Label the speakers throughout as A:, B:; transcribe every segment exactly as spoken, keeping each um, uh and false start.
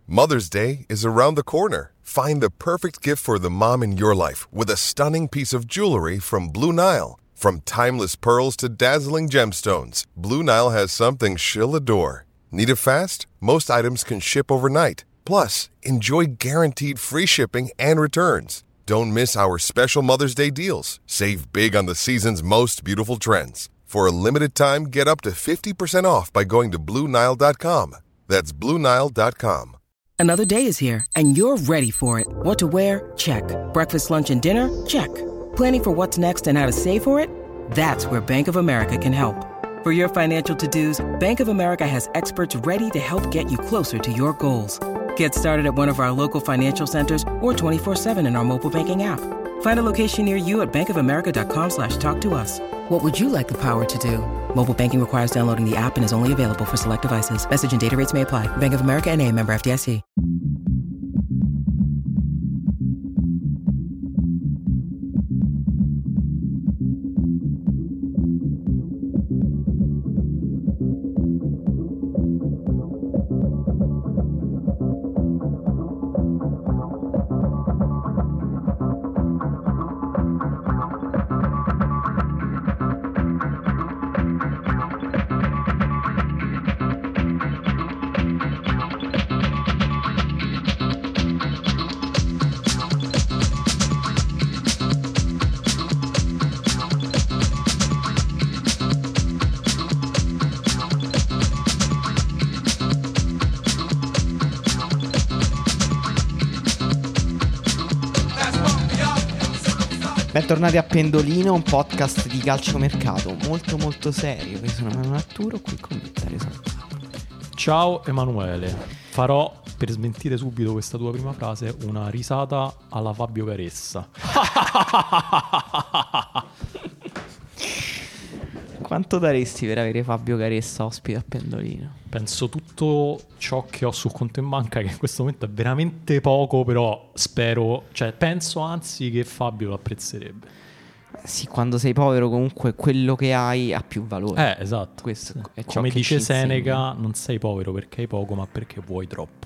A: Mother's Day is around the corner. Find the perfect gift for the mom in your life with a stunning piece of jewelry from Blue Nile. From timeless pearls to dazzling gemstones, Blue Nile has something she'll adore. Need it fast? Most items can ship overnight. Plus, enjoy guaranteed free shipping and returns. Don't miss our special Mother's Day deals. Save big on the season's most beautiful trends. For a limited time, get up to fifty percent off by going to Blue Nile dot com. That's Blue Nile dot com.
B: Another day is here, and you're ready for it. What to wear? Check. Breakfast, lunch, and dinner? Check. Planning for what's next and how to save for it? That's where Bank of America can help. For your financial to-dos, Bank of America has experts ready to help get you closer to your goals. Get started at one of our local financial centers or twenty-four seven in our mobile banking app. Find a location near you at bankofamerica.com slash talk to us. What would you like the power to do? Mobile banking requires downloading the app and is only available for select devices. Message and data rates may apply. Bank of America N A, member F D I C.
C: Bentornati a Pendolino, un podcast di calciomercato molto molto serio. Io sono Emanuele Arturo, qui con me Dario Santoro.
D: Ciao Emanuele, farò, per smentire subito questa tua prima frase, una risata alla Fabio Caressa.
C: Quanto daresti per avere Fabio Caressa ospite a Pendolino?
D: Penso tutto ciò che ho sul conto in banca, che in questo momento è veramente poco, però spero, cioè penso anzi che Fabio lo apprezzerebbe.
C: Sì, quando sei povero comunque quello che hai ha più valore.
D: Eh, esatto.
C: Questo è ciò
D: Come
C: che
D: dice
C: ci
D: Seneca,
C: insegna.
D: non sei povero perché hai poco, ma perché vuoi troppo.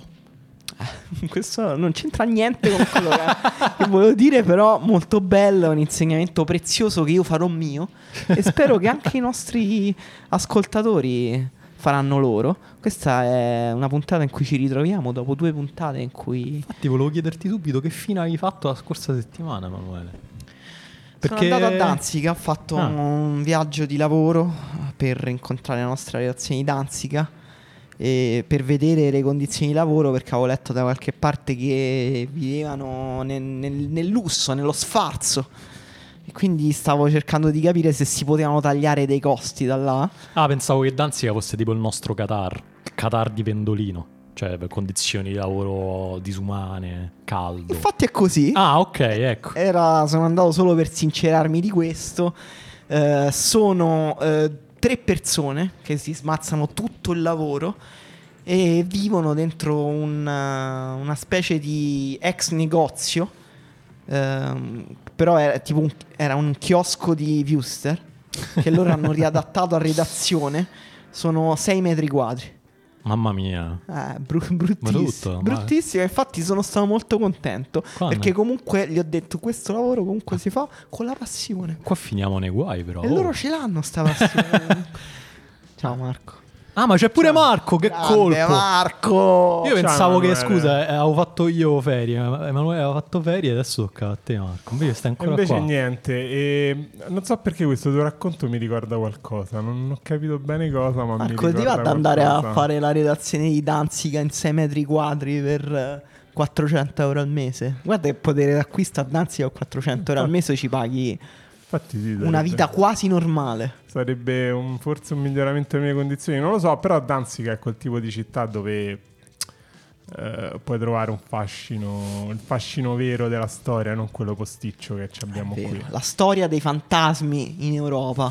C: Questo non c'entra niente con quello che, che volevo dire, però molto bello, un insegnamento prezioso che io farò mio e spero che anche i nostri ascoltatori faranno loro. Questa è una puntata in cui ci ritroviamo dopo due puntate in cui...
D: Infatti volevo chiederti subito che fine avevi fatto la scorsa settimana, Emanuele.
C: Perché... Sono andato a Danzica, ho fatto ah. un viaggio di lavoro per incontrare la nostra redazione di Danzica e per vedere le condizioni di lavoro, perché avevo letto da qualche parte che vivevano nel, nel, nel lusso, nello sfarzo, e quindi stavo cercando di capire se si potevano tagliare dei costi da là.
D: Ah, pensavo che Danzica fosse tipo il nostro Qatar, Qatar di Pendolino, cioè per condizioni di lavoro disumane, caldo.
C: Infatti è così.
D: Ah, ok, ecco.
C: Era, sono andato solo per sincerarmi di questo. eh, Sono... Eh, tre persone che si smazzano tutto il lavoro e vivono dentro una, una specie di ex negozio, ehm, però era tipo un, era un chiosco di Wuster che loro hanno riadattato a redazione. Sono sei metri quadri.
D: Mamma mia,
C: eh, bru- bruttissimo,
D: tutto,
C: bruttissimo. Ma... Infatti sono stato molto contento. Quando? Perché comunque gli ho detto questo lavoro comunque si fa con la passione.
D: Qua finiamo nei guai però.
C: E oh. loro ce l'hanno sta passione. Ciao Marco.
D: Ah, ma c'è pure Ciao. Marco, che
C: Grande
D: colpo
C: Marco.
D: Io
E: Ciao,
D: pensavo
E: Emanuele.
D: che, scusa, eh, avevo fatto io ferie. Emanuele aveva fatto ferie, adesso tocca a te, Marco. Invece stai ancora
E: Invece
D: qua.
E: niente, e non so perché questo tuo racconto mi ricorda qualcosa. Non ho capito bene cosa, ma
C: Marco,
E: mi
C: ti
E: ricorda
C: va ad andare
E: qualcosa.
C: a fare la redazione di Danzica in sei metri quadri per quattrocento euro al mese? Guarda che potere d'acquisto a Danzica con quattrocento euro al mese ci paghi
E: Infatti sì,
C: una vita quasi normale.
E: Sarebbe un, forse un miglioramento delle mie condizioni, non lo so, però Danzica è quel tipo di città dove eh, puoi trovare un fascino, il fascino vero della storia, non quello posticcio che ci abbiamo qui.
C: La storia dei fantasmi in Europa,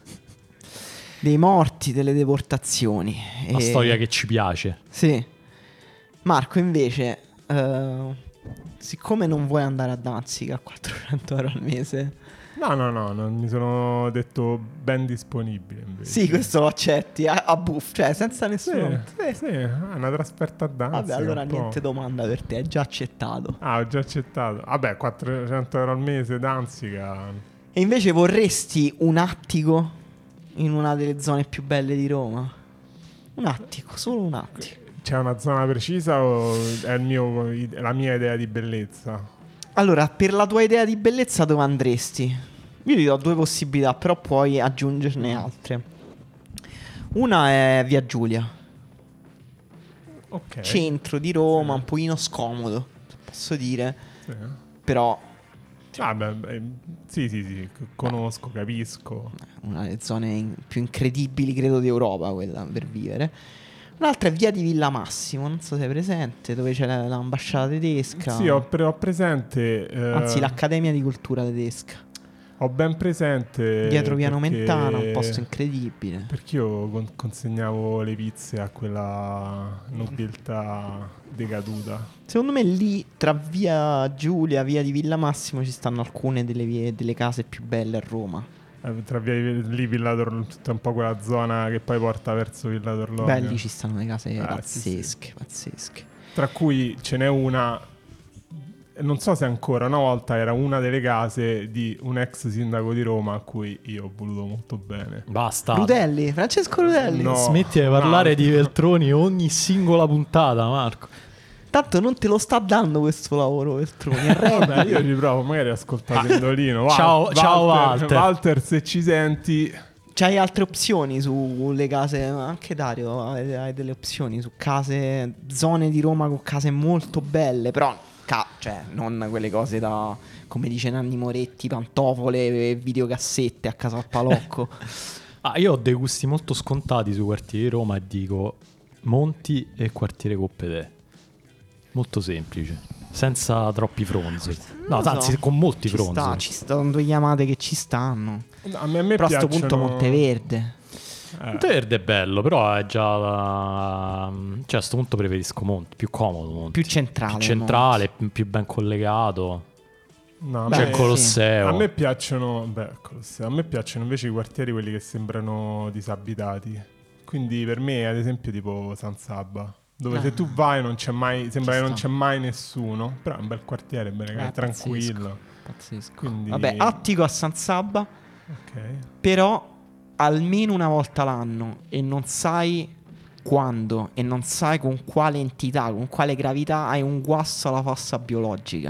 C: dei morti, delle deportazioni.
D: La
C: e...
D: storia che ci piace.
C: Sì. Marco invece, uh, siccome non vuoi andare a Danzica a quattrocento euro al mese,
E: No, no, no, non mi sono detto ben disponibile invece.
C: Sì, questo lo accetti a, a buff, cioè senza nessuno.
E: Sì, sì, è una trasferta a Danzica.
C: Vabbè, allora
E: un po'.
C: niente domanda per te, è già accettato.
E: Ah, ho già accettato. Vabbè, quattrocento euro al mese Danzica.
C: E invece vorresti un attico in una delle zone più belle di Roma? Un attico, solo un attico.
E: C'è una zona precisa o è il mio, la mia idea di bellezza?
C: Allora, per la tua idea di bellezza dove andresti? Io ti do due possibilità, però puoi aggiungerne altre. Una è Via Giulia,
E: Ok.
C: centro di Roma,
E: Sì.
C: un pochino scomodo, posso dire,
E: Sì.
C: però
E: Vabbè, beh, sì, sì, sì, c- conosco, capisco.
C: una delle zone in- più incredibili, credo, d'Europa, quella per vivere. Un'altra è Via di Villa Massimo, non so se è presente, dove c'è la- l'ambasciata tedesca.
E: Sì, ho, pre- ho presente. eh,
C: Anzi, l'Accademia di Cultura tedesca.
E: Ho ben presente.
C: Dietro Via
E: perché-
C: Nomentana, un posto incredibile.
E: Perché io con- consegnavo le pizze a quella nobiltà decaduta.
C: Secondo me lì, tra Via Giulia e Via di Villa Massimo, ci stanno alcune delle, vie, delle case più belle a Roma.
E: Eh, Tra via lì Villa Torlonia, tutta un po' quella zona che poi porta verso Villa Torlonia.
C: Beh, lì ci stanno le case
E: Eh,
C: pazzesche, pazzesche.
E: Tra cui ce n'è una, non so se ancora, una volta era una delle case di un ex sindaco di Roma a cui io ho voluto molto bene.
D: Basta.
C: Rudelli, Francesco Rudelli.
E: No.
D: Smetti di parlare
E: no.
D: di Veltroni ogni singola puntata, Marco.
C: Tanto non te lo sta dando questo lavoro, Veltroni.
E: Vabbè,
C: Arrendi.
E: io riprovo, magari ascoltate Indolino. Val-
D: Ciao- ciao, Walter.
E: Walter, se ci senti...
C: C'hai altre opzioni sulle case? Anche Dario, hai, hai delle opzioni su case, zone di Roma con case molto belle, però ca- cioè non quelle cose da, come dice Nanni Moretti, pantofole e videocassette a casa al Palocco.
D: Ah, io ho dei gusti molto scontati sui quartieri di Roma e dico Monti e quartiere Coppedè. Molto semplice, senza troppi fronzi. No,
C: Non lo
D: anzi,
C: so.
D: con molti
C: Ci
D: fronzi.
C: sta, ci stanno due chiamate che ci stanno.
E: A me, a me
C: Però a sto
E: piacciono...
C: punto Monteverde.
E: Eh,
D: Monteverde è bello, però è già la... cioè a sto punto preferisco Monti, più comodo Monti.
C: Più centrale,
D: Più centrale, più- più ben collegato.
E: no, a
C: Beh,
D: C'è
E: me-
D: il
C: sì.
D: Colosseo.
E: A me piacciono, beh, Colosseo, a me piacciono invece i quartieri quelli che sembrano disabitati. Quindi per me, ad esempio, tipo San Sabba, dove
C: Ah.
E: se tu vai non c'è mai, sembra
C: Ci
E: che non
C: sta.
E: c'è mai nessuno, però è un bel quartiere, bene,
C: Eh,
E: è tranquillo.
C: Pazzesco.
E: Quindi
C: Vabbè, attico a San Sabba,
E: ok.
C: però almeno una volta l'anno e non sai quando e non sai con quale entità, con quale gravità hai un guasto alla fossa biologica.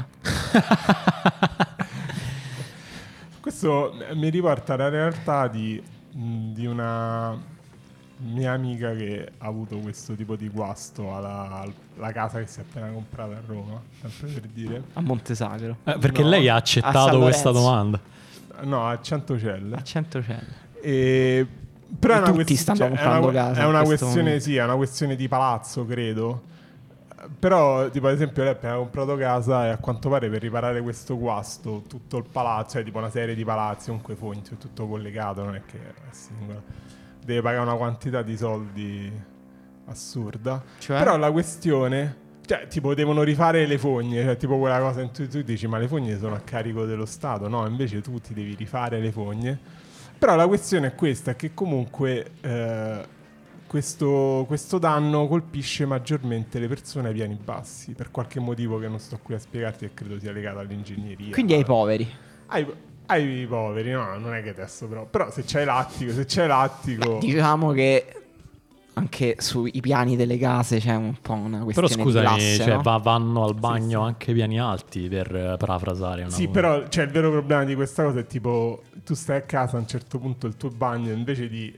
E: Questo mi riporta alla realtà di, mh, di una mia amica che ha avuto questo tipo di guasto alla, alla casa che si è appena comprata a Roma, sempre per dire.
C: A Montesagro,
D: Eh, perché
E: No.
D: lei ha
C: A
D: accettato
C: San
D: questa
C: Lorenzo.
D: domanda.
E: No, a Centocelle.
C: a Centocelle.
E: E... Però è una,
C: Tutti
E: quest-
C: stanno
E: cioè, è
C: comprando
E: una,
C: casa
E: è
C: in
E: una
C: questo
E: questione,
C: momento.
E: sì, è una questione di palazzo, credo. Però, tipo, ad esempio, lei ha appena comprato casa e a quanto pare per riparare questo guasto, tutto il palazzo, cioè tipo una serie di palazzi, comunque fonti, è tutto collegato, non è che è singolo. Deve pagare una quantità di soldi assurda.
C: Cioè?
E: Però la questione, cioè, tipo, devono rifare le fogne, cioè, tipo quella cosa in cui tu dici, ma le fogne sono a carico dello Stato, no? Invece tu ti devi rifare le fogne. Però la questione è questa, è che comunque eh, questo, questo danno colpisce maggiormente le persone ai piani bassi, per qualche motivo che non sto qui a spiegarti e credo sia legato all'ingegneria.
C: Quindi ai poveri.
E: Ai, ai poveri, no, non è che adesso però, però se c'hai l'attico, se c'hai l'attico...
C: Diciamo che anche sui piani delle case c'è un po' una
D: Però
C: questione di
D: scusami,
C: classe,
D: cioè,
C: no?
D: va- vanno al bagno
E: sì.
D: anche piani alti per eh, parafrasare una
E: Sì,
D: cosa.
E: però cioè, il vero problema di questa cosa è tipo, tu stai a casa a un certo punto il tuo bagno invece di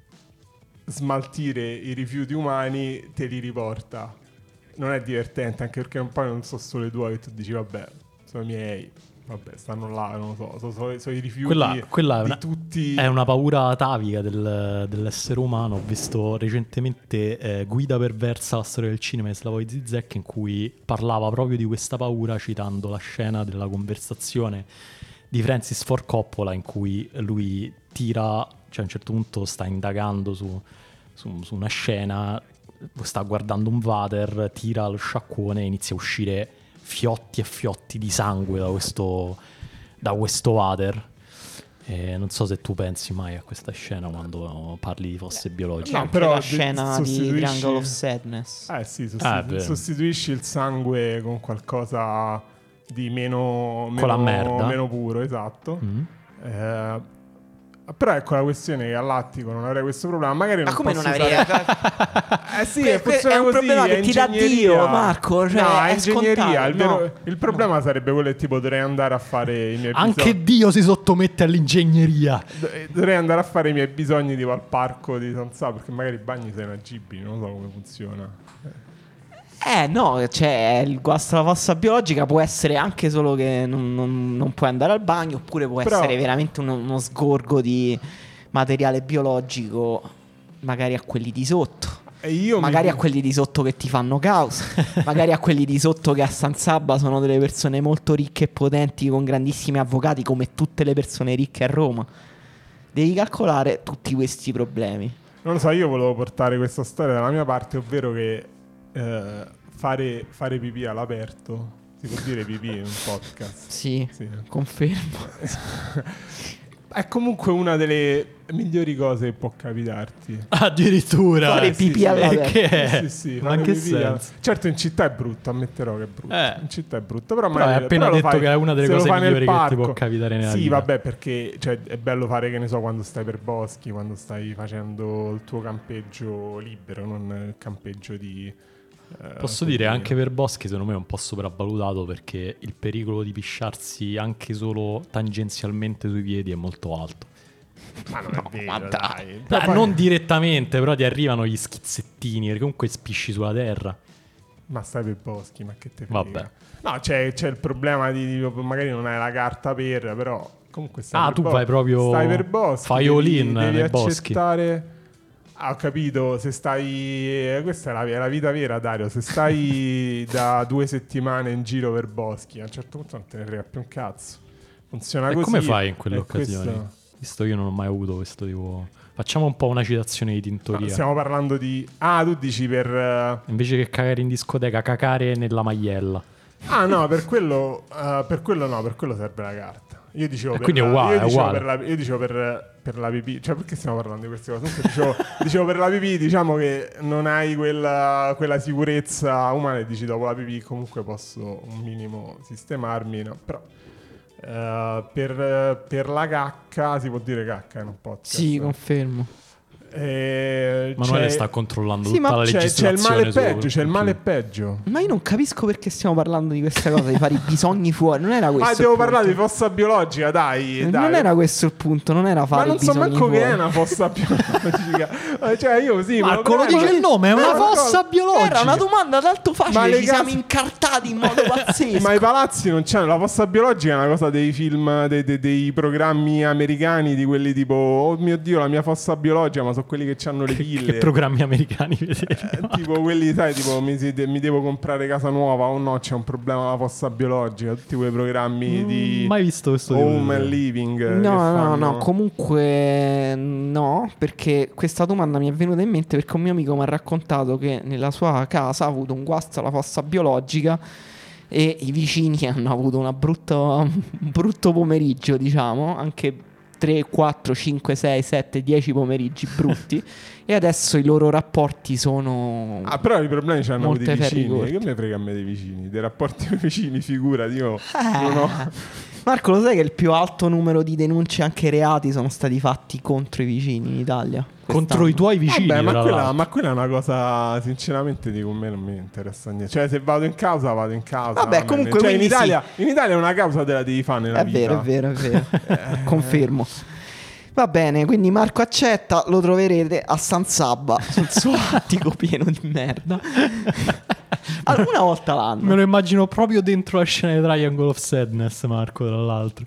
E: smaltire i rifiuti umani te li riporta. Non è divertente, anche perché un po' non so solo i tuoi che tu dici vabbè, sono i miei, vabbè, stanno là, non lo so, sono, sono- sono i rifiuti
D: Quella, quella è,
E: di
D: una,
E: tutti.
D: è una paura atavica del- dell'essere umano. Ho visto recentemente eh, Guida perversa, la storia del cinema di Slavoj Zizek, in cui parlava proprio di questa paura citando la scena della conversazione di Francis Ford Coppola in cui lui tira, cioè a un certo punto sta indagando su, su, su una scena, sta guardando un water, tira lo sciacquone e inizia a uscire fiotti e fiotti di sangue da questo, da questo water. E non so se tu pensi mai a questa scena quando parli di fosse biologiche.
E: No,
C: Anche
E: però
C: la
E: de-
C: scena di
E: sostituisci-
C: Triangle of Sadness.
E: Eh sì, sostitu-
D: Ah, è vero.
E: sostituisci il sangue con qualcosa di meno, meno,
D: Con la merda.
E: meno puro, esatto.
D: Mm.
E: Eh, però ecco la questione che all'attico non avrei questo problema. Magari
C: Ma
E: non
C: come
E: posso
C: non avrei...
E: usare- Eh sì,
C: Que- que-
E: funziona
C: è un
E: così,
C: problema che
E: è
C: ti dà
E: ingegneria.
C: Dio, Marco, cioè,
E: no, è
C: è
E: ingegneria.
C: scontato,
E: Il, vero-
C: no.
E: il problema sarebbe quello che tipo dovrei andare a fare i miei
D: Anche
E: bisogni.
D: Dio si sottomette all'ingegneria.
E: Do- Dovrei andare a fare i miei bisogni tipo al parco di San Saba, perché magari i bagni sono inagibili, non so come funziona.
C: Eh no, cioè il guasto alla fossa biologica può essere anche solo che non, non- non puoi andare al bagno, oppure può
E: Però-
C: essere veramente uno, uno sgorgo di materiale biologico, magari a quelli di sotto.
E: E io
C: Magari
E: mi...
C: a quelli di sotto che ti fanno causa, magari a quelli di sotto che a San Sabba sono delle persone molto ricche e potenti con grandissimi avvocati, come tutte le persone ricche a Roma. Devi calcolare tutti questi problemi.
E: Non lo so, io volevo portare questa storia dalla mia parte, ovvero che eh, fare, fare pipì all'aperto, si può dire pipì in un podcast?
C: Sì,
E: Sì.
C: confermo.
E: È comunque una delle migliori cose che può capitarti.
D: Addirittura.
C: Fare
E: Eh, sì,
C: pipì
E: sì.
C: all'aperto.
D: Che è?
E: Sì, sì,
D: Ma
E: fare
D: in che
E: pipì a-
D: senso?
E: Certo in città è brutto, ammetterò che è brutto.
D: Eh.
E: In città è brutto, però,
D: Però
E: magari,
D: hai appena
E: però lo
D: detto
E: fai-
D: che è una delle
E: se lo
D: cose
E: fai nel
D: migliori che ti
E: parco.
D: può capitare nella
E: sì,
D: vita.
E: vabbè, perché cioè, è bello fare, che ne so, quando stai per boschi, quando stai facendo il tuo campeggio libero, non il campeggio di... eh,
D: Posso dire,
E: così.
D: anche per boschi secondo me è un po' sopravvalutato, perché il pericolo di pisciarsi anche solo tangenzialmente sui piedi è molto alto.
E: Ma non
C: No,
E: è vero,
C: ma
E: dai.
C: dai.
E: Però
D: Ah,
E: poi-
D: non direttamente, però ti arrivano gli schizzettini, perché comunque spisci sulla terra.
E: Ma stai per boschi, ma che te frega?
D: Vabbè.
E: No, c'è, c'è il problema di, di- magari non hai la carta per, però comunque stai
D: Ah,
E: per
D: tu
E: bos-
D: vai proprio-
E: stai per boschi,
D: fai
E: devi-
D: all-in
E: devi
D: nei boschi.
E: accettare. Ah, ho capito, se stai eh, questa è la, è la vita vera, Dario, se stai da due settimane in giro per boschi, a un certo punto non te ne frega più un cazzo. Funziona
D: E
E: così.
D: come fai in quelle
E: e
D: occasioni?
E: questo-
D: Visto che io non ho mai avuto questo tipo... Facciamo un po' una citazione di
E: No,
D: tintoria.
E: stiamo parlando di ah, tu dici per eh,
D: Invece che cagare in discoteca, cacare nella maiella.
E: ah no, per quello eh, per quello no, per quello serve la carta. Io dicevo
D: E
E: per
D: quindi è
E: la,
D: uguale,
E: io
D: è
E: dicevo
D: uguale.
E: per la, io dicevo per, per la pipì, cioè perché stiamo parlando di queste cose? Comunque dicevo, dicevo per la pipì, diciamo che non hai quella, quella sicurezza umana e dici dopo la pipì comunque posso un minimo sistemarmi, no? Però eh, per, per la cacca si può dire cacca in un podcast.
C: Sì, confermo.
E: Eh,
D: Manuele
E: c'è-
D: sta controllando
C: Sì,
D: tutta
C: ma
D: la
E: c'è, c'è il
D: legislazione.
E: male
D: sul
E: peggio, c'è il male
D: computer.
E: peggio.
C: Ma io non capisco perché stiamo parlando di questa cosa, di fare i bisogni fuori. Non era questo.
E: Ma
C: il
E: devo
C: punto.
E: parlare di fossa biologica, dai, dai.
C: Non era questo il punto, non era fare
E: Ma non
C: i
E: so
C: bisogni
E: manco che
C: fuori.
E: è una fossa biologica. cioè, io sì,
D: Marco,
E: ma
D: lo dice il nome, è una
E: ma-
D: fossa biologica.
C: Era una domanda tanto
E: Ma
C: facile,
E: le
C: ci
E: case-
C: siamo incartati in modo pazzesco.
E: Ma i palazzi non c'hanno. La fossa biologica è una cosa dei film, dei, dei- dei programmi americani, di quelli tipo, oh mio Dio, la mia fossa biologica, ma sono quelli che hanno le
D: Che
E: pille.
D: programmi americani vedete?
E: Eh, tipo quelli, sai, tipo mi, si- mi devo comprare casa nuova o no, c'è un problema alla fossa biologica. Tutti quei programmi di
D: mai visto questo tipo
E: home
D: di-
E: and living. eh, che
C: No, no,
E: fanno-
C: no, comunque no, perché questa domanda mi è venuta in mente perché un mio amico mi ha raccontato che nella sua casa ha avuto un guasto alla fossa biologica e i vicini hanno avuto una brutta, un brutto pomeriggio, diciamo, anche tre, quattro, cinque, sei, sette, dieci pomeriggi brutti e adesso i loro rapporti sono...
E: Ah, però i problemi c'hanno avuto i
C: Molte ferri
E: vicini.
C: corti.
E: Che me frega a me dei vicini? Dei rapporti con i vicini, figurati. Io
C: Eh.
E: non ho.
C: Marco, lo sai che il più alto numero di denunce anche reati sono stati fatti contro i vicini in Italia?
D: Contro i tuoi vicini,
E: Vabbè, ma
D: tra
E: quella,
D: l'altro.
E: ma quella è una cosa, sinceramente, dico, a me non mi interessa niente. Cioè, se vado in causa, vado in causa.
C: Vabbè,
E: va bene.
C: comunque,
E: Cioè, in
C: quindi
E: Italia, in Italia una causa te la devi fare nella
C: È
E: vita.
C: vero, è vero, è vero. Confermo. Va bene, quindi Marco accetta, lo troverete a San Sabba sul suo attico pieno di merda. Alguna volta l'anno.
D: Me lo immagino proprio dentro la scena di Triangle of Sadness, Marco, tra l'altro.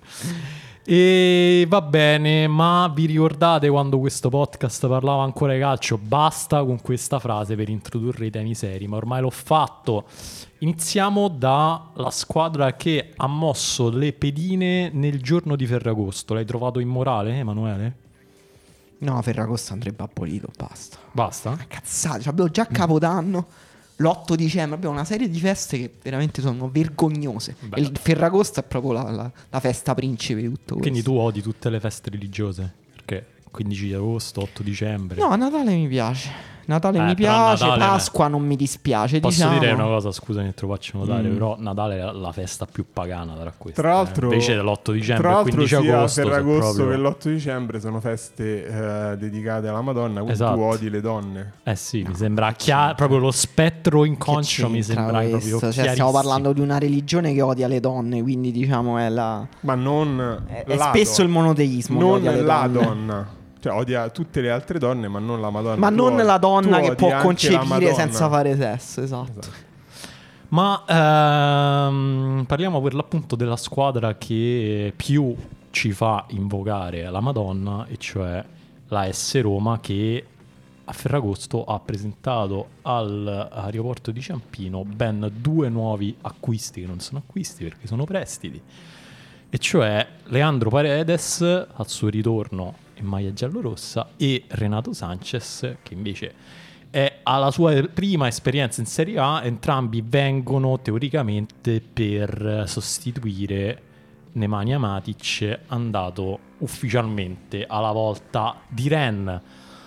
D: E va bene, ma vi ricordate quando questo podcast parlava ancora di calcio? Basta con questa frase per introdurre i temi seri, ma ormai l'ho fatto. Iniziamo dalla squadra che ha mosso le pedine nel giorno di Ferragosto. L'hai trovato immorale, Emanuele?
C: No, Ferragosto andrebbe abolito, basta.
D: Basta?
C: Cazzate, cioè abbiamo già Capodanno. l'otto dicembre abbiamo una serie di feste che veramente sono vergognose.
D: Beh.
C: E il Ferragosto è proprio la, la, la festa principe di tutto questo.
D: Quindi tu odi tutte le feste religiose? Perché quindici di agosto, otto dicembre.
C: No, Natale mi piace. Natale
D: Eh,
C: mi
D: però
C: piace,
D: Natale-
C: Pasqua non mi dispiace.
D: Posso
C: diciamo.
D: dire una cosa, scusami se te lo faccio notare,
C: Mm.
D: però Natale è la- la festa più pagana tra queste.
E: Tra l'altro,
D: eh. Invece dell'otto dicembre
E: tra
D: e
E: l'altro
D: quindici
E: sia
D: agosto sono
E: Ferragosto
D: proprio...
E: che l'otto dicembre sono feste eh, dedicate alla Madonna, quindi
D: Esatto.
E: tu odi le donne.
D: Eh sì, mi sembra chiaro, proprio lo spettro inconscio mi
C: C'entra
D: sembra
C: questo?
D: proprio
C: Cioè, stiamo
D: chiarissimo.
C: parlando di una religione che odia le donne, quindi diciamo è la
E: Ma non
C: è, è
E: la
C: spesso
E: don-
C: il monoteismo che
E: non
C: odia le
E: la
C: donne.
E: donna. Cioè odia tutte le altre donne, ma non la Madonna.
C: Ma
E: Tu
C: non
E: odi-
C: la donna
E: tu
C: che
E: odi
C: può
E: anche la
C: concepire
E: Madonna.
C: senza fare sesso, esatto.
E: Esatto.
D: Ma ehm, parliamo per l'appunto della squadra che più ci fa invocare la Madonna, e cioè la S Roma, che a Ferragosto ha presentato all'aeroporto di Ciampino ben due nuovi acquisti, che non sono acquisti perché sono prestiti, e cioè Leandro Paredes al suo ritorno in maglia giallorossa e Renato Sanchez, che invece è alla sua prima esperienza in Serie A. Entrambi vengono teoricamente per sostituire Nemanja Matic, andato ufficialmente alla volta di Rennes.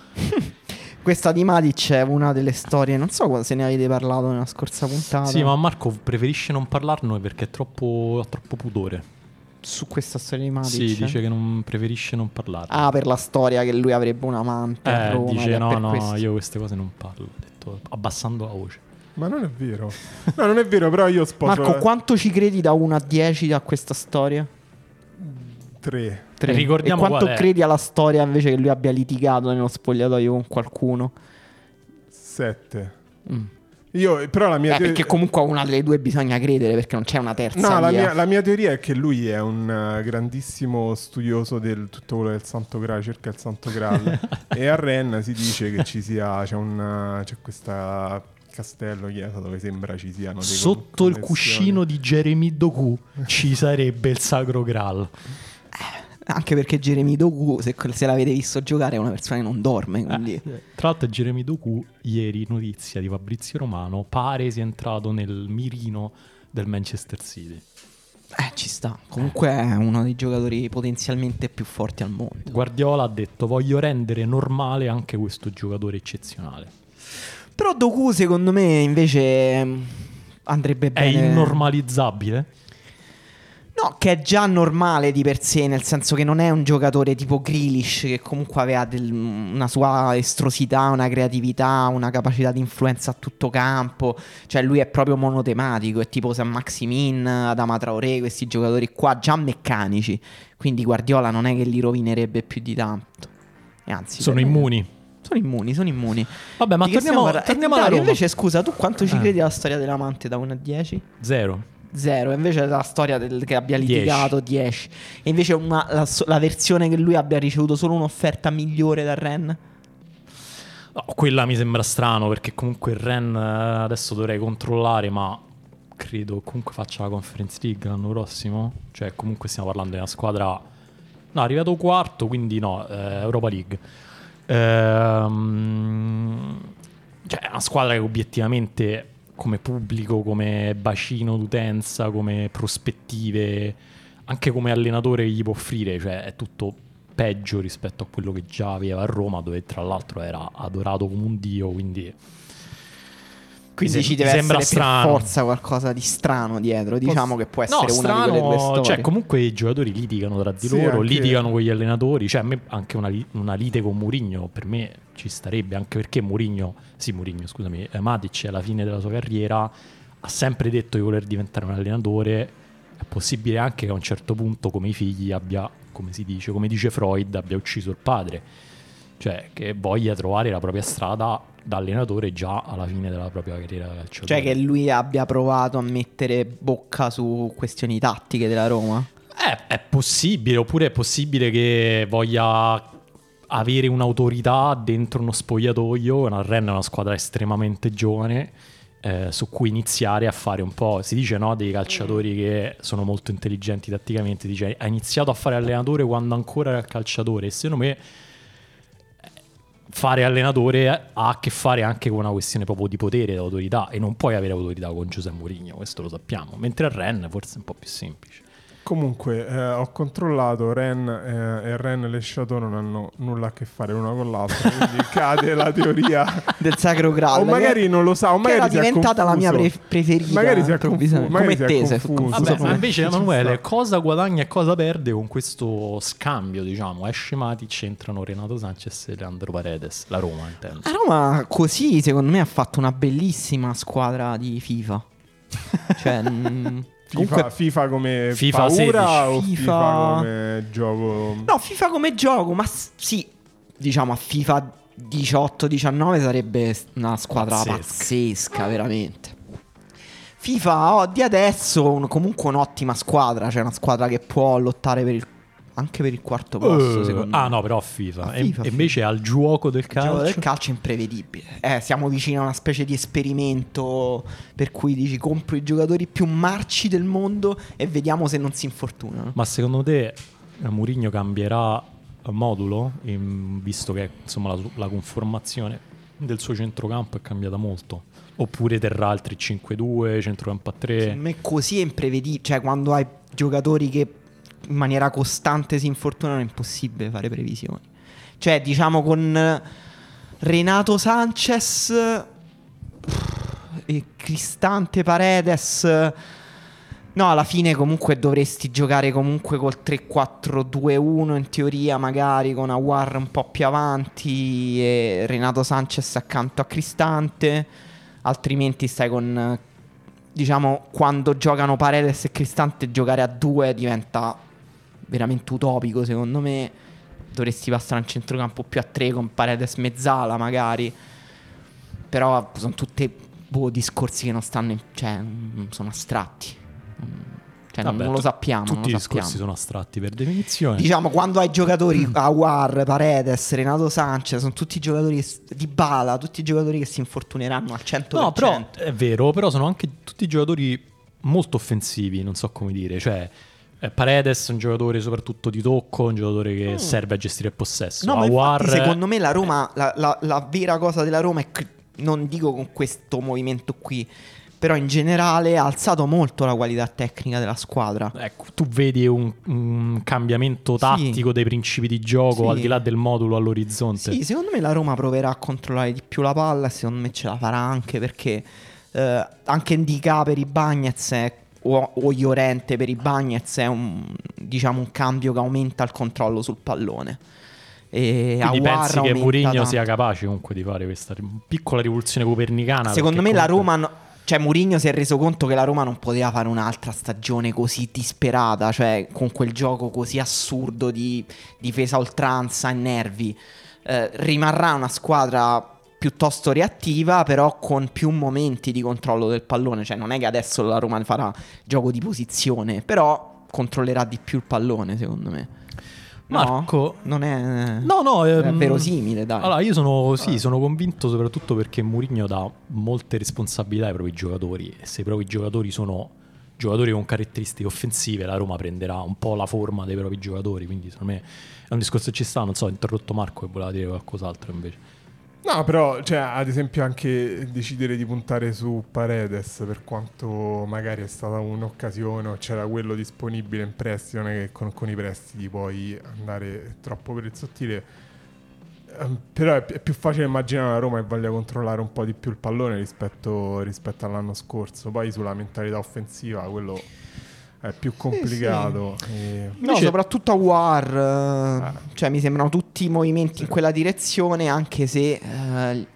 C: Questa di Matic è una delle storie, non so se ne avete parlato nella scorsa puntata.
D: Sì, ma Marco preferisce non parlarne perché è troppo, ha troppo pudore.
C: Su questa storia di Matic.
D: Sì, dice che non preferisce non parlarne.
C: Ah, per la storia che lui avrebbe un amante a
D: eh,
C: Roma. ed
D: dice
C: è
D: no,
C: per
D: no,
C: questo.
D: io queste cose non parlo, ho detto, abbassando la voce.
E: Ma non è vero. No, non è vero, però io sposo
C: Marco, quanto ci credi da uno a dieci a questa storia?
E: tre.
C: Tre.
D: Ricordiamo
C: e quanto
D: qual è.
C: credi alla storia invece che lui abbia litigato nello spogliatoio con qualcuno?
E: sette.
C: Mm.
E: Io però la mia
C: Eh,
E: teoria-
C: perché comunque a una delle due bisogna credere, perché non c'è una terza
E: No, la
C: via.
E: mia, la mia teoria è che lui è un uh, grandissimo studioso del tutto quello del Santo Graal, cerca il Santo Graal. E a Rennes si dice che ci sia, c'è un, c'è questa castello, chiesa, dove sembra ci siano dei
D: Sotto
E: con-
D: il cuscino di Jeremy Doku ci sarebbe il Sacro Graal.
C: Anche perché Jeremy Doku, se, se l'avete visto giocare, è una persona che non dorme, quindi...
D: Eh, tra l'altro Jeremy Doku, ieri notizia di Fabrizio Romano, pare sia entrato nel mirino del Manchester City.
C: Eh, ci sta. Comunque è uno dei giocatori potenzialmente più forti al mondo.
D: Guardiola ha detto: voglio rendere normale anche questo giocatore eccezionale.
C: Però Doku, secondo me, invece mh, andrebbe
D: È
C: bene...
D: innormalizzabile?
C: No, che è già normale di per sé, nel senso che non è un giocatore tipo Grealish, che comunque aveva del- una sua estrosità, una creatività, una capacità di influenza a tutto campo. Cioè lui è proprio monotematico, è tipo San Maximin, Adama Traoré, questi giocatori qua già meccanici. Quindi Guardiola non è che li rovinerebbe più di tanto. E anzi,
D: Sono
C: per me-
D: immuni.
C: Sono immuni, sono immuni.
D: Vabbè, ma
C: Di che stiamo
D: torniamo,
C: parlando?
D: torniamo
C: Eh,
D: alla
C: Dario,
D: Roma.
C: invece, scusa, tu quanto ci
D: Eh.
C: credi alla storia dell'amante da uno a dieci?
D: Zero.
C: Zero, invece la storia del, che abbia
D: dieci.
C: litigato dieci. E invece una- la, so- la versione che lui abbia ricevuto solo un'offerta migliore da Rennes.
D: No, quella mi sembra strano perché comunque il Rennes eh, adesso dovrei controllare, ma credo comunque faccia la Conference League l'anno prossimo. Cioè comunque stiamo parlando di una squadra... No, è arrivato quarto, quindi no, eh, Europa League. Ehm... Cioè è una squadra che obiettivamente come pubblico, come bacino d'utenza, come prospettive, anche come allenatore gli può offrire, cioè è tutto peggio rispetto a quello che già aveva a Roma, dove tra l'altro era adorato come un dio, quindi
C: Quindi
D: mi
C: ci
D: se-
C: deve
D: mi sembra
C: essere per
D: strano.
C: forza qualcosa di strano dietro. Diciamo che può essere
D: No,
C: una
D: strano,
C: di quelle due storie.
D: cioè comunque i giocatori litigano tra di
E: Sì,
D: loro,
E: anche-
D: litigano con gli allenatori, cioè a me anche una, li- una lite con Mourinho per me ci starebbe, anche perché Mourinho, sì Mourinho scusami, eh, Matic alla fine della sua carriera ha sempre detto di voler diventare un allenatore. È possibile anche che a un certo punto, come i figli, abbia, come si dice, come dice Freud, abbia ucciso il padre, cioè che voglia trovare la propria strada da allenatore già alla fine della propria carriera da calciatore.
C: Cioè che lui abbia provato a mettere bocca su questioni tattiche della Roma.
D: Eh, è possibile, oppure è possibile che voglia avere un'autorità dentro uno spogliatoio. La Rennes è una squadra estremamente giovane, eh, su cui iniziare a fare un po', si dice, no, dei calciatori che sono molto intelligenti tatticamente, dice ha iniziato a fare allenatore quando ancora era calciatore, e secondo me fare allenatore ha a che fare anche con una questione proprio di potere e di autorità, e non puoi avere autorità con Giuseppe Mourinho, questo lo sappiamo, mentre a Rennes forse è un po' più semplice.
E: Comunque eh, ho controllato, Rennes eh, e Rennes Le Château non hanno nulla a che fare l'una con l'altra, quindi cade la teoria
C: del Sacro Graal,
E: o magari
C: che,
E: non lo sa, o magari
C: era
E: si è
C: diventata la mia pre- preferita,
E: magari si è confuso,
C: come te sei
D: Vabbè, ma invece Emanuele, cosa guadagna e cosa perde con questo scambio, diciamo? Esce Matic, entrano Renato Sanchez e Leandro Paredes, la Roma intendo.
C: La Roma così secondo me ha fatto una bellissima squadra di FIFA. Cioè mh,
E: FIFA,
C: comunque,
E: FIFA come
D: FIFA
E: paura
D: sedici.
E: o
C: FIFA...
E: FIFA come gioco?
C: No, FIFA come gioco, ma s- sì, diciamo a FIFA diciotto diciannove sarebbe una squadra
D: Pazzesca.
C: pazzesca, veramente. FIFA oh, di adesso un- comunque un'ottima squadra, cioè una squadra che può lottare per il, anche per il quarto posto,
D: Uh,
C: secondo
D: ah
C: me.
D: no, però FIFA.
C: A
D: E,
C: FIFA,
D: e invece al gioco del
C: Il
D: calcio.
C: gioco del calcio è imprevedibile. Eh, siamo vicini a una specie di esperimento per cui dici compro i giocatori più marci del mondo e vediamo se non si infortunano.
D: Ma secondo te eh, Mourinho cambierà modulo, in- visto che insomma la, la conformazione del suo centrocampo è cambiata molto? Oppure terrà il tre cinque due, centrocampo a tre?
C: Secondo me così è imprevedibile. Cioè quando hai giocatori che in maniera costante si infortunano è impossibile fare previsioni. Cioè diciamo con Renato Sanchez e Cristante, Paredes, no, alla fine comunque dovresti giocare comunque col tre quattro due uno in teoria, magari con Aouar un po' più avanti e Renato Sanchez accanto a Cristante. Altrimenti stai con, diciamo, quando giocano Paredes e Cristante, giocare a due diventa veramente utopico, secondo me. Dovresti passare a un centrocampo più a tre con Paredes mezzala magari. Però sono tutti boh, discorsi che non stanno in, cioè sono astratti. Cioè
D: Vabbè,
C: non lo sappiamo.
D: Tutti
C: non lo
D: i discorsi
C: sappiamo.
D: sono astratti per definizione.
C: Diciamo quando hai giocatori Aouar, Paredes, Renato Sanchez, sono tutti giocatori di bala, tutti giocatori che si infortuneranno al cento per cento.
D: No, però è vero, però sono anche tutti giocatori molto offensivi, non so come dire, cioè eh, Paredes è un giocatore soprattutto di tocco, un giocatore che
C: Mm.
D: serve a gestire il possesso.
C: No, ma
D: Aouar
C: infatti secondo me la Roma, la, la- la vera cosa della Roma è che, non dico con questo movimento qui, però in generale ha alzato molto la qualità tecnica della squadra.
D: Ecco, tu vedi un, un cambiamento tattico
C: Sì.
D: dei principi di gioco
C: Sì.
D: al di là del modulo all'orizzonte.
C: Sì, secondo me la Roma proverà a controllare di più la palla e secondo me ce la farà anche perché eh, anche Ndicà per i Bagnez è- o, o Llorente per i Bagnez è un, diciamo, un cambio che aumenta il controllo sul pallone. E
D: Quindi
C: Aouar
D: pensi che
C: aumenta
D: Mourinho
C: tanto.
D: sia capace comunque di fare questa piccola rivoluzione copernicana?
C: Secondo me
D: perché
C: la
D: comunque-
C: Roma, no- cioè Mourinho si è reso conto che la Roma non poteva fare un'altra stagione così disperata, cioè con quel gioco così assurdo di difesa a oltranza e nervi. Eh, rimarrà una squadra piuttosto reattiva, però con più momenti di controllo del pallone, cioè non è che adesso la Roma farà gioco di posizione, però controllerà di più il pallone, secondo me. No?
D: Marco,
C: non è,
D: no, no,
C: è
D: ehm,
C: verosimile, dai.
D: Allora, io sono, sì, sono convinto soprattutto perché Mourinho dà molte responsabilità ai propri giocatori e se i propri giocatori sono giocatori con caratteristiche offensive, la Roma prenderà un po' la forma dei propri giocatori, quindi secondo me è un discorso che ci sta. Non so, ho interrotto Marco che voleva dire qualcos'altro invece.
E: No, però, cioè, ad esempio anche decidere di puntare su Paredes, per quanto magari è stata un'occasione o c'era quello disponibile in prestito, non è che con, con i prestiti puoi andare troppo per il sottile. Ehm, però è, è più facile immaginare la Roma che voglia controllare un po' di più il pallone rispetto, rispetto all'anno scorso. Poi sulla mentalità offensiva quello è più complicato. E...
C: No,
D: Invece-
C: soprattutto a War, eh,
E: Ah.
C: cioè mi sembrano tutti i movimenti in quella direzione, anche se eh,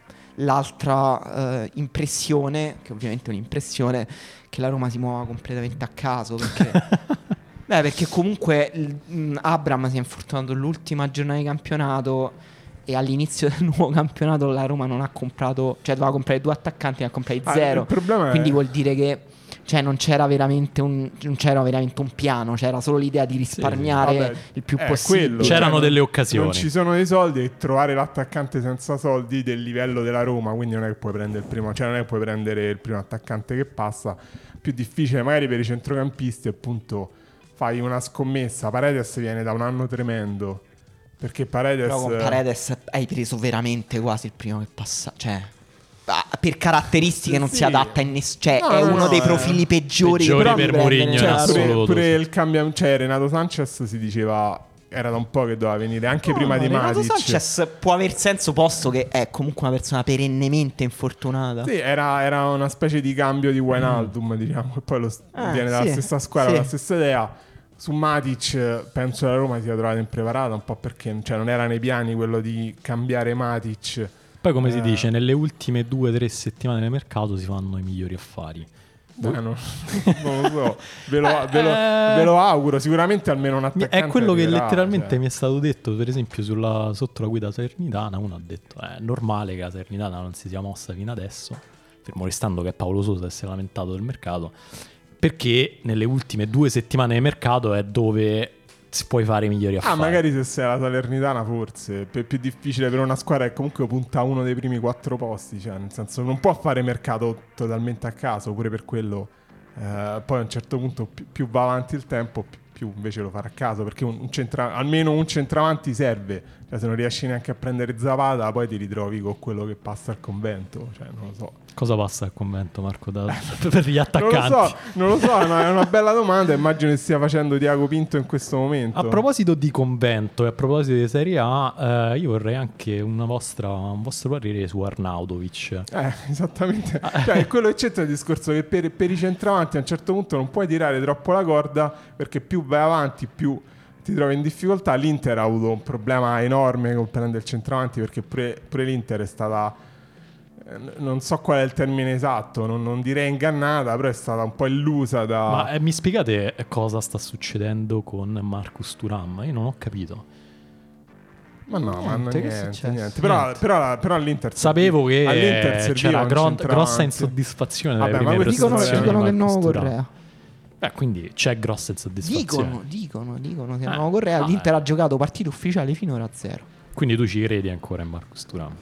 C: l'altra eh, impressione, che ovviamente è un'impressione, che la Roma si muova completamente a caso, perché, beh, perché comunque il- mh, Abraham si è infortunato l'ultima giornata di campionato e all'inizio del nuovo campionato la Roma non ha comprato, cioè doveva comprare due attaccanti, ne ha comprati
E: Ah,
C: zero,
E: il problema è-
C: quindi vuol dire che cioè non c'era veramente un, non c'era veramente un piano, c'era solo l'idea di risparmiare
E: Vabbè,
C: il più
E: è
C: possibile.
E: quello,
D: C'erano
E: cioè,
D: delle
E: non-
D: occasioni.
E: Non ci sono dei soldi e trovare l'attaccante senza soldi del livello della Roma, quindi non è che puoi prendere il primo, cioè non è che puoi prendere il primo attaccante che passa. Più difficile magari per i centrocampisti, appunto, fai una scommessa. Paredes viene da un anno tremendo. Perché Paredes...
C: Però con Paredes hai preso veramente quasi il primo che passa. Cioè, per caratteristiche non
E: sì.
C: si adatta in nessuno. Cioè,
E: no,
C: è
E: no,
C: uno
E: no,
C: dei
E: eh.
C: profili peggiori,
D: peggiori
C: che
D: per
C: prende
D: Mourinho,
C: nel-
D: in
E: Cioè, pure,
D: assoluto,
E: pure
D: sì.
E: il cambia... Cioè, Renato Sanchez si diceva... Era da un po' che doveva venire, anche
C: No,
E: prima
C: no,
E: di
C: Renato
E: Matic.
C: Sanchez può aver senso, posto che è comunque una persona perennemente infortunata.
E: Sì, era, era una specie di cambio di Wijnaldum, mm. diciamo, che poi lo,
C: Ah,
E: viene dalla
C: sì,
E: stessa squadra,
C: sì.
E: la stessa idea. Su Matic penso la Roma sia trovata impreparata, un po' perché cioè, non era nei piani quello di cambiare Matic.
D: Poi come
E: eh.
D: si dice, nelle ultime due o tre settimane del mercato si fanno i migliori affari.
E: Eh, no, non lo so, ve lo, ve, lo, ve lo auguro, sicuramente almeno un attaccante
D: È quello che
E: arriverà,
D: letteralmente
E: cioè.
D: mi è stato detto, per esempio sulla, sotto la guida Salernitana. Uno ha detto è normale che la Salernitana non si sia mossa fino adesso, fermo restando che Paolo Sousa si è lamentato del mercato, perché nelle ultime due settimane di mercato è dove si puoi fare i migliori affari.
E: Ah, magari se sei la Salernitana forse è più difficile per una squadra che comunque punta a uno dei primi quattro posti, cioè nel senso non può fare mercato totalmente a caso, pure per quello eh, poi a un certo punto più, più va avanti il tempo più, più invece lo farà a caso, perché un, un centra, almeno un centravanti serve, cioè se non riesci neanche a prendere Zapata poi ti ritrovi con quello che passa al convento, cioè non lo so.
D: Cosa passa al convento, Marco, da, per gli attaccanti?
E: Non lo so, non lo so, no, è una bella domanda. Immagino che stia facendo Tiago Pinto in questo momento.
D: A proposito di convento e a proposito di Serie A, eh, io vorrei anche una vostra, un vostro parere su Arnautovic.
E: Eh, esattamente. Cioè, è quello che c'entra il discorso che per, per i centravanti a un certo punto non puoi tirare troppo la corda, perché più vai avanti più ti trovi in difficoltà. L'Inter ha avuto un problema enorme con prendere il centravanti, perché pure, pure l'Inter è stata... non so qual è il termine esatto, non, non direi ingannata, però è stata un po' illusa da...
D: Ma eh, mi spiegate cosa sta succedendo con Marcus Thuram? Io non ho capito.
E: Ma no,
C: Niente,
E: ma non
C: che è
E: niente,
C: successo?
E: niente. Però,
D: Niente.
E: però, però all'Inter
D: Sapevo che
E: all'Inter
D: eh,
E: serviva
D: c'era
E: un
D: gro-
E: centravanti.
D: grossa insoddisfazione dalle
E: Vabbè, ma
D: prime
E: questo
C: Dicono,
D: prestazioni
C: dicono che
D: di
C: è il nuovo
D: Marcus Thuram.
C: Correa.
D: Eh, quindi c'è grossa insoddisfazione.
C: Dicono, dicono, dicono che è il
D: Eh,
C: nuovo Correa.
D: vabbè.
C: L'Inter ha giocato partite ufficiali finora a zero.
D: Quindi tu ci credi ancora in Marcus Thuram?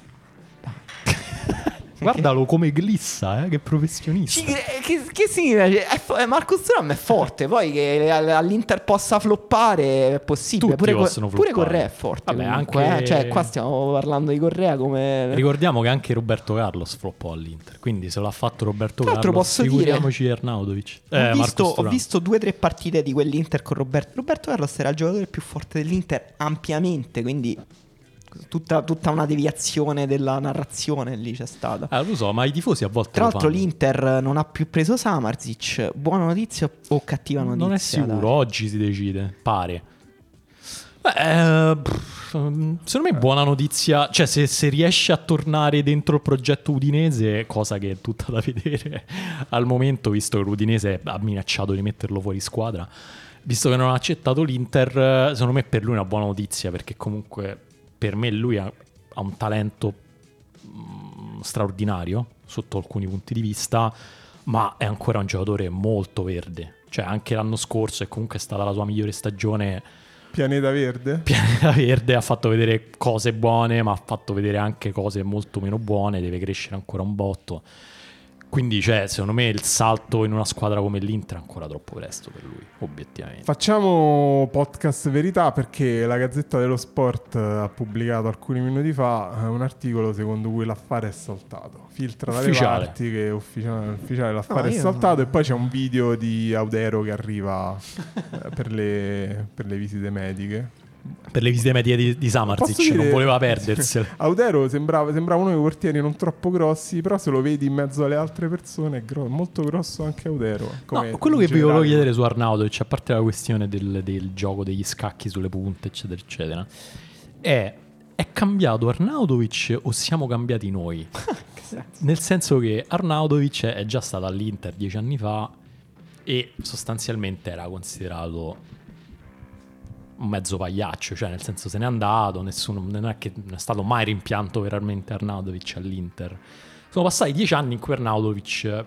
D: Guardalo come glissa, eh, che professionista.
C: Ci- che, che significa? È fo- eh, Marcus Thuram è forte. Poi che all- all'Inter possa floppare è possibile.
D: Tutti
C: Pure, Co-
D: possono
C: pure
D: floppare.
C: Correa è forte.
D: Vabbè,
C: comunque,
D: anche-
C: eh. Cioè, qua stiamo parlando di Correa come.
D: Ricordiamo che anche Roberto Carlos floppò all'Inter, quindi se l'ha fatto Roberto
C: Tra l'altro
D: Carlos,
C: posso dire-
D: figuriamoci Arnautovic.
C: Ho,
D: Eh,
C: visto,
D: Marcus
C: ho
D: Thuram.
C: visto due o tre partite di quell'Inter con Roberto. Roberto Carlos era il giocatore più forte dell'Inter ampiamente. Quindi tutta, tutta una deviazione della narrazione lì c'è stata.
D: Eh, lo so, ma i tifosi a volte
C: Tra
D: lo
C: l'altro
D: fanno.
C: l'Inter non ha più preso Samardzic. Buona notizia o cattiva notizia?
D: Non è sicuro,
C: dai?
D: oggi si decide, pare. Beh, eh, pff, secondo me è buona notizia, cioè se, se riesce a tornare dentro il progetto udinese, cosa che è tutta da vedere al momento, visto che l'Udinese ha minacciato di metterlo fuori squadra, visto che non ha accettato l'Inter, secondo me per lui è una buona notizia, perché comunque per me lui ha, ha un talento mh, straordinario sotto alcuni punti di vista, ma è ancora un giocatore molto verde, cioè anche l'anno scorso, e comunque è stata la sua migliore stagione,
E: Pianeta Verde.
D: Pianeta Verde, ha fatto vedere cose buone, ma ha fatto vedere anche cose molto meno buone, deve crescere ancora un botto. Quindi, cioè, secondo me il salto in una squadra come l'Inter è ancora troppo presto per lui, obiettivamente.
E: Facciamo podcast verità, perché la Gazzetta dello Sport ha pubblicato alcuni minuti fa un articolo secondo cui l'affare è saltato. Filtra dalle
D: Ufficiale.
E: parti che è ufficiale, ufficiale l'affare
C: No,
E: è
C: io
E: saltato
C: no.
E: E poi c'è un video di Audero che arriva eh, per, le, per le visite mediche.
D: Per le visite medie di, di
E: Posso
D: Samardzic,
E: dire-
D: non voleva perdersele.
E: Audero sembrava, sembrava uno dei portieri non troppo grossi, però se lo vedi in mezzo alle altre persone è gro- molto grosso anche Audero. come
D: No, quello
E: in
D: che vi volevo
E: generale.
D: chiedere su Arnautovic, a parte la questione del, del gioco degli scacchi sulle punte, eccetera, eccetera, è: è cambiato Arnautovic o siamo cambiati noi? Nel senso che Arnautovic è già stato all'Inter dieci anni fa e sostanzialmente era considerato un mezzo pagliaccio, cioè nel senso se n'è andato, nessuno, non è che non è stato mai rimpianto veramente Arnautovic all'Inter. Sono passati dieci anni in cui Arnautovic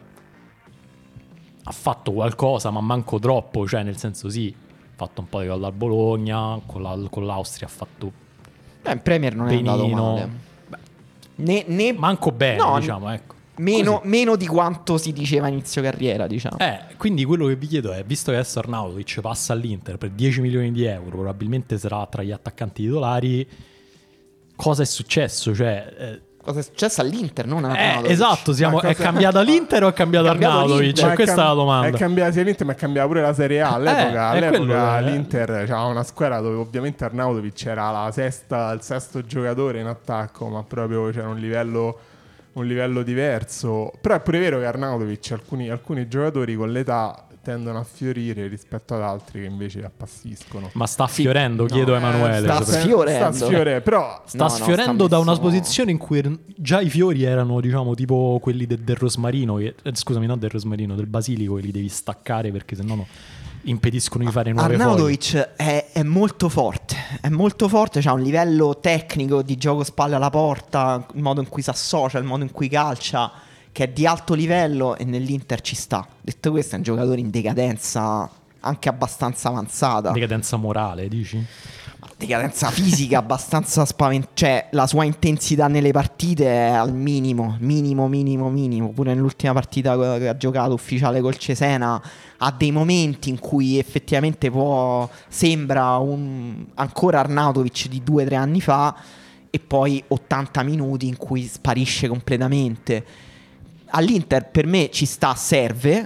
D: ha fatto qualcosa, ma manco troppo, cioè nel senso sì, ha fatto un po' di gol al Bologna, con, la, con l'Austria ha fatto
C: Beh, in Premier non è andato
D: benino.
C: male. Né, né...
D: Manco bene,
C: No,
D: diciamo, ecco.
C: Meno, meno di quanto si diceva a inizio carriera, diciamo.
D: Eh, quindi quello che vi chiedo è, visto che adesso Arnautovic passa all'Inter per dieci milioni di euro, probabilmente sarà tra gli attaccanti titolari, cosa è successo? Cioè... Eh,
C: cosa è successo all'Inter, non a
D: eh,
C: Arnautovic.
D: Esatto, siamo,
E: cosa...
D: è cambiata l'Inter o è cambiato, cambiato Arnautovic?
C: Cioè,
D: questa
E: cam-
D: è la domanda.
E: È cambiata sia l'Inter, ma è cambiata pure la Serie A. All'epoca,
D: Eh,
E: all'epoca
D: quello,
E: l'Inter eh. c'aveva una squadra dove ovviamente Arnautovic era la sesta, il sesto giocatore in attacco, ma proprio c'era un livello... un livello diverso. Però è pure vero che Arnautovic alcuni, alcuni giocatori con l'età tendono a fiorire rispetto ad altri che invece appassiscono.
D: Ma sta fiorendo, sì, chiedo a no, Emanuele.
C: Sta sfiorendo.
E: Sta sfiorendo, però
D: sta
C: no,
D: sfiorendo
C: no, sta
D: da una
C: messo...
D: posizione in cui già i fiori erano, diciamo, tipo quelli de- del rosmarino, che, eh, scusami, non del rosmarino, del basilico, che li devi staccare perché sennò no, impediscono di fare nuove
C: Arnautovic è, è molto forte, è molto forte, c'ha un livello tecnico di gioco spalle alla porta, il modo in cui si associa, il modo in cui calcia, che è di alto livello, e nell'Inter ci sta. Detto questo, è un giocatore in decadenza anche abbastanza avanzata.
D: Decadenza morale, dici?
C: Decadenza fisica abbastanza spaventosa. Cioè, la sua intensità nelle partite è al minimo, minimo, minimo, minimo. Pure nell'ultima partita che ha giocato ufficiale col Cesena ha dei momenti in cui effettivamente può sembra un ancora Arnautovic di due o tre anni fa, e poi ottanta minuti in cui sparisce completamente. All'Inter per me ci sta, serve.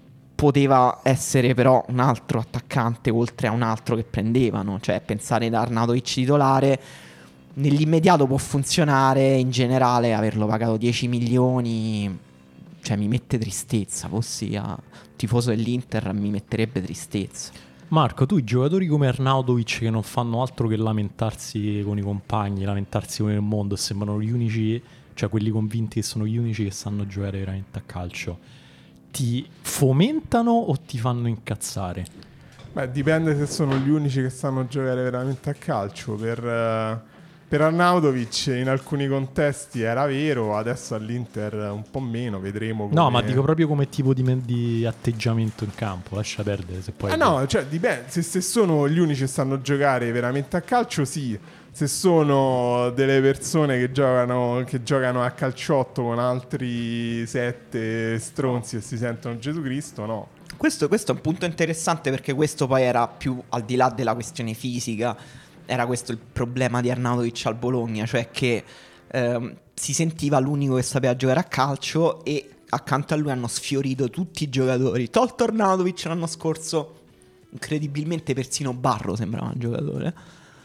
C: Poteva essere però un altro attaccante oltre a un altro che prendevano. Cioè, pensare da Arnautovic titolare nell'immediato può funzionare, in generale averlo pagato dieci milioni, cioè mi mette tristezza. Fossi a tifoso dell'Inter mi metterebbe tristezza.
D: Marco, tu i giocatori come Arnautovic che non fanno altro che lamentarsi con i compagni, lamentarsi con il mondo, sembrano gli unici, cioè quelli convinti che sono gli unici che sanno giocare veramente a calcio, ti fomentano o ti fanno incazzare?
E: Beh, dipende se sono gli unici che sanno giocare veramente a calcio. Per, uh, per Arnautovic in alcuni contesti era vero, adesso all'Inter un po' meno, vedremo come...
D: No, ma dico proprio come tipo di, di atteggiamento in campo, lascia perdere se poi...
E: Eh no, cioè dipende, se, se sono gli unici che sanno giocare veramente a calcio, sì. Se sono delle persone che giocano, che giocano a calciotto con altri sette stronzi e si sentono Gesù Cristo, no.
C: Questo, questo è un punto interessante, perché questo poi era più al di là della questione fisica. Era questo il problema di Arnautovic al Bologna, cioè che ehm, si sentiva l'unico che sapeva giocare a calcio, e accanto a lui hanno sfiorito tutti i giocatori. Tolto Arnautovic l'anno scorso, incredibilmente persino Barro sembrava un giocatore.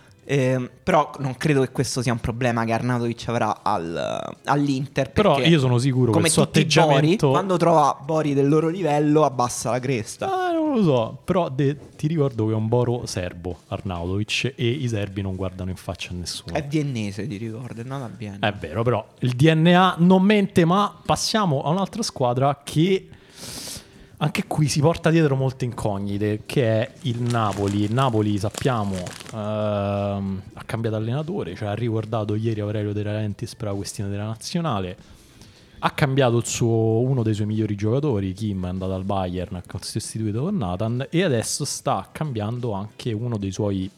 C: Eh, però non credo che questo sia un problema che Arnautovic avrà al, all'Inter.
D: Però io sono sicuro
C: come
D: che il suo
C: tutti
D: atteggiamento...
C: Bori, quando trova Bori del loro livello abbassa la cresta.
D: Ah, non lo so, però de- ti ricordo che è un Boro serbo, Arnautovic, e i serbi non guardano in faccia a nessuno.
C: È viennese, ti ricordo, è nata a Vienna.
D: È vero, però il D N A non mente. Ma passiamo a un'altra squadra che anche qui si porta dietro molte incognite, che è il Napoli. Il Napoli, sappiamo, ehm, ha cambiato allenatore, cioè ha ricordato ieri Aurelio De Laurentiis per la questione della nazionale. Ha cambiato il suo, uno dei suoi migliori giocatori, Kim, è andato al Bayern, ha sostituito con Nathan, e adesso sta cambiando anche uno dei suoi,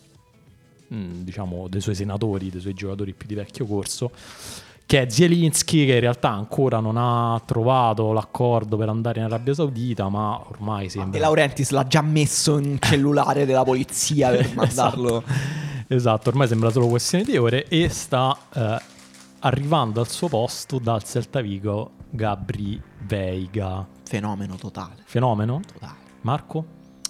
D: mh, diciamo, dei suoi senatori, dei suoi giocatori più di vecchio corso, che è Zielinski, che in realtà ancora non ha trovato l'accordo per andare in Arabia Saudita, ma ormai sembra...
C: De Laurentiis l'ha già messo in cellulare della polizia per mandarlo.
D: Esatto. Esatto, ormai sembra solo questione di ore, e sta eh, arrivando al suo posto dal Celta Vigo Gabri Veiga.
C: Fenomeno totale.
D: Fenomeno?
C: Totale.
D: Marco?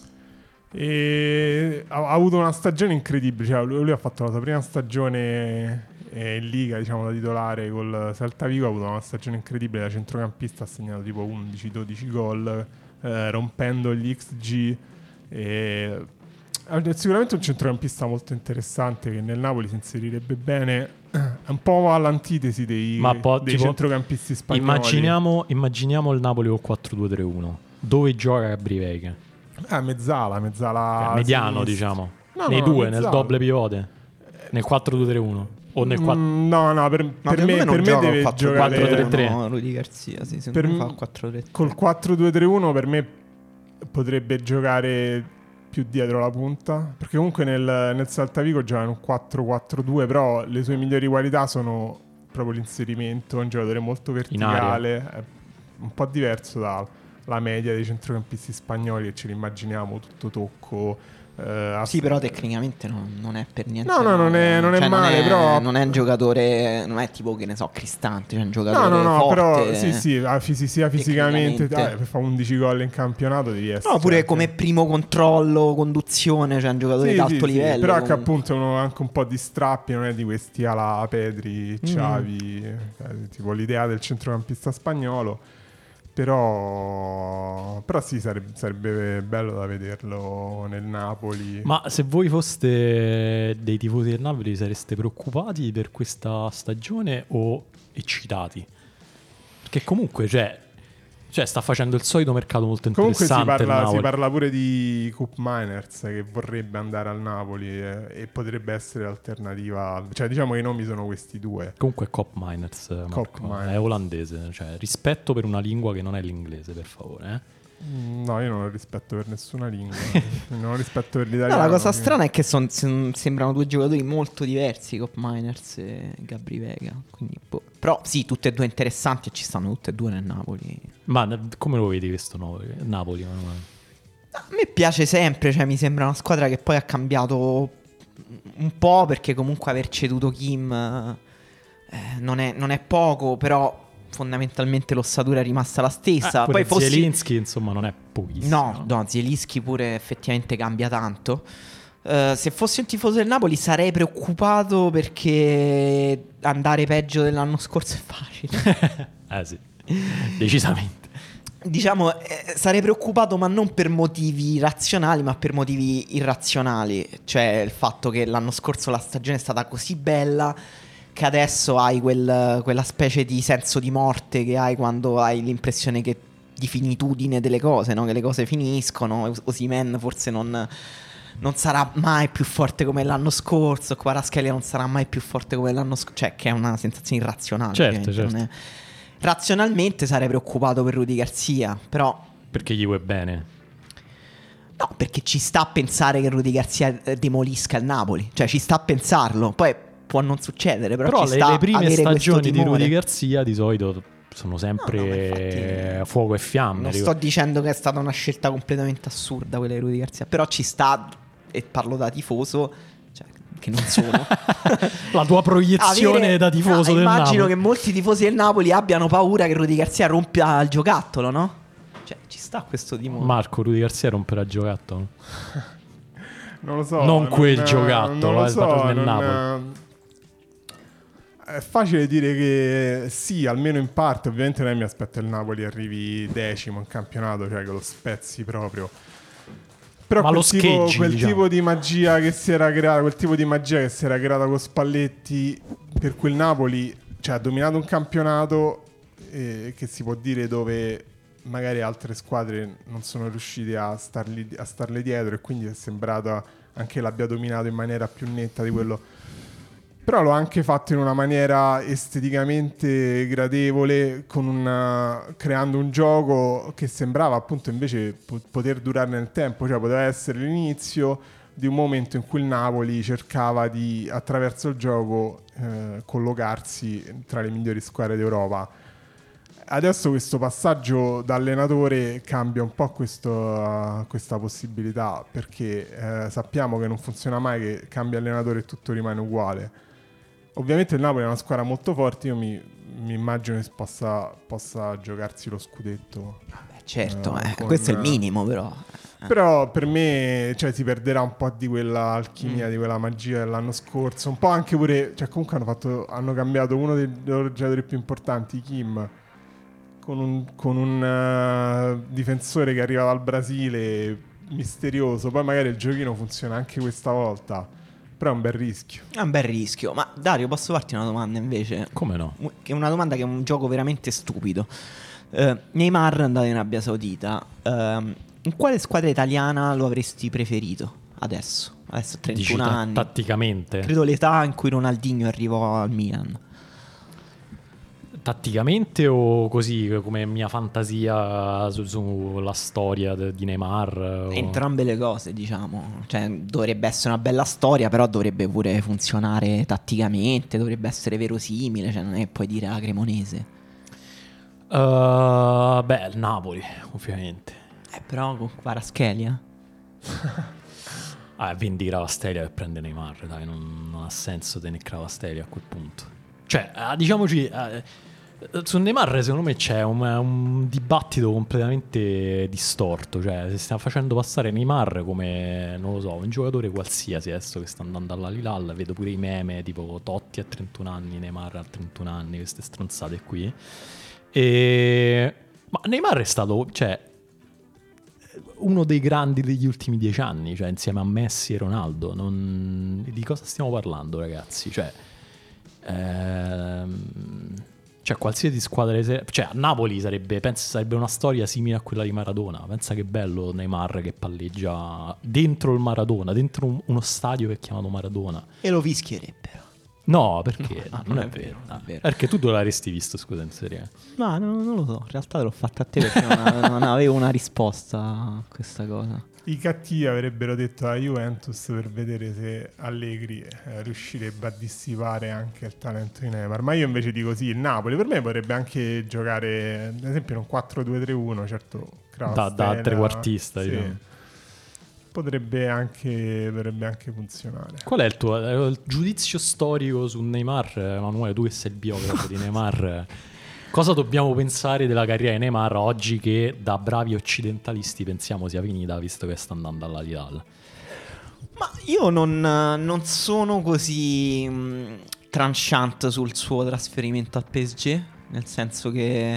E: E ha, ha avuto una stagione incredibile, cioè lui, lui ha fatto la sua prima stagione eh, in Liga, diciamo da titolare col Celta Vigo, ha avuto una stagione incredibile da centrocampista, ha segnato tipo undici dodici gol, eh, rompendo gli X G, e è sicuramente un centrocampista molto interessante che nel Napoli si inserirebbe bene. È un po' all'antitesi dei,
D: Ma po',
E: dei
D: tipo,
E: centrocampisti spagnoli.
D: Immaginiamo, immaginiamo il Napoli col quattro due tre uno. Dove gioca Gabri Veiga?
E: Ah, mezzala, mezzala
D: Eh, mediano,
E: sinistra.
D: diciamo.
E: No,
D: Nei
E: no,
D: due,
E: mezzala.
D: nel doble pivote. Nel quattro due tre uno. O nel quattro...
E: Mm, no, no, per,
C: Ma
E: per me,
C: me non
E: per me
C: gioca
E: deve
C: quattro
E: giocare
D: quattro tre tre.
C: No, Rudy Garcia, sì,
E: Per
C: secondo me
E: m-
C: fa quattro tre tre.
E: col quattro due tre uno per me potrebbe giocare più dietro la punta, perché comunque nel, nel Celta Vigo gioca in un quattro quattro due, però le sue migliori qualità sono proprio l'inserimento, è un giocatore molto verticale, è un po' diverso dalla media dei centrocampisti spagnoli che ce li immaginiamo tutto tocco.
C: Uh, sì, però tecnicamente non, non è per niente.
E: No, no, non è, non
C: cioè,
E: è male,
C: non è,
E: però.
C: Non è un giocatore, non è tipo, che ne so, Cristante, cioè un giocatore.
E: No, no, no,
C: forte,
E: però sì, sì, fisi, sia fisicamente. Ah, per fare undici gol in campionato devi essere.
C: No, pure
E: anche
C: come primo controllo, conduzione, cioè un giocatore
E: sì,
C: di alto
E: sì,
C: livello.
E: Sì, però
C: comunque.
E: che appunto uno anche un po' di strappi, non è di questi ala Pedri, Xavi, mm. eh, tipo l'idea del centrocampista spagnolo. Però, però sì, sarebbe, sarebbe bello da vederlo nel Napoli.
D: Ma se voi foste dei tifosi del Napoli sareste preoccupati per questa stagione o eccitati? Perché comunque cioè, cioè sta facendo il solito mercato molto interessante.
E: Comunque si parla, si parla pure di Cup Miners che vorrebbe andare al Napoli e, e potrebbe essere l'alternativa. Cioè diciamo che i nomi sono questi due.
D: Comunque Cop Miners, Marco,
E: Cop Miners.
D: È olandese, cioè rispetto per una lingua che non è l'inglese, per favore, eh?
E: No, io non ho rispetto per nessuna lingua. Non ho rispetto per l'italiano.
C: No, la cosa
E: quindi...
C: strana è che son, son, sembrano due giocatori molto diversi, Cop Miners e Gabri Vega. Quindi, boh. Però sì, tutte e due interessanti e ci stanno tutte e due nel Napoli.
D: Ma come lo vedi questo nuovo Napoli?
C: A me piace sempre, cioè mi sembra una squadra che poi ha cambiato un po', perché comunque aver ceduto Kim eh, non, è, non è poco, però fondamentalmente l'ossatura è rimasta la stessa.
D: Eh,
C: poi fossi...
D: Zielinski insomma non è pochissimo.
C: No, no, Zielinski pure effettivamente cambia tanto. Uh, se fossi un tifoso del Napoli sarei preoccupato, perché andare peggio dell'anno scorso è facile.
D: Eh sì, decisamente.
C: Diciamo, eh, sarei preoccupato, ma non per motivi razionali, ma per motivi irrazionali. Cioè il fatto che l'anno scorso la stagione è stata così bella che adesso hai quel, quella specie di senso di morte che hai quando hai l'impressione che di finitudine delle cose, no? Che le cose finiscono. Osimhen forse non, non sarà mai più forte come l'anno scorso, Kvaratskhelia non sarà mai più forte come l'anno scorso, cioè che è una sensazione irrazionale.
D: Certo, certo.
C: Non è... Razionalmente sarei preoccupato per Rudy Garcia, però...
D: Perché gli vuoi bene?
C: No, perché ci sta a pensare che Rudy Garcia demolisca il Napoli. Cioè ci sta a pensarlo. Poi può non succedere, però,
D: però
C: ci
D: le,
C: sta
D: le prime stagioni di Rudy
C: Garcia
D: Garcia di solito sono sempre
C: no, no, infatti,
D: fuoco e fiamme.
C: Non sto dicendo che è stata una scelta completamente assurda quella di Rudy Garcia, però ci sta, e parlo da tifoso, cioè, che non sono.
D: La tua proiezione
C: Avere,
D: da tifoso
C: no,
D: del
C: immagino
D: Napoli.
C: che molti tifosi del Napoli abbiano paura che Rudy Garcia rompa il giocattolo, no? Cioè ci sta questo timore.
D: Marco, Rudy Garcia romperà il giocattolo?
E: Non lo so.
D: Non quel
E: non,
D: giocattolo,
E: non lo
D: eh,
E: so,
D: nel
E: non,
D: Napoli.
E: È facile dire che sì, almeno in parte. Ovviamente non mi aspetto il Napoli arrivi decimo in campionato, cioè che lo spezzi proprio. Però
D: Ma
E: quel,
D: lo
E: tipo,
D: scheggi,
E: quel
D: diciamo.
E: tipo di magia che si era creata, quel tipo di magia che si era creata con Spalletti, per cui il Napoli, cioè, ha dominato un campionato eh, che si può dire dove magari altre squadre non sono riuscite a, starli, a starle dietro, e quindi è sembrata anche l'abbia dominato in maniera più netta di quello. Però l'ho anche fatto in una maniera esteticamente gradevole, con una, creando un gioco che sembrava appunto invece po- poter durare nel tempo, cioè poteva essere l'inizio di un momento in cui il Napoli cercava di, attraverso il gioco, eh, collocarsi tra le migliori squadre d'Europa. Adesso questo passaggio da allenatore cambia un po' questo, questa possibilità, perché eh, sappiamo che non funziona mai che cambia allenatore e tutto rimane uguale. Ovviamente il Napoli è una squadra molto forte, io mi, mi immagino che possa, possa giocarsi lo scudetto.
C: Vabbè, certo,
E: eh,
C: eh,
E: con,
C: questo è il minimo, però. Eh.
E: Però per me, cioè, si perderà un po' di quella alchimia, mm. di quella magia dell'anno scorso. Un po' anche pure, cioè comunque hanno, fatto, hanno cambiato uno dei loro giocatori più importanti, Kim, con un, con un uh, difensore che arriva dal Brasile, misterioso. Poi magari il giochino funziona anche questa volta. Però è un bel rischio.
C: È un bel rischio. Ma Dario, posso farti una domanda invece?
D: Come no?
C: Che è una domanda che è un gioco veramente stupido. uh, Neymar è andato in Arabia Saudita. uh, In quale squadra italiana lo avresti preferito adesso? Adesso trentuno
D: Dici, ta-
C: anni.
D: tatticamente?
C: Credo l'età in cui Ronaldinho arrivò al Milan.
D: Tatticamente o così come mia fantasia su- sulla storia de- di Neymar? O...
C: Entrambe le cose, diciamo. Cioè, dovrebbe essere una bella storia, però dovrebbe pure funzionare tatticamente, dovrebbe essere verosimile, cioè non è che puoi dire la Cremonese.
D: Uh, beh, il Napoli, ovviamente.
C: Eh, però con Kvaratskhelia.
D: Ah, vendi Cravastelia per prendere Neymar, dai, non, non ha senso tenere Cravastelia a quel punto. Cioè, eh, diciamoci, eh, su Neymar secondo me c'è un, un dibattito completamente distorto. Cioè, si sta facendo passare Neymar come, non lo so, un giocatore qualsiasi adesso che sta andando all'Al-Hilal. Vedo pure i meme tipo Totti a trentuno anni, Neymar a trentuno anni, queste stronzate qui. E... Ma Neymar è stato, cioè, uno dei grandi degli ultimi dieci anni, cioè insieme a Messi e Ronaldo. Non... Di cosa stiamo parlando, ragazzi? Cioè, ehm... cioè qualsiasi squadra, cioè a Napoli sarebbe, penso, sarebbe una storia simile a quella di Maradona. Pensa che bello Neymar che palleggia dentro il Maradona, dentro un- uno stadio che è chiamato Maradona.
C: E lo fischierebbero.
D: No, perché?
C: No,
D: non, è vero,
C: non è vero.
D: Perché tu dove l'avresti visto, scusa, in Serie A?
C: Ma non, non lo so, in realtà l'ho fatta a te perché non, ave- non avevo una risposta a questa cosa.
E: I cattivi avrebbero detto alla Juventus per vedere se Allegri eh, riuscirebbe a dissipare anche il talento di Neymar. Ma io invece dico sì, il Napoli per me potrebbe anche giocare ad esempio in un quattro due tre uno, certo
D: Da, da trequartista,
E: sì.
D: diciamo.
E: Potrebbe anche, potrebbe anche funzionare.
D: Qual è il tuo eh, il giudizio storico su Neymar, Emanuele? Tu che sei il biografo di Neymar, cosa dobbiamo pensare della carriera di Neymar oggi che da bravi occidentalisti pensiamo sia finita, visto che sta andando all'Al-Hilal?
C: Ma io non, non sono così mh, tranchant sul suo trasferimento al P S G, nel senso che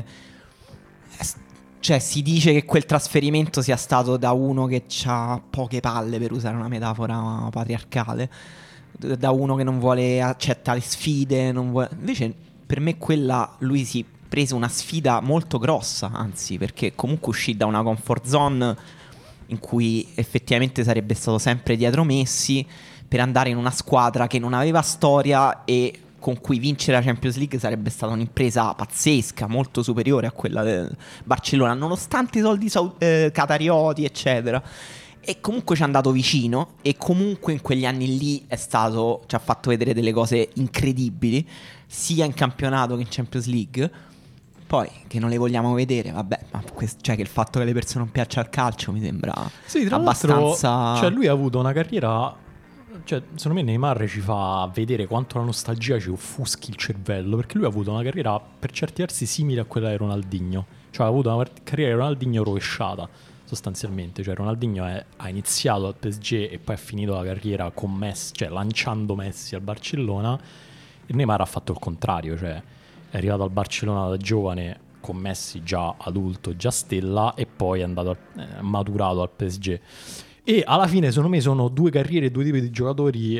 C: eh, cioè si dice che quel trasferimento sia stato da uno che ha poche palle, per usare una metafora patriarcale, d- da uno che non vuole accettare sfide, non vuole... Invece per me quella, lui si prese una sfida molto grossa, anzi, perché comunque uscì da una comfort zone in cui effettivamente sarebbe stato sempre dietro Messi, per andare in una squadra che non aveva storia e con cui vincere la Champions League sarebbe stata un'impresa pazzesca, molto superiore a quella del Barcellona, nonostante i soldi sau- eh, qatarioti, eccetera. E comunque ci è andato vicino, e comunque in quegli anni lì è stato, ci ha fatto vedere delle cose incredibili, sia in campionato che in Champions League. Poi che non le vogliamo vedere, vabbè, ma quest- cioè che il fatto che le persone non piaccia il calcio mi sembra
D: Sì, tra
C: abbastanza...
D: l'altro, cioè lui ha avuto una carriera, cioè secondo me Neymar ci fa vedere quanto la nostalgia ci offuschi il cervello, perché lui ha avuto una carriera per certi versi simile a quella di Ronaldinho. Cioè ha avuto una carriera di Ronaldinho rovesciata sostanzialmente. Cioè Ronaldinho è, ha iniziato al P S G e poi ha finito la carriera con Messi, cioè lanciando Messi al Barcellona, e Neymar ha fatto il contrario, cioè è arrivato al Barcellona da giovane con Messi già adulto, già stella, e poi è andato eh, maturato al P S G. E alla fine secondo me sono due carriere, due tipi di giocatori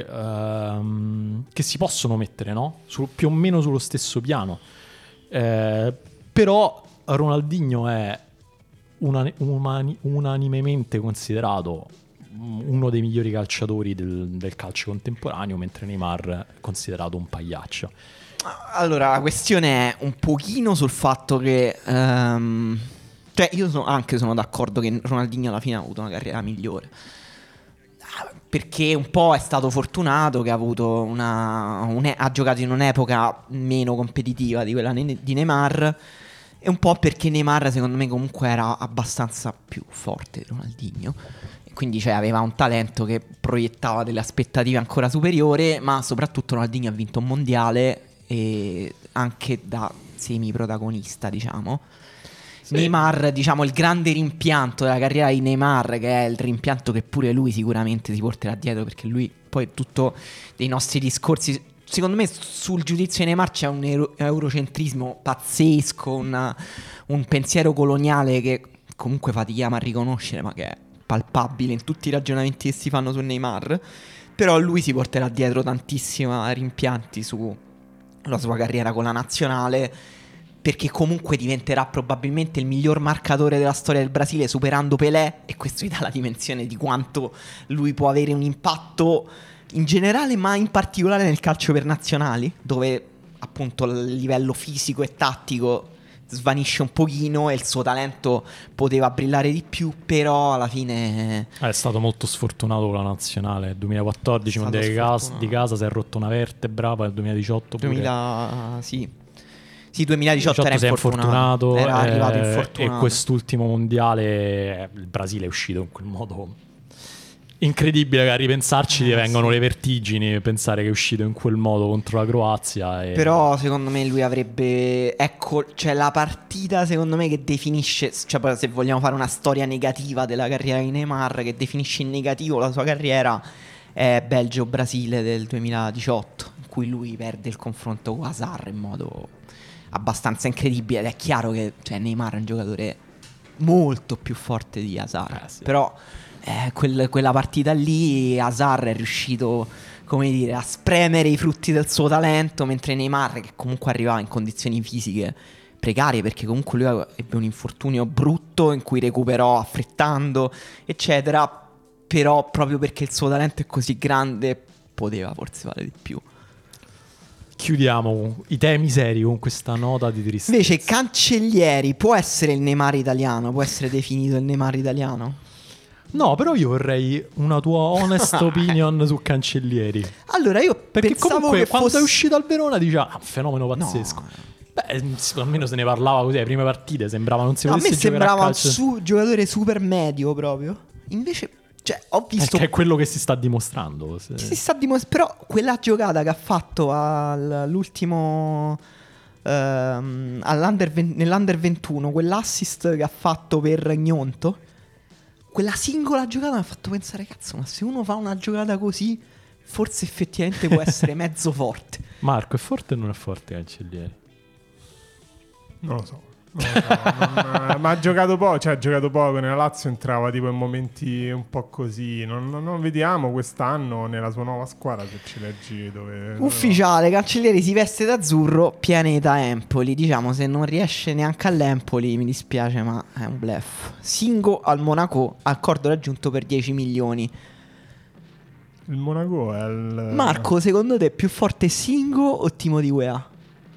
D: ehm, che si possono mettere, no? Su, più o meno sullo stesso piano. Eh, però Ronaldinho è unani- umani- unanimemente considerato uno dei migliori calciatori del, del calcio contemporaneo, mentre Neymar è considerato un pagliaccio.
C: Allora, la questione è un pochino sul fatto che ehm, cioè io sono, anche sono d'accordo che Ronaldinho alla fine ha avuto una carriera migliore, perché un po' è stato fortunato che ha avuto una un, ha giocato in un'epoca meno competitiva di quella ne- di Neymar, e un po' perché Neymar secondo me comunque era abbastanza più forte di Ronaldinho, e quindi cioè, aveva un talento che proiettava delle aspettative ancora superiori, ma soprattutto Ronaldinho ha vinto un mondiale, e anche da semi-protagonista, diciamo. Sì. Neymar, diciamo, il grande rimpianto della carriera di Neymar, che è il rimpianto che pure lui sicuramente si porterà dietro, perché lui poi tutto dei nostri discorsi, secondo me sul giudizio di Neymar c'è un euro- eurocentrismo pazzesco, una, un pensiero coloniale che comunque fatichiamo a riconoscere, ma che è palpabile in tutti i ragionamenti che si fanno su Neymar. Però lui si porterà dietro tantissimi rimpianti su la sua carriera con la nazionale, perché comunque diventerà probabilmente il miglior marcatore della storia del Brasile, superando Pelé, e questo gli dà la dimensione di quanto lui può avere un impatto in generale, ma in particolare nel calcio per nazionali, dove appunto il livello fisico e tattico svanisce un pochino e il suo talento poteva brillare di più, però alla fine
D: è stato molto sfortunato con la nazionale. duemilaquattordici mondiale di casa, di casa si è rotto una vertebra, poi nel duemiladiciotto pure.
C: duemila sì. Sì, duemiladiciotto era
D: infortunato,
C: infortunato, era
D: eh,
C: arrivato infortunato.
D: E quest'ultimo mondiale il Brasile è uscito in quel modo incredibile che a ripensarci
C: eh,
D: ti vengono
C: sì.
D: le vertigini pensare che è uscito in quel modo contro la Croazia. E...
C: Però secondo me lui avrebbe, ecco, cioè la partita secondo me che definisce, cioè se vogliamo fare una storia negativa della carriera di Neymar, che definisce in negativo la sua carriera, è Belgio-Brasile del duemiladiciotto, in cui lui perde il confronto con Hazard in modo abbastanza incredibile. Ed è chiaro che cioè, Neymar è un giocatore molto più forte di Hazard,
D: eh, sì.
C: però Eh, quel, quella partita lì Hazard è riuscito, come dire, a spremere i frutti del suo talento, mentre Neymar, che comunque arrivava in condizioni fisiche precarie, perché comunque lui ebbe un infortunio brutto in cui recuperò affrettando eccetera, però proprio perché il suo talento è così grande poteva forse valere di più.
D: Chiudiamo i temi seri con questa nota di tristezza.
C: Invece Cancellieri può essere il Neymar italiano? Può essere definito il Neymar italiano?
D: No, però io vorrei una tua honest opinion su Cancellieri.
C: Allora io
D: Perché
C: pensavo
D: comunque
C: che
D: quando
C: fosse...
D: è uscito al Verona diceva ah, un fenomeno pazzesco.
C: No.
D: Beh, almeno se ne parlava così, le prime partite sembrava non si
C: No, a
D: potesse
C: me
D: giocare
C: sembrava
D: a
C: un
D: calcio.
C: su- giocatore super medio proprio. Invece, cioè, ho visto
D: Perché è quello che si sta dimostrando. Se...
C: si sta dimos- però quella giocata che ha fatto all'ultimo ehm, all'under ven- nell'Under ventuno, quell'assist che ha fatto per Gnonto, quella singola giocata mi ha fatto pensare, cazzo, ma se uno fa una giocata così, forse effettivamente può essere mezzo forte.
D: Marco, è forte o non è forte Cancellieri?
E: Non lo so. Non lo so non, ma ha giocato poco, cioè ha giocato poco. Nella Lazio entrava tipo in momenti un po' così. Non, non, non vediamo quest'anno nella sua nuova squadra se ci leggi dove.
C: Ufficiale, Cancellieri si veste d'azzurro, pianeta Empoli. Diciamo, se non riesce neanche all'Empoli, mi dispiace, ma è un bluff. Singo al Monaco, accordo raggiunto per dieci milioni.
E: Il Monaco è il.
C: Marco, secondo te è più forte Singo o Timo di Weah?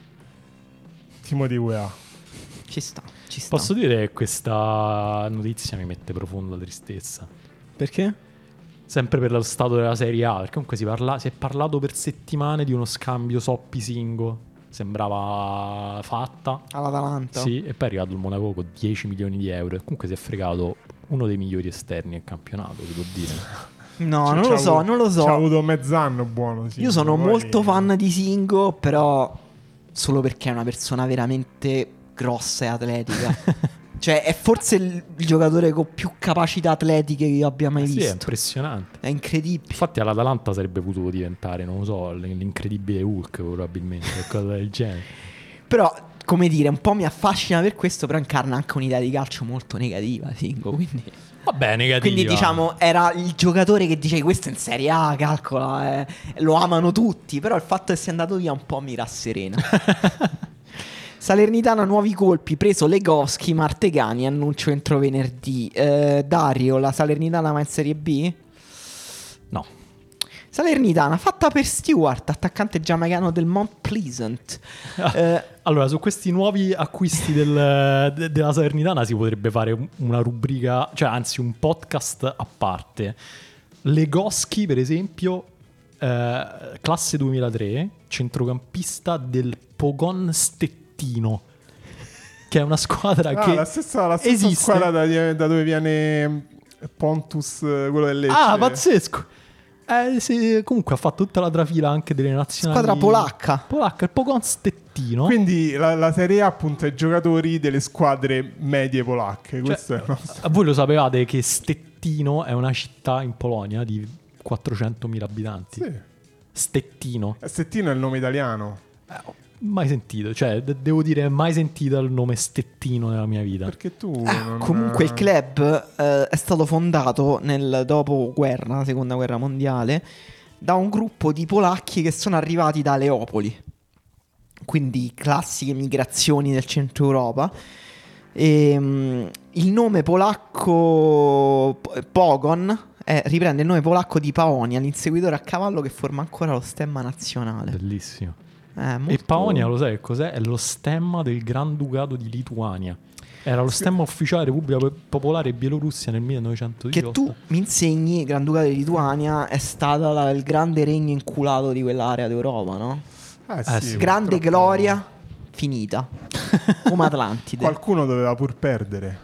E: Timo di Weah.
C: Ci sta, ci sta.
D: Posso dire che questa notizia mi mette profonda tristezza.
C: Perché?
D: Sempre per lo stato della Serie A, perché comunque si, parla, si è parlato per settimane di uno scambio Soppi-Singo. Sembrava fatta.
C: All'Atalanta?
D: Sì, e poi è arrivato il Monaco con dieci milioni di euro e comunque si è fregato uno dei migliori esterni del campionato, si può dire.
C: No,
E: Cioè,
C: non
E: c'ha
C: lo so,
E: avuto-
C: non lo so.
E: C'ha avuto mezz'anno buono. Sì,
C: Io sono
E: poi-
C: molto fan di Singo, però solo perché è una persona veramente grossa e atletica. Cioè è forse il, il giocatore con più capacità atletiche che io abbia mai
D: Eh sì, è
C: visto.
D: impressionante.
C: È incredibile.
D: Infatti all'Atalanta sarebbe potuto diventare, non lo so, l- l'incredibile Hulk probabilmente, qualcosa del genere.
C: Però, come dire, un po' mi affascina per questo, però incarna anche un'idea di calcio molto negativa, Singo, quindi...
D: Vabbè, negativa.
C: Quindi diciamo era il giocatore che dice questo in Serie A, calcola, eh, lo amano tutti, però il fatto che sia andato via un po' mi rasserena. Salernitana nuovi colpi, preso Legoschi, Martegani, annuncio entro venerdì. eh, Dario, la Salernitana va in Serie B?
D: No.
C: Salernitana fatta per Stewart, attaccante giamaicano del Mount Pleasant. eh,
D: Allora, su questi nuovi acquisti del, de- della Salernitana si potrebbe fare un- una rubrica, cioè anzi un podcast a parte. Legoschi, per esempio, eh, classe duemilatré, centrocampista del Pogon Stettino, che è una squadra
E: Ah,
D: che
E: la stessa, la stessa
D: esiste.
E: squadra da, da dove viene Pontus, eh, quello del Lecce.
D: Ah, pazzesco! Eh, sì, comunque ha fatto tutta la trafila anche delle nazionali.
C: Squadra polacca.
D: Polacca, il Pogon Stettino.
E: Quindi la, la Serie A appunto è giocatori delle squadre medie polacche. Questo
D: Cioè,
E: è il nostro.
D: a voi lo sapevate che Stettino è una città in Polonia di quattrocentomila abitanti?
E: Sì.
D: Stettino.
E: Stettino è il nome italiano.
D: Mai sentito, cioè de- devo dire mai sentito il nome Stettino nella mia vita.
E: Perché tu
C: Ah,
E: non-
C: comunque il club eh, è stato fondato nel dopoguerra, seconda guerra mondiale, da un gruppo di polacchi che sono arrivati da Leopoli, quindi classiche migrazioni del centro Europa. E, mm, il nome polacco P- Pogon eh, riprende il nome polacco di Paonia, l'inseguitore a cavallo che forma ancora lo stemma nazionale.
D: Bellissimo.
C: Eh, molto...
D: E Paonia, lo sai che cos'è? È lo stemma del Granducato di Lituania. Era lo stemma ufficiale Repubblica Popolare Bielorussia nel millenovecentodiciotto.
C: Che tu mi insegni, Granducato di Lituania è stata la, il grande regno inculato di quell'area d'Europa, no?
E: Eh,
D: Eh,
E: sì,
D: sì.
C: Grande
E: purtroppo
C: gloria finita. Come Atlantide.
E: Qualcuno doveva pur perdere.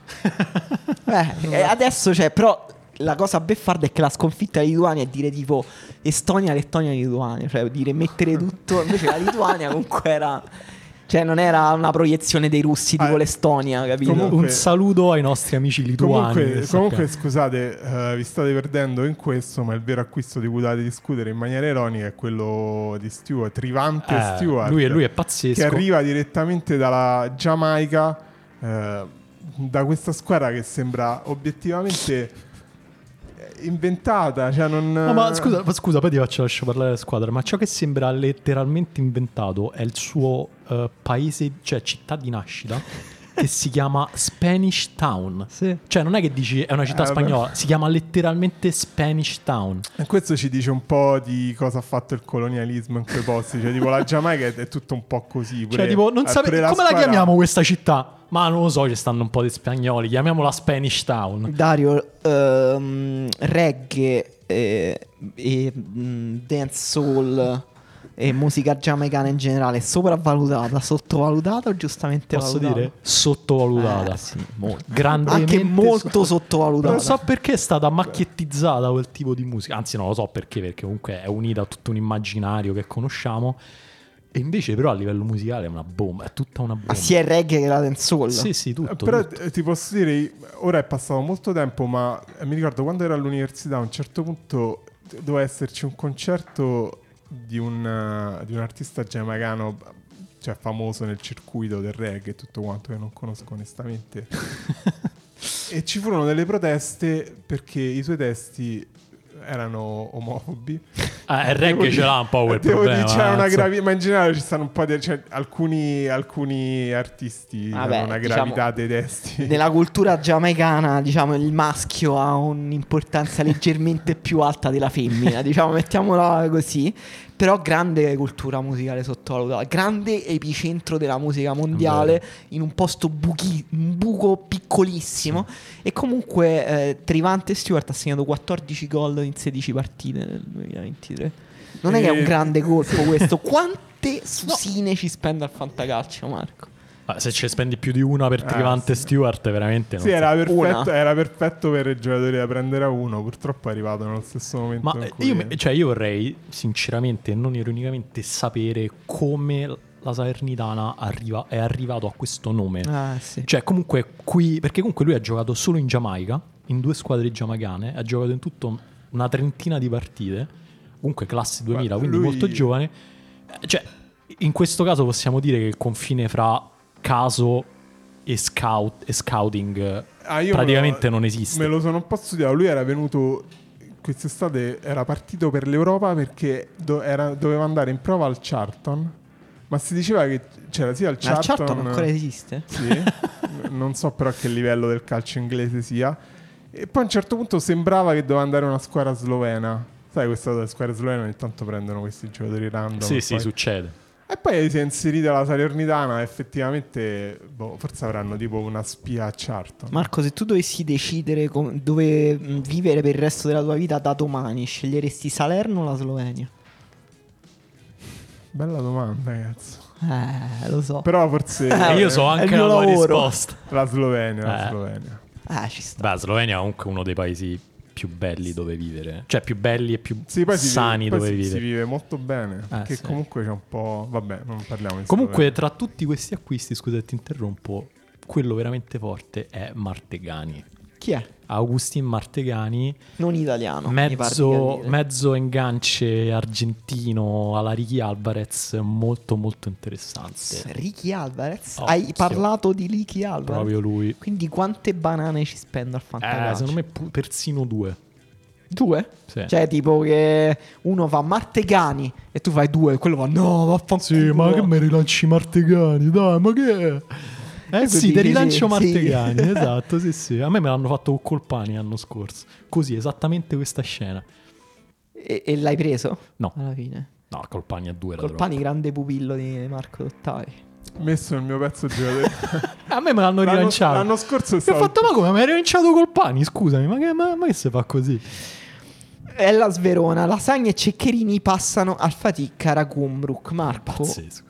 C: Eh, e adesso c'è, però la cosa beffarda è che la sconfitta di Lituania è dire tipo Estonia, Lettonia, Lituania, cioè dire mettere tutto, invece la Lituania comunque era, cioè non era una proiezione dei russi tipo
E: Ah,
C: l'Estonia, capito?
E: comunque-
D: Un saluto ai nostri amici lituani.
E: Comunque,
D: che
E: comunque
D: sappiamo.
E: scusate, eh, vi state perdendo in questo, ma il vero acquisto di cui dovete discutere in maniera ironica è quello di Stewart, Trivante
D: Eh,
E: Stewart,
D: lui, lui è pazzesco.
E: che arriva direttamente dalla Giamaica, eh, da questa squadra che sembra obiettivamente inventata, cioè non...
D: No, ma scusa, ma scusa, poi ti faccio lascio parlare della squadra. Ma ciò che sembra letteralmente inventato è il suo eh, paese, cioè città di nascita, che si chiama Spanish Town.
C: Sì.
D: Cioè, non è che dici è una città
E: Eh,
D: spagnola, si chiama letteralmente Spanish Town.
E: E questo ci dice un po' di cosa ha fatto il colonialismo in quei posti, cioè tipo la Giamaica è, è tutto un po' così. Pure,
D: Cioè, tipo, non
E: eh,
D: sape-
E: pure
D: come la
E: squadra-
D: chiamiamo questa città? Ma non lo so, ci stanno un po' di spagnoli. Chiamiamola Spanish Town.
C: Dario, ehm, reggae e, e mm, dancehall e musica giamaicana in generale è sopravvalutata, sottovalutata o giustamente
D: Posso
C: valutata?
D: dire sottovalutata.
C: Eh, sì, molto.
D: Grandemente
C: Anche molto
D: sotto-
C: sottovalutata.
D: Non so perché è stata macchiettizzata quel tipo di musica. Anzi, non lo so perché, perché comunque è unita a tutto un immaginario che conosciamo. E invece, però, a livello musicale è una bomba. È tutta una bomba.
C: Ma sia il reggae che la dancehall.
D: Sì, sì, tutto.
E: Però
D: tutto.
E: eh, ti posso dire, ora è passato molto tempo, ma eh, mi ricordo quando ero all'università a un certo punto doveva esserci un concerto di un, uh, di un artista giamaicano, cioè famoso nel circuito del reggae e tutto quanto, che non conosco onestamente. E ci furono delle proteste perché i suoi testi erano omofobi.
D: Ah, il reggae ce l'ha un po' quel
E: Devo
D: problema.
E: dire, c'era una
D: cazzo.
E: gravi- ma in generale ci stanno un po' di, cioè, alcuni, alcuni artisti
C: Vabbè,
E: hanno una
C: diciamo,
E: gravità dei testi.
C: Nella cultura giamaicana, diciamo, il maschio ha un'importanza leggermente più alta della femmina, diciamo, mettiamola così. Però grande cultura musicale sottovalutata, grande epicentro della musica mondiale, in un posto buchi, un buco piccolissimo. E comunque eh, Trivante Stewart ha segnato quattordici gol in sedici partite nel duemilaventitré. Non è che è un
E: E-
C: grande colpo questo. Quante susine ci spende al fantacalcio, Marco?
D: Ah, se ci spendi più di una per
E: Ah,
D: Trivante
E: sì.
D: Stewart, veramente non
E: Sì,
D: so.
E: era perfetto,
C: Una.
E: era perfetto per i giocatori da prendere a uno. Purtroppo è arrivato nello stesso momento.
D: Ma
E: in
D: eh,
E: cui...
D: io, mi- cioè, io vorrei sinceramente e non ironicamente sapere come la Salernitana arriva, è arrivato a questo nome.
C: Ah, sì.
D: Cioè, comunque qui, perché comunque lui ha giocato solo in Giamaica, in due squadre giamaicane, ha giocato in tutto una trentina di partite, comunque classe duemila,
E: Ma
D: quindi
E: lui-
D: molto giovane. Eh, Cioè, in questo caso possiamo dire che il confine fra caso e scout e scouting
E: Ah, io
D: praticamente
E: me lo-
D: non esiste.
E: Me lo sono un po' studiato. Lui era venuto quest'estate, era partito per l'Europa perché do- era- doveva andare in prova al Charlton. Ma si diceva che c'era sia al
C: Ma il
E: Charlton.
C: Charlton ancora esiste?
E: Sì, non so però a che livello del calcio inglese sia. E poi a un certo punto sembrava che doveva andare a una squadra slovena. Sai, queste squadre slovene ogni tanto prendono questi giocatori random.
D: Sì,
E: e
D: sì,
E: poi-
D: succede.
E: E poi si è inserita la Salernitana. Effettivamente, boh, forse avranno tipo una spia a Charlton.
C: Marco, se tu dovessi decidere com- dove mh, vivere per il resto della tua vita da domani, sceglieresti Salerno o la Slovenia?
E: Bella domanda, ragazzo.
C: Eh, lo so.
E: Però forse
C: Eh,
D: E io so
C: è il
D: anche
C: mio
D: la tua
C: lavoro.
D: risposta.
E: la Slovenia, la
D: Eh.
E: Slovenia.
C: Ah, ci sta.
D: Beh, la Slovenia è comunque uno dei paesi più belli dove vivere. Cioè, più belli e più
E: Sì, poi si
D: sani
E: vive, poi
D: dove
E: si,
D: vivere.
E: si vive molto bene. Perché
D: sì.
E: comunque c'è un po'. Vabbè, non parliamo di
D: Comunque,
E: Slovenia.
D: tra tutti questi acquisti, scusa se ti interrompo, quello veramente forte è Martegani.
C: Chi è?
D: Augustin Martegani,
C: Non italiano. mi pare di
D: mezzo,
C: capire.
D: mezzo engance argentino alla Ricky Alvarez, molto molto interessante.
C: Ricky Alvarez?
D: Oh,
C: Hai
D: sì.
C: parlato di Ricky Alvarez?
D: Proprio lui.
C: Quindi quante banane ci spendo al
D: Eh,
C: fantacalcio?
D: secondo me pu- persino due.
C: Due?
D: Sì.
C: Cioè tipo che uno fa Martegani e tu fai due e quello fa no, vaffanculo.
D: Sì, ma che me rilanci Martegani? Dai, ma che è? Eh
C: E tu
D: sì,
C: dici
D: ti rilancio
C: sì,
D: Martegani,
C: sì.
D: esatto, sì sì. A me me l'hanno fatto con Colpani l'anno scorso. Così, esattamente questa scena.
C: E, e l'hai preso?
D: No.
C: Alla fine.
D: No, Colpani a due era
C: Colpani,
D: troppo.
C: grande pupillo di Marco Dottavi.
E: Messo nel mio pezzo giocatore.
D: A me me l'hanno
E: L'anno-
D: rilanciato.
E: l'anno scorso è
D: E ho
E: stato-
D: fatto, ma come? Mi hai rilanciato Colpani? Scusami, ma che, ma, ma che si fa così?
C: È la Sverona, Lasagna e Ceccherini passano al Fatica Ragumbruk. Marco,
D: Pazzesco.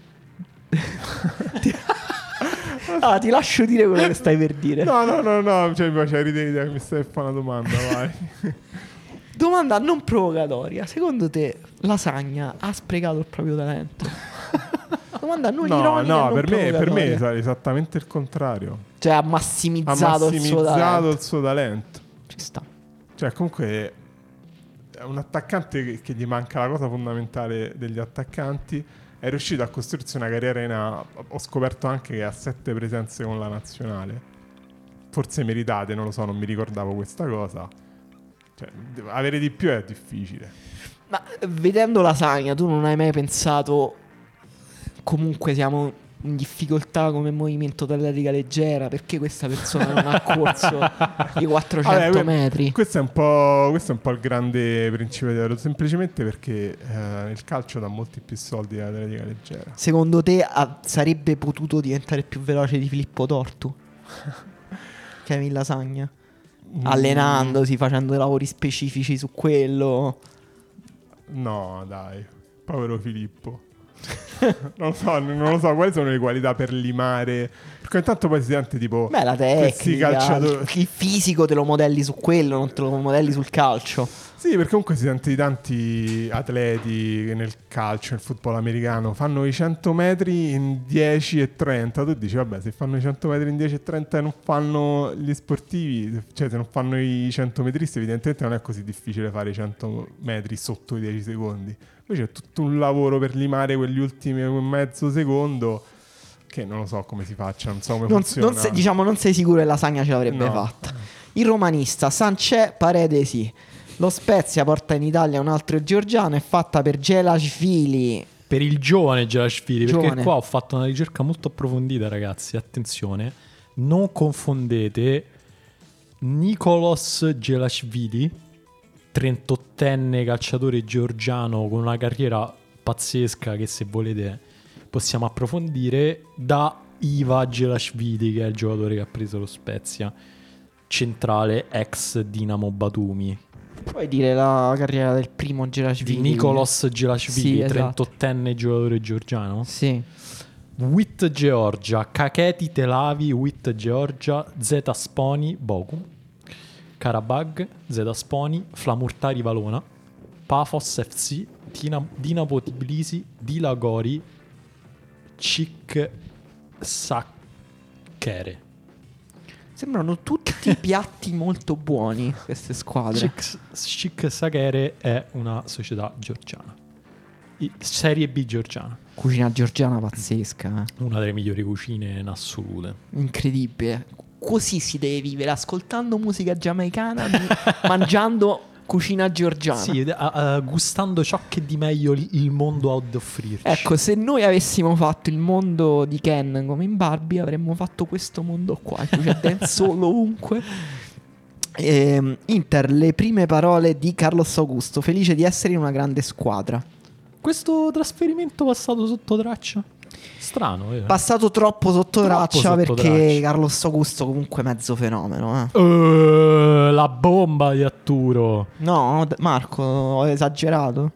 C: ah, ti lascio dire quello che stai per dire.
E: No, no, no, no, cioè mi faceva ridere l'idea che mi stai a fare una domanda, vai.
C: Domanda non provocatoria. Secondo te Lasagna ha sprecato il proprio talento? Domanda non
E: No,
C: ironica e
E: no,
C: non
E: per me, per me
C: provocatoria.
E: sa- esattamente il contrario.
C: Cioè ha
E: Ha
C: massimizzato, il suo
E: massimizzato
C: talento.
E: il suo talento.
C: Ci sta.
E: Cioè, comunque è un attaccante che, che gli manca la cosa fondamentale degli attaccanti. È riuscito a costruirsi una carriera in A. Ho scoperto anche che ha sette presenze con la nazionale. Forse meritate, non lo so, non mi ricordavo questa cosa. Cioè, avere di più è difficile.
C: Ma vedendo Lasagna, tu non hai mai pensato comunque siamo in difficoltà come movimento d'atletica leggera, perché questa persona non ha corso i quattrocento
E: Vabbè, que-
C: metri?
E: Questo è un po', questo è un po' il grande principio di oro, semplicemente perché eh, il calcio dà molti più soldi all'atletica leggera.
C: Secondo te ah, sarebbe potuto diventare più veloce di Filippo Tortu? Kevin Lasagna?
E: Mm,
C: Allenandosi, facendo lavori specifici su quello.
E: No, dai, povero Filippo. non lo so, non lo so, quali sono le qualità per limare? Perché intanto poi si sente tipo
C: Beh, la
E: questi
C: tecnica,
E: calciatori.
C: il fisico te lo modelli su quello, non te lo modelli sul calcio.
E: Sì, perché comunque si sente di tanti atleti che nel calcio, nel football americano, fanno i cento metri in dieci e trenta. Tu dici, vabbè, se fanno i cento metri in dieci e trenta e non fanno gli sportivi, cioè se non fanno i centometristi, evidentemente non è così difficile fare i cento metri sotto i dieci secondi. Invece è tutto un lavoro per limare quegli ultimi mezzo secondo che non lo so come si faccia, non so come
C: Non,
E: funziona.
C: non sei, diciamo, non sei sicuro che Lasagna ce l'avrebbe
E: No.
C: fatta. Il romanista, Sanchez, Paredes sì. Lo Spezia porta in Italia un altro georgiano, è fatta per Gelashvili.
D: Per il giovane Gelashvili, perché
C: Giovane.
D: qua ho fatto una ricerca molto approfondita, ragazzi. Attenzione, non confondete Nicolas Gelashvili, trentottenne calciatore georgiano con una carriera pazzesca che se volete possiamo approfondire, da Iva Gelashvili, che è il giocatore che ha preso lo Spezia, centrale ex Dinamo Batumi.
C: Puoi dire la carriera del primo Gelashvili?
D: Di Nicolas Gelashvili,
C: Sì, esatto.
D: trentottenne giocatore georgiano.
C: Sì.
D: Wit Georgia, Kaketi Telavi, Wit Georgia, Zeta Sponi, Bochum, Karabag, Zeta Sponi, Flamurtari Valona, Pafos F C, Tina- Dinamo Tbilisi, Dilagori, Cik Sakkere.
C: Sembrano tutti piatti molto buoni queste squadre.
D: Cik Sakkere è una società georgiana, I- Serie B georgiana,
C: Cucina georgiana pazzesca, eh.
D: una delle migliori cucine in assoluto.
C: Incredibile. Così si deve vivere, ascoltando musica giamaicana, mi- mangiando cucina georgiana.
D: Sì, uh, uh, gustando ciò che di meglio il il mondo ha ad offrirci.
C: Ecco, se noi avessimo fatto il mondo di Ken come in Barbie, avremmo fatto questo mondo qua, in cui c'è dance ovunque. Ehm, Inter, le prime parole di Carlos Augusto, felice di essere in una grande squadra.
D: Questo trasferimento passato sotto traccia? Strano, vero?
C: Passato troppo sotto
D: Troppo
C: traccia
D: sotto
C: perché
D: traccia.
C: Carlos Augusto comunque mezzo fenomeno, eh.
D: Uh, la bomba di Arturo.
C: No, d- Marco, ho esagerato.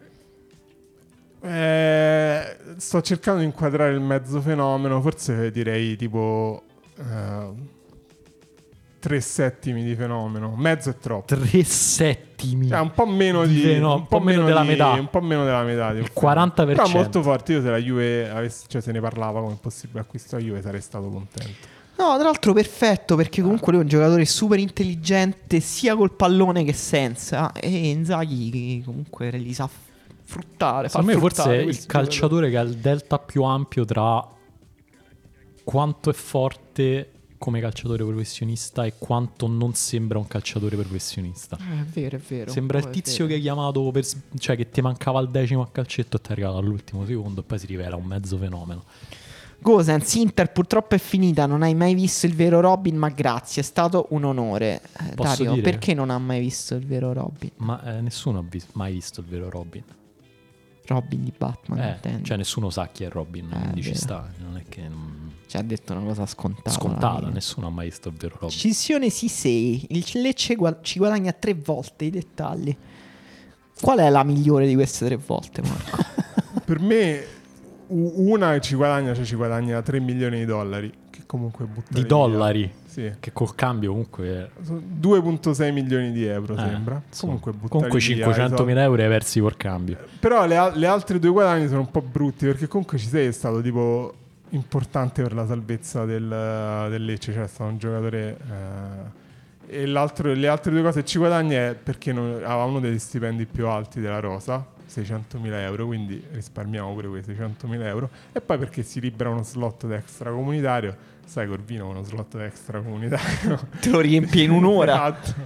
E: Eh, sto cercando di inquadrare il mezzo fenomeno, forse direi tipo eh, tre settimi di fenomeno. Mezzo è troppo.
D: Tre settimi.
E: Cioè, un po' meno di,
D: Feno-
E: un po' meno
D: della
E: di-
D: metà.
E: un po' meno della metà di un
D: Il quaranta per
E: fenomeno.
D: cento.
E: Però molto forte. Io se la Juve avesse, cioè se ne parlava come possibile acquisto a Juve, sarei stato contento.
C: No, tra l'altro perfetto, perché comunque lui è un giocatore super intelligente sia col pallone che senza. E Inzaghi comunque li sa f- fruttare.
D: Secondo me
C: far
D: forse
C: fruttare
D: è il
C: questi
D: calciatore che ha il delta più ampio tra quanto è forte come calciatore professionista e quanto non sembra un calciatore professionista.
C: giocatori. Eh, è vero, è vero.
D: Sembra il
C: Oh, è
D: tizio
C: vero.
D: che hai chiamato per, s- cioè che ti mancava il decimo a calcetto e ti è arrivato all'ultimo secondo e poi si rivela un mezzo fenomeno.
C: Gosens, Inter purtroppo è finita, non hai mai visto il vero Robin, ma grazie, è stato un onore. Eh,
D: Posso
C: Dario,
D: dire?
C: perché non ha mai visto il vero Robin?
D: Ma eh, nessuno ha vis- mai visto il vero Robin.
C: Robin di Batman.
D: Eh,
C: intendo.
D: cioè nessuno sa chi è Robin,
C: Eh,
D: quindi ci
C: vero.
D: sta. Non è che non...
C: Cioè, ha detto una cosa scontata.
D: scontata,
C: alla fine.
D: nessuno ha mai visto il vero Robin.
C: Scissione Sisei. Il Lecce gua- ci guadagna tre volte i dettagli. Qual è la migliore di queste tre volte, Marco?
E: Per me u- una ci guadagna, cioè ci guadagna tre milioni di dollari, che comunque buttare
D: Di dollari,
E: Sì.
D: che col cambio comunque...
E: Sono due virgola sei milioni di euro,
D: eh,
E: sembra.
D: insomma,
E: Comunque buttare
D: comunque
E: via i
D: cinquecentomila euro hai persi col cambio.
E: soldi. Però le, al- le altre due guadagni sono un po' brutti, perché comunque ci sei stato tipo importante per la salvezza del, del Lecce, cioè è stato un giocatore eh, e l'altro, le altre due cose che ci guadagni è perché non, aveva uno degli stipendi più alti della rosa, seicentomila euro, quindi risparmiamo pure quei seicentomila euro, e poi perché si libera uno slot da extracomunitario. Sai, Corvino uno slot da extracomunitario
C: Te lo riempie in un'ora.
E: Esatto.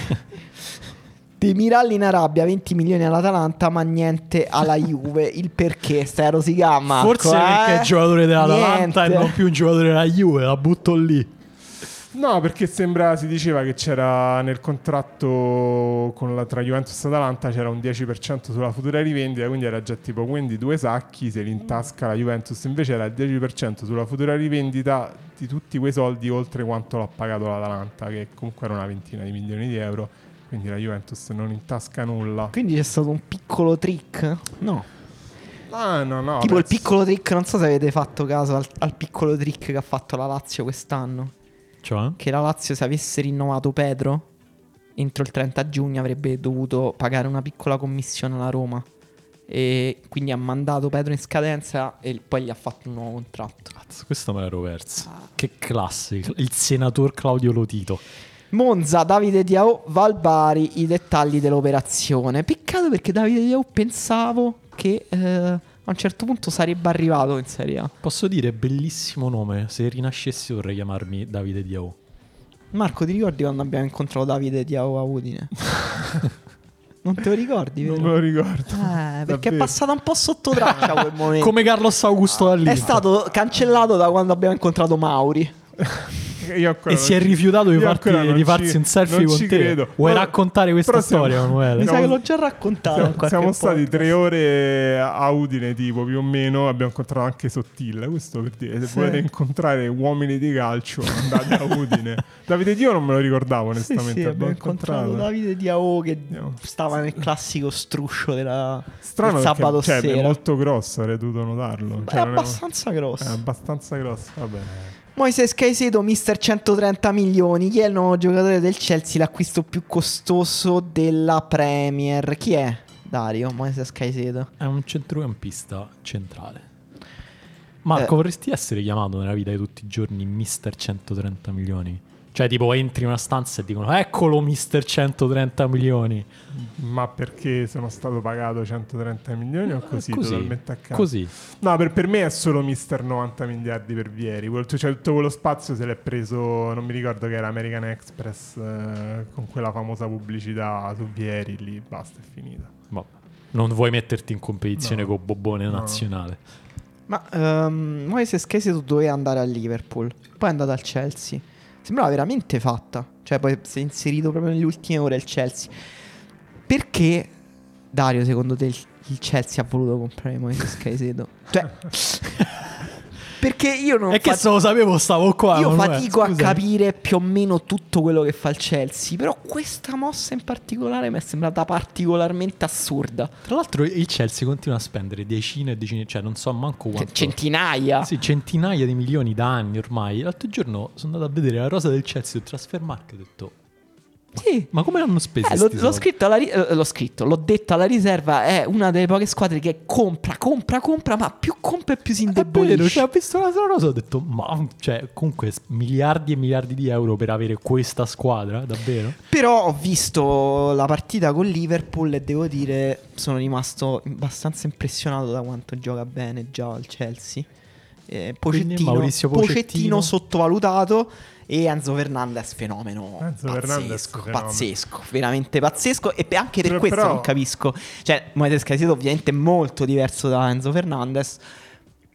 C: De Miralli in Arabia, venti milioni all'Atalanta, ma niente alla Juve. Il perché? Stai a rosicare, Marco,
D: Forse
C: eh?
D: perché è giocatore dell'Atalanta
C: Niente.
D: e non più un giocatore della Juve, la butto lì.
E: No, perché sembra, si diceva che c'era nel contratto con la, tra Juventus e Atalanta c'era un dieci per cento sulla futura rivendita, quindi era già tipo, quindi due sacchi se li intasca la Juventus, invece era il dieci per cento sulla futura rivendita di tutti quei soldi oltre quanto l'ha pagato l'Atalanta, che comunque era una ventina di milioni di euro, quindi la Juventus non intasca nulla.
C: Quindi c'è stato un piccolo trick? No.
E: Ah, no, no.
C: Tipo il
E: penso-
C: piccolo trick, non so se avete fatto caso al, al piccolo trick che ha fatto la Lazio quest'anno.
D: Cioè?
C: Che la Lazio, se avesse rinnovato Pedro entro il trenta giugno, avrebbe dovuto pagare una piccola commissione alla Roma. E quindi ha mandato Pedro in scadenza e poi gli ha fatto un nuovo contratto.
D: Cazzo, questo me l'ero perso. Che classe, il senatore Claudio Lotito.
C: Monza, Davide Diao, Valbari, i dettagli dell'operazione. Peccato perché Davide Diao pensavo che eh, a un certo punto sarebbe arrivato in Serie A.
D: Posso dire, bellissimo nome. Se rinascessi vorrei chiamarmi Davide Diao.
C: Marco, ti ricordi quando abbiamo incontrato Davide Diao a Udine? Non te lo ricordi, vero?
E: Non me lo ricordo.
C: Eh, perché
E: Davvero.
C: è passata un po' sotto traccia quel momento.
D: Come Carlos Augusto dall'Inter.
C: È stato cancellato da quando abbiamo incontrato Mauri.
E: Io ancora
D: E
E: non
D: si è
E: ci-
D: rifiutato di
E: io
D: farti,
E: ancora non
D: di farsi
E: ci-
D: un selfie
E: non
D: con
E: ci
D: te.
E: credo.
D: Vuoi
E: Però-
D: raccontare questa
E: però siamo-
D: storia,
C: Mi
D: Emanuele?
C: sa che l'ho già raccontato in
E: Siamo,
C: qualche
E: siamo stati
C: podcast.
E: tre ore a Udine, tipo più o meno. Abbiamo incontrato anche Sottile. Questo per dire, se
C: Sì.
E: volete incontrare uomini di calcio, andate a Udine. Davide Dio non me lo ricordavo,
C: Sì,
E: onestamente.
C: sì, abbiamo incontrato Davide Diao che
E: Andiamo.
C: stava nel classico struscio della,
E: Strano
C: del
E: perché,
C: sabato
E: cioè,
C: sera.
E: è molto grosso, avrei dovuto notarlo.
C: Beh,
E: Cioè,
C: è
E: non
C: abbastanza grosso.
E: È abbastanza grosso, vabbè.
C: Moises Caicedo, mister centotrenta milioni. Chi è il nuovo giocatore del Chelsea? L'acquisto più costoso della Premier. Chi è? Dario, Moises Caicedo.
D: È un centrocampista centrale. Marco,
C: Eh.
D: vorresti essere chiamato nella vita di tutti i giorni mister centotrenta milioni? Cioè, tipo, entri in una stanza e dicono eccolo mister centotrenta milioni.
E: Ma perché sono stato pagato centotrenta milioni o così?
D: Così,
E: Totalmente a caso?
D: così.
E: No, per, per me è solo mister novanta miliardi per Vieri. Quel- Cioè, tutto quello spazio se l'è preso, non mi ricordo che era American Express, eh, con quella famosa pubblicità su Vieri, lì basta, è finita.
D: Vabbè. Non vuoi metterti in competizione
E: No.
D: con Bobone
E: No.
D: nazionale.
C: Ma um, Moises Caicedo doveva andare al Liverpool, poi è andato al Chelsea. Sembrava veramente fatta. Cioè poi si è inserito proprio nelle ultime ore il Chelsea. Perché, Dario, secondo te il, il Chelsea ha voluto comprare Moises Caicedo? Cioè, perché io non
D: E che
C: fa-
D: se lo sapevo stavo qua.
C: io
D: Emanuele,
C: fatico a
D: scusami.
C: capire più o meno tutto quello che fa il Chelsea. Però questa mossa in particolare mi è sembrata particolarmente assurda.
D: Tra l'altro il Chelsea continua a spendere decine e decine, cioè non so manco
C: Cioè,
D: quanto.
C: centinaia.
D: Sì, centinaia di milioni da anni ormai. L'altro giorno sono andato a vedere la rosa del Chelsea sul Transfermarkt e ho detto
C: Sì.
D: ma come hanno speso
C: Eh, l'ho,
D: sti
C: l'ho
D: soldi?
C: scritto alla ri- eh, l'ho scritto, l'ho detto alla riserva. È una delle poche squadre che compra, compra, compra, ma più compra e più si
D: È vero,
C: indebolisce.
D: cioè, ho visto la rosa e ho detto ma cioè comunque miliardi e miliardi di euro per avere questa squadra, davvero?
C: Però ho visto la partita con Liverpool e devo dire sono rimasto abbastanza impressionato da quanto gioca bene già al Chelsea. Eh,
D: Quindi
C: Pochettino,
D: Maurizio Pochettino.
C: Pochettino sottovalutato e Enzo Fernandez fenomeno
E: Enzo
C: pazzesco,
E: Fernandez fenomeno.
C: pazzesco, veramente pazzesco e pe- anche per
E: Però-
C: questo
E: però-
C: non capisco. Cioè, Moises Caicedo ovviamente è molto diverso da Enzo Fernandez,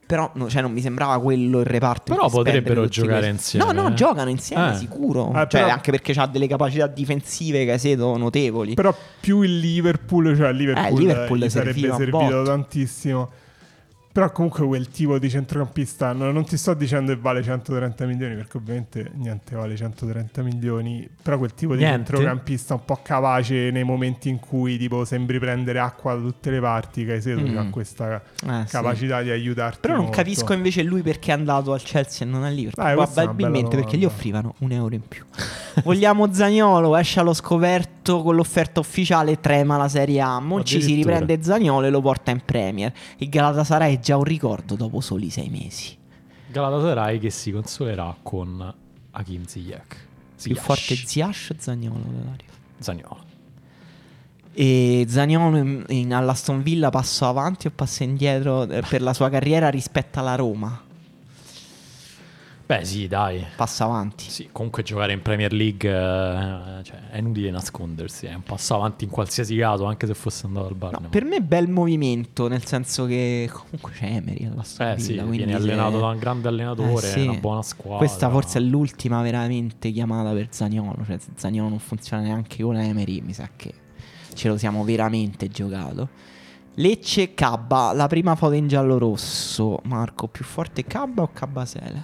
C: Però no, cioè non mi sembrava quello il reparto.
D: Però
C: in cui
D: potrebbero
C: spendere tutti
D: giocare
C: questi-
D: insieme,
C: No, no,
D: eh.
C: giocano insieme,
D: Eh.
C: sicuro.
E: Eh,
C: Cioè,
E: però-
C: anche perché ha delle capacità difensive Caicedo notevoli.
E: Però più il Liverpool, cioè il Liverpool,
C: Eh, il Liverpool
E: gli sarebbe
C: serviva un
E: servito
C: botto.
E: tantissimo. Però comunque quel tipo di centrocampista, no, non ti sto dicendo che vale centotrenta milioni, perché ovviamente niente vale centotrenta milioni, però quel tipo di
D: Niente.
E: centrocampista un po' capace nei momenti in cui tipo sembri prendere acqua da tutte le parti, Caicedo
C: Mm.
E: ha questa
C: Eh, sì.
E: capacità di aiutarti
C: Però non
E: molto.
C: capisco invece lui perché è andato al Chelsea e non al Liverpool.
E: Eh, questa è una
C: Probabilmente
E: bella
C: perché gli
E: domanda.
C: offrivano un euro in più. Vogliamo Zaniolo, esce allo scoperto con l'offerta ufficiale, trema la Serie A. Monchi si
D: Addirittura.
C: riprende Zaniolo e lo porta in Premier. Il Galatasaray è già un ricordo dopo soli sei mesi.
D: Galatasaray che si consolerà con Hakim Ziyech.
C: Più
D: Ziyech.
C: forte Ziyech o Zaniolo? Dario?
D: Zaniolo.
C: E Zaniolo in, in, all'Aston Villa passò avanti o passa indietro eh, per la sua carriera rispetto alla Roma?
D: Beh sì, dai.
C: Passa avanti.
D: Sì, comunque giocare in Premier League eh, cioè, è inutile nascondersi, è un passo avanti in qualsiasi caso, anche se fosse andato al
C: No,
D: Barnum.
C: per me è bel movimento, nel senso che comunque c'è Emery all'Aston
D: Eh
C: Villa,
D: sì,
C: quindi
D: viene
C: se-
D: allenato da un grande allenatore,
C: Eh, sì.
D: una buona squadra.
C: Questa forse è l'ultima veramente chiamata per Zaniolo. Cioè, se Zaniolo non funziona neanche con Emery, mi sa che ce lo siamo veramente giocato. Lecce Cabba, la prima foto in giallo rosso. Marco, più forte Cabba o Cabasele?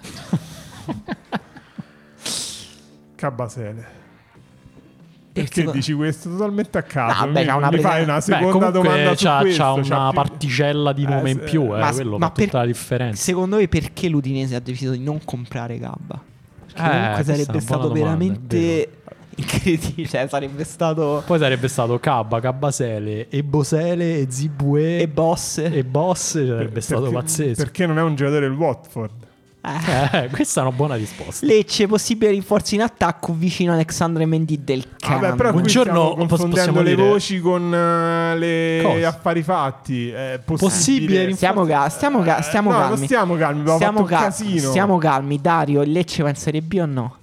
E: Cabasele.
C: E
E: Perché
C: secondo-
E: dici questo totalmente a caso?
C: No, beh,
E: mi,
C: c'ha una
E: mi
C: presa-
E: fai una
D: Beh,
E: seconda
D: comunque
E: domanda su
D: c'ha,
E: questo?
D: c'ha una
E: C'ha più-
D: particella di nome
E: Eh,
D: in
E: sì.
D: più, eh,
C: Ma-
D: quello
C: ma
D: fa tutta
C: per-
D: la differenza.
C: Secondo voi perché l'Udinese ha deciso di non comprare Cabba? Perché
D: Eh,
C: comunque
D: questa è
C: sarebbe
D: una
C: stato
D: buona domanda, è
C: veramente incredibile. Cioè, sarebbe stato
D: Poi sarebbe stato Cabba, Cabasele, e Bosele, e Zibue,
C: e boss.
D: e Boss, cioè, sarebbe
E: Per-
D: stato
E: perché,
D: pazzesco.
E: Perché non è un giocatore del Watford?
C: Eh.
D: Eh, questa è una buona risposta.
C: Lecce, possibile rinforzo in attacco vicino a Alexandre Mendy del Cannes.
E: Vabbè, però qui
D: Buongiorno,
E: stiamo
D: pos-
E: confondendo
D: possiamo
E: le
D: dire-
E: voci con eh, le
D: Cosa?
E: affari fatti. È
D: Possibile
E: possibile.
D: rinforzo-
C: Stiamo, ca- stiamo, ca-
E: Eh,
C: stiamo
E: no,
C: calmi.
E: non stiamo calmi, abbiamo
C: stiamo,
E: fatto un
C: ca-
E: casino.
C: stiamo calmi. Dario, il Lecce va in Serie B o no?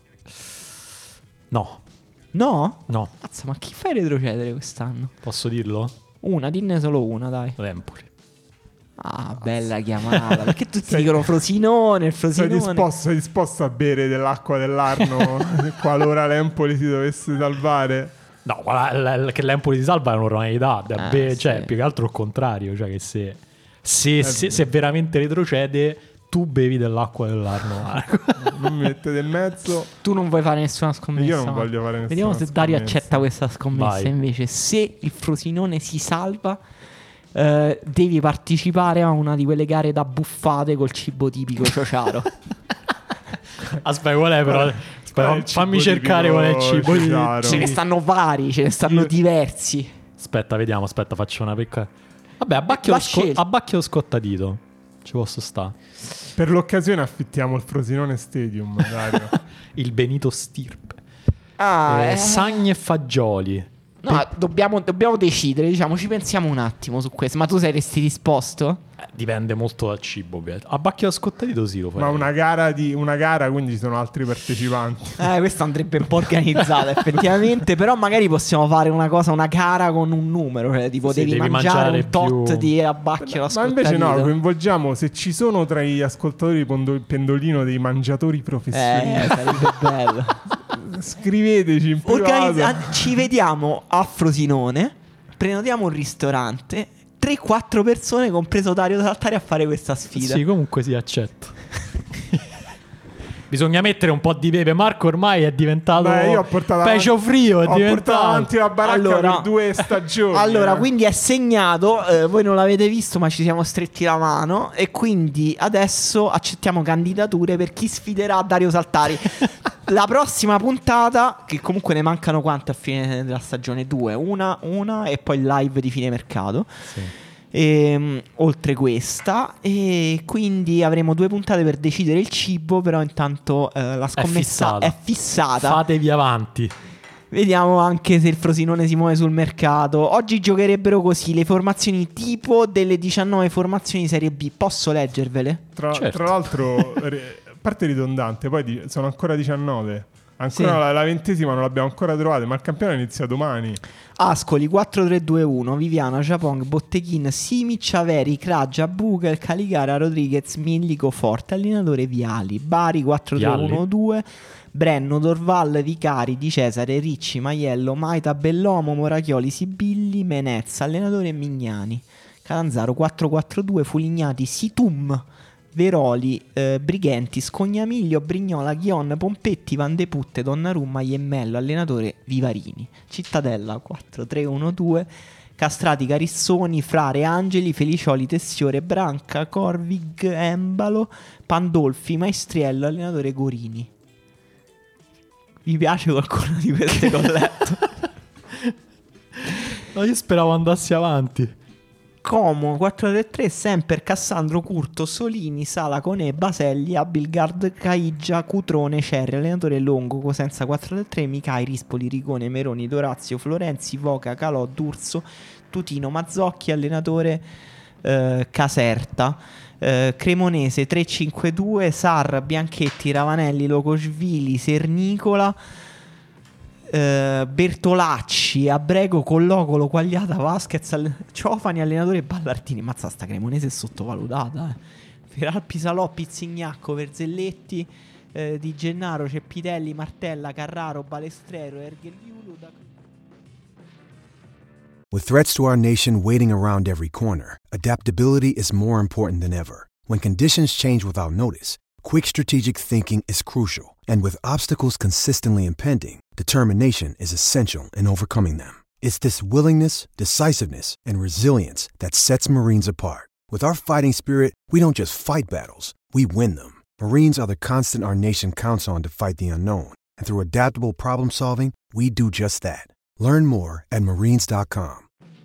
D: No,
C: No?
D: no,
C: Mazza, ma chi fai retrocedere quest'anno?
D: posso dirlo?
C: Una, dinne solo una, dai.
D: L'Empoli.
C: Ah, bella chiamata. Perché tutti
E: Sei-
C: dicono Frosinone, il
E: Sei
C: Frosinone.
E: disposto, sei disposto a bere dell'acqua dell'Arno qualora l'Empoli si dovesse salvare?
D: No, la- la- la- che l'Empoli si salva è un'ormalità.
C: Eh,
D: Beh,
C: sì.
D: cioè, più che altro il contrario. Cioè, che se, se,
E: Eh,
D: se, se veramente retrocede, tu bevi dell'acqua dell'Arno.
E: Non mi mettete in mezzo.
C: Tu non vuoi fare nessuna scommessa.
E: Io non
C: ma-
E: voglio fare nessuna
C: Vediamo se Dario
E: scommessa.
C: accetta questa scommessa.
D: Vai.
C: Invece, se il Frosinone si salva, eh, devi partecipare a una di quelle gare da buffate col cibo tipico ciociaro.
D: Aspetta, qual è però? Aspetta,
E: Qual è il
D: fammi
E: cibo
D: cercare
E: tipico
D: qual è il cibo.
E: ciociaro?
C: Ce ne stanno vari, ce ne stanno
E: Io-
C: diversi.
D: Aspetta, vediamo, aspetta, faccio una piccola. Vabbè, abbacchio,
C: La
D: lo sco-
C: scelta.
D: abbacchio lo scottadito. Ci posso stare.
E: Per l'occasione affittiamo il Frosinone Stadium, Dario.
D: Il Benito Stirpe.
C: Ah,
D: Eh,
C: eh.
D: Sagni e fagioli.
C: No, dobbiamo, dobbiamo decidere, diciamo, ci pensiamo un attimo su questo. Ma tu saresti disposto?
D: Eh, dipende molto dal cibo, ovviamente. Abbacchio lo scottadito sì, lo fai.
E: Ma una gara, di, una gara, quindi ci sono altri partecipanti.
C: Eh, questo andrebbe un po' organizzata effettivamente. Però magari possiamo fare una cosa, una gara con un numero. Cioè, tipo,
D: Sì,
C: devi,
D: devi
C: mangiare,
D: mangiare
C: un tot
D: più-
C: di abbacchio alla
E: Ma invece no,
C: scottadito.
E: coinvolgiamo, se ci sono tra gli ascoltatori pondo- pendolino dei mangiatori
C: Eh,
E: professionisti,
C: sarebbe bello.
E: scriveteci in privato.
C: Organizza- ci vediamo a Frosinone, prenotiamo un ristorante, tre quattro persone, compreso Dario Saltari, a fare questa sfida.
D: Sì, comunque sì, accetto. Bisogna mettere un po' di pepe. Marco ormai è diventato
E: Beh, io ho portato
D: pecio
E: avanti-
D: frio, è
E: ho
D: diventato
E: portato avanti la baracca
C: Allora-
E: per due stagioni.
C: Allora,
E: eh.
C: quindi è segnato, eh, voi non l'avete visto, ma ci siamo stretti la mano e quindi adesso accettiamo candidature per chi sfiderà Dario Saltari. La prossima puntata, che comunque ne mancano quante a fine della stagione? Due, una, una e poi il live di fine mercato.
D: Sì.
C: Ehm, oltre questa, e quindi avremo due puntate per decidere il cibo. Però intanto eh, la scommessa
D: fissata.
C: è fissata.
D: Fatevi avanti.
C: Vediamo anche se il Frosinone si muove sul mercato. Oggi giocherebbero così le formazioni tipo delle diciannove formazioni Serie B. Posso leggervele?
E: Tra,
D: Certo.
E: tra l'altro, re- a parte ridondante, poi di- sono ancora diciannove. Ancora
C: Sì.
E: la, la ventesima non l'abbiamo ancora trovata, ma il campionato inizia domani.
C: Ascoli quattro tre due uno, Viviana, Ciapong, Botteghin, Simic, Averi, Craggia, Bugel, Caligara, Rodriguez, Millico, Forte, allenatore Viali, Bari quattro tre uno due, Brenno, Dorval, Vicari, Di Cesare, Ricci, Maiello, Maita, Bellomo, Morachioli, Sibilli, Menezza, allenatore Mignani, Catanzaro quattro quattro due, Fulignati, Situm, Veroli, eh, Brighenti, Scognamiglio, Brignola, Ghion, Pompetti, Van de Putte, Donnarumma, Iemmello, allenatore Vivarini, Cittadella quattro tre uno due, Castrati, Carissoni, Frare, Angeli, Felicioli, Tessiore, Branca, Corvig, Embalo, Pandolfi, Maestriello, allenatore Gorini. Vi piace qualcuno di queste che ho letto?
D: No, io speravo andassi avanti.
C: Como quattro tre tre, Semper, Cassandro, Curto, Solini, Sala, Conè, Baselli, Abilgard, Caigia, Cutrone, Cerri, allenatore Longo, Cosenza quattro tre tre, Micai, Rispoli, Rigone, Meroni, Dorazio, Florenzi, Voca, Calò, D'Urso, Tutino, Mazzocchi, allenatore eh, Caserta, eh, Cremonese tre cinque due, Sar, Bianchetti, Ravanelli, Locosvili, Sernicola, Uh, Bertolacci, Abrego, Collocolo, Quagliata, Vasquez, all- Ciofani, allenatore Ballardini. Mazza, sta Cremonese è sottovalutata, eh. Feral, Pisalò, Pizzignacco, Verzelletti, eh, Di Gennaro, Ceppitelli, Martella, Carraro, Balestrero, Ergeliulu. Da...
F: With threats to our nation waiting around every corner, adaptability is more important than ever. When conditions change without notice, quick strategic thinking is crucial. And with obstacles consistently impending, determination is essential in overcoming them. It's this willingness, decisiveness, and resilience that sets Marines apart. With our fighting spirit, we don't just fight battles, we win them. Marines are the constant our nation counts on to fight the unknown. And through adaptable problem solving, we do just that. Learn more at marines dot com.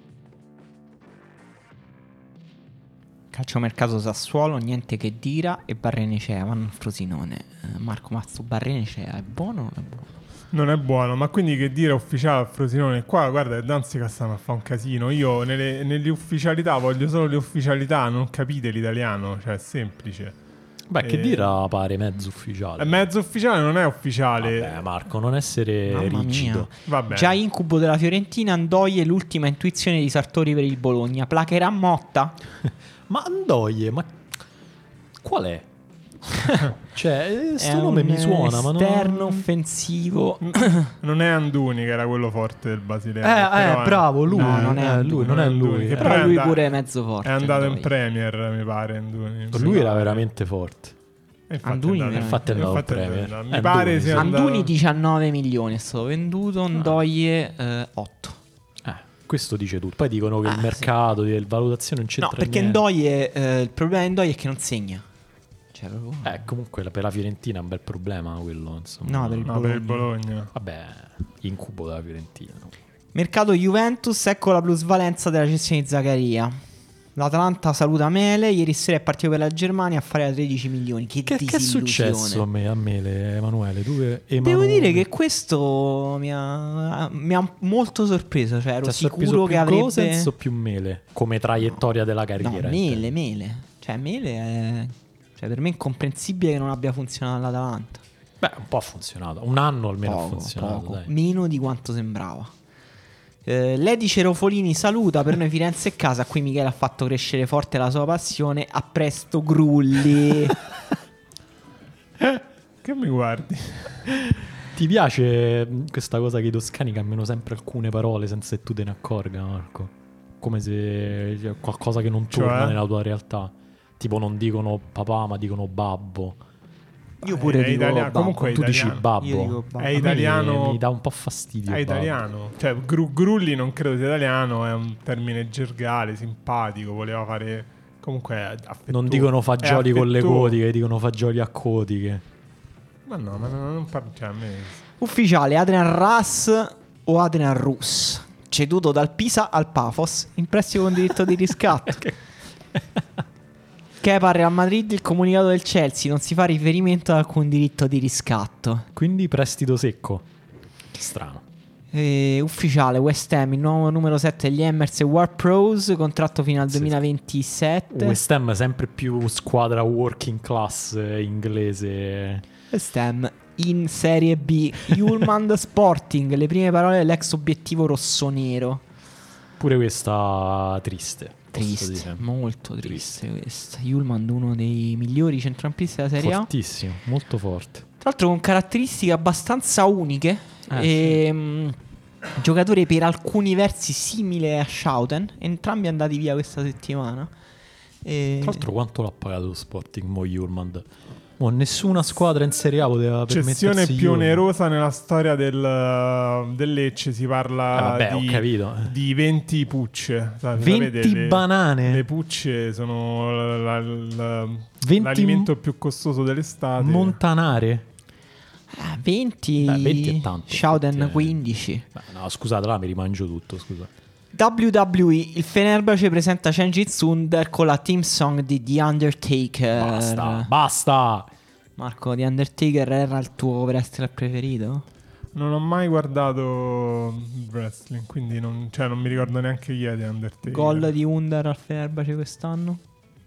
C: Calciomercato Sassuolo, niente che dira, e Barrenecea vanno al Frosinone. eh, Marco Mazzo, Barrenecea è buono o non è buono?
E: Non è buono, ma quindi che dire ufficiale al Frosinone? Qua guarda, Danzica stanno a fare un casino. Io nelle, nelle ufficialità voglio solo le ufficialità, non capite l'italiano, cioè è semplice.
D: Beh, che
E: Eh,
D: dira pare mezzo ufficiale.
E: Mezzo ufficiale non è ufficiale.
D: Vabbè, Marco, non essere
C: Mamma
D: rigido.
C: mia.
E: Vabbè.
C: Già incubo della Fiorentina, Andoie, l'ultima intuizione di Sartori per il Bologna. Placherà Motta?
D: Ma Andoie, ma qual è? Cioè, eh, sto
C: È
D: nome
C: un
D: mi suona, ma non...
C: esterno offensivo.
E: Non è Anduni che era quello forte del Basilea.
D: Eh,
E: però
D: eh,
E: è-
D: bravo, lui.
C: No, non è
D: eh,
C: Anduni,
D: lui, non è lui.
E: Che
D: Eh,
E: però
C: Però
E: è
C: lui
E: andato-
C: pure è mezzo forte.
E: È andato in
C: Andoie.
E: Premier, mi pare, Anduni.
D: Lui era veramente forte.
E: E infatti
C: Anduni
E: è andato-
D: infatti è andato
E: infatti
D: in Premier.
E: andato- Mi
D: Anduni,
E: pare
D: sì.
E: sia andato-
C: Anduni diciannove milioni è stato venduto, Andoie eh, otto.
D: Eh, questo dice tutto. Poi dicono che
C: Ah,
D: il
C: sì.
D: mercato, il valutazione non
C: No,
D: c'entra
C: perché
D: niente.
C: Andoie, eh, il problema di Andoie è che non segna. Cioè, proprio...
D: Eh, comunque la- per la Fiorentina è un bel problema quello, insomma.
C: No, per il
E: No, per il Bologna.
D: Vabbè, incubo della Fiorentina.
C: Mercato Juventus, ecco la plusvalenza della cessione di Zaccaria. L'Atalanta saluta Mele, ieri sera è partito per la Germania a fare a tredici milioni. Che,
D: Che, che è
C: disillusione.
D: successo a me, a Mele, Emanuele? Tu e
C: Devo
D: Emanuele.
C: dire che questo mi ha, mi ha molto sorpreso. Cioè, ero
D: Ti ha sorpreso
C: sicuro
D: più
C: che avrebbe.
D: Gosens o più Mele come traiettoria della
C: No,
D: carriera?
C: Mele,
D: intendo.
C: Mele. Cioè, Mele è. Cioè, per me è incomprensibile che non abbia funzionato all'Atalanta.
D: Beh, un po' ha funzionato. Un anno almeno ha
C: Poco,
D: funzionato.
C: poco.
D: Dai.
C: Meno di quanto sembrava. Eh, Lady Cerofolini saluta, per noi Firenze e casa. Qui Michele ha fatto crescere forte la sua passione. A presto Grulli.
E: Che mi guardi?
D: Ti piace mh, questa cosa che i toscani cambiano sempre alcune parole senza che tu te ne accorga, Marco? Come se c'è qualcosa che non torna
E: Cioè?
D: nella tua realtà. Tipo non dicono papà ma dicono babbo.
C: Io pure
E: È
C: dico
E: italiano.
C: babbo.
E: Comunque è
D: Tu dici
E: italiano.
D: babbo.
C: Io dico babbo.
E: È
C: A
D: me
E: italiano.
D: Mi dà un po' fastidio.
E: È
D: babbo.
E: italiano. Cioè, Gru- Grulli non credo sia italiano, è un termine gergale, simpatico. Voleva fare. Comunque è affettuoso.
D: Non dicono fagioli
E: È
D: con le
E: affettuoso.
D: codiche, dicono fagioli a codiche.
E: Ma no, ma non, non parlo. Cioè, a me.
C: Ufficiale Adrian Ras o Adrian Rus, ceduto dal Pisa al Pafos in prestito con diritto di riscatto. Kepa al Real Madrid, il comunicato del Chelsea non si fa riferimento ad alcun diritto di riscatto.
D: Quindi prestito secco. Strano.
C: E ufficiale West Ham, il nuovo numero sette degli Hammers e War Pros, contratto fino al
D: Sì.
C: duemilaventisette.
D: West Ham sempre più squadra working class eh, inglese.
C: West Ham in Serie B. Ullman Sporting, le prime parole dell'ex obiettivo rossonero.
D: Pure questa triste.
C: Triste, molto triste, triste questa. Ullman, uno dei migliori centrocampisti della Serie A.
D: Fortissimo, molto forte.
C: Tra l'altro con caratteristiche abbastanza uniche.
D: Eh,
C: e, sì. mh, giocatore per alcuni versi simile a Schouten. Entrambi andati via questa settimana. E...
D: Tra l'altro quanto l'ha pagato lo Sporting mo Ullman? Oh, nessuna squadra in Serie A poteva permettersi.
E: Cessione più
D: Ullman.
E: onerosa nella storia del, del Lecce. Si parla
D: eh, vabbè,
E: di,
D: ho capito.
E: di venti pucce. Sai,
D: venti
E: sapete, le,
D: banane.
E: Le pucce sono la, la,
D: venti
E: l'alimento più costoso dell'estate.
D: Montanare.
C: Ah, venti.
D: Beh, venti è tanto.
C: Schouten quindici.
D: Beh, no, scusate, là mi rimangio tutto, scusa.
C: W W E, il Fenerbahce presenta Cengiz Under con la team song di The Undertaker.
D: Basta, basta.
C: Marco, The Undertaker era il tuo wrestler preferito?
E: Non ho mai guardato wrestling, quindi non, cioè, non mi ricordo neanche chi è The Undertaker.
C: Gol di Under al Fenerbahce quest'anno?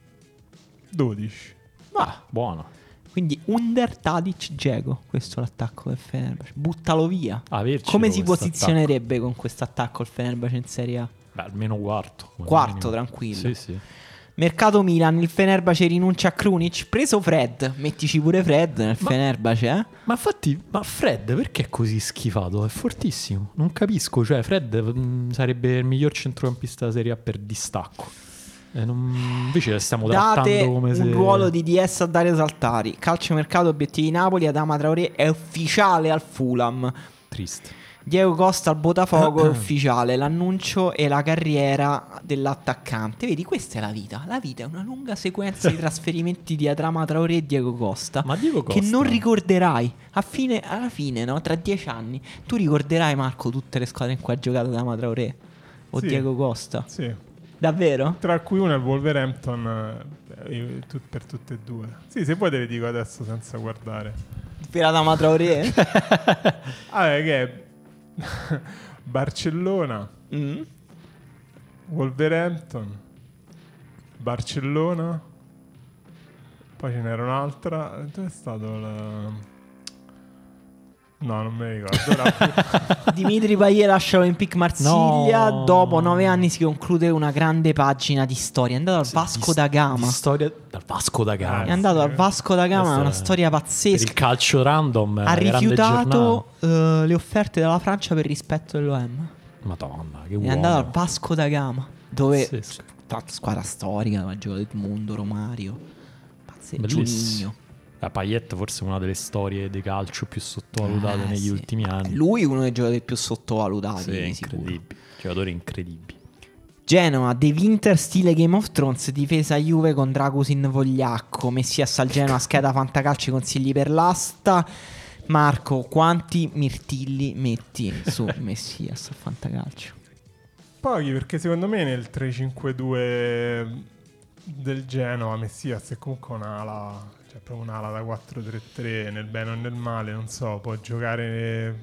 E: dodici.
C: Ah,
D: buono.
C: Quindi Under, Tadic, Dzeko. Questo è l'attacco del Fenerbahce. Buttalo via.
D: Avercelo.
C: Come si posizionerebbe attacco con questo attacco il Fenerbahce in Serie A?
D: Beh, almeno quarto.
C: Quarto,
D: minimo.
C: tranquillo.
D: Sì, sì.
C: Mercato Milan, il Fenerbahce rinuncia a Krunic. Preso Fred. Mettici pure Fred nel
D: ma,
C: Fenerbahce, eh?
D: Ma infatti, ma Fred perché è così schifato? È fortissimo. Non capisco. Cioè, Fred mh, sarebbe il miglior centrocampista della Serie A per distacco. Eh, non... Invece la stiamo
C: Date
D: trattando come
C: un
D: se...
C: ruolo di D S a Dario Saltari. Calciomercato, obiettivi Napoli. Adama Traoré è ufficiale al Fulham.
D: Triste.
C: Diego Costa al Botafogo è ufficiale. L'annuncio e la carriera dell'attaccante. Vedi, questa è la vita. La vita è una lunga sequenza di trasferimenti di Adama Traoré e Diego Costa.
D: Ma Diego Costa
C: che non ricorderai a fine, alla fine, no? Tra dieci anni tu ricorderai, Marco, tutte le squadre in cui ha giocato Adama Traoré o
E: Sì.
C: Diego Costa.
E: Sì.
C: Davvero?
E: Tra cui uno è il Wolverhampton, eh, tu- per tutte e due. Sì, se vuoi te le dico adesso senza guardare.
C: Per Adama Traoré?
E: Ah, è che è Barcellona,
C: mm?
E: Wolverhampton, Barcellona, poi ce n'era un'altra. Dove è stato la... No, non me ne ricordo.
C: Dimitri Payet lascia l'Olympique Marsiglia.
D: No.
C: Dopo nove anni si conclude una grande pagina di storia. È andato al Vasco
D: Di-
C: da Gama.
D: di storia dal Vasco da Gama.
C: È andato
E: sì.
C: al Vasco da Gama. È
D: Questa
C: una
D: è-
C: storia
D: Per
C: pazzesca.
D: il calcio random.
C: Ha
D: grande
C: rifiutato
D: giornata.
C: eh, le offerte della Francia per rispetto dell'O M.
D: Madonna, che
C: È
D: uomo.
C: andato al Vasco da Gama, dove
D: Pazzesco.
C: tra l'altro squadra storica, dove ha giocato Edmundo, Romario, Pazzesco,
D: Bellissimo.
C: Giuninho.
D: La Payet forse è una delle storie di calcio più sottovalutate
C: Eh,
D: negli
C: sì.
D: ultimi anni.
C: Lui uno dei giocatori più sottovalutati,
D: Sì,
C: di sicuro.
D: incredibile. Giocatori incredibili.
C: Genoa, The Winter stile Game of Thrones, difesa Juve con Dragusin Vogliacco, Messias al Genoa, scheda fantacalci, consigli per l'asta. Marco, quanti mirtilli metti su Messias al fantacalcio?
E: Pochi, perché secondo me nel tre cinque due del Genoa Messias è comunque un'ala, cioè proprio un'ala da quattro tre tre, nel bene o nel male, non so, può giocare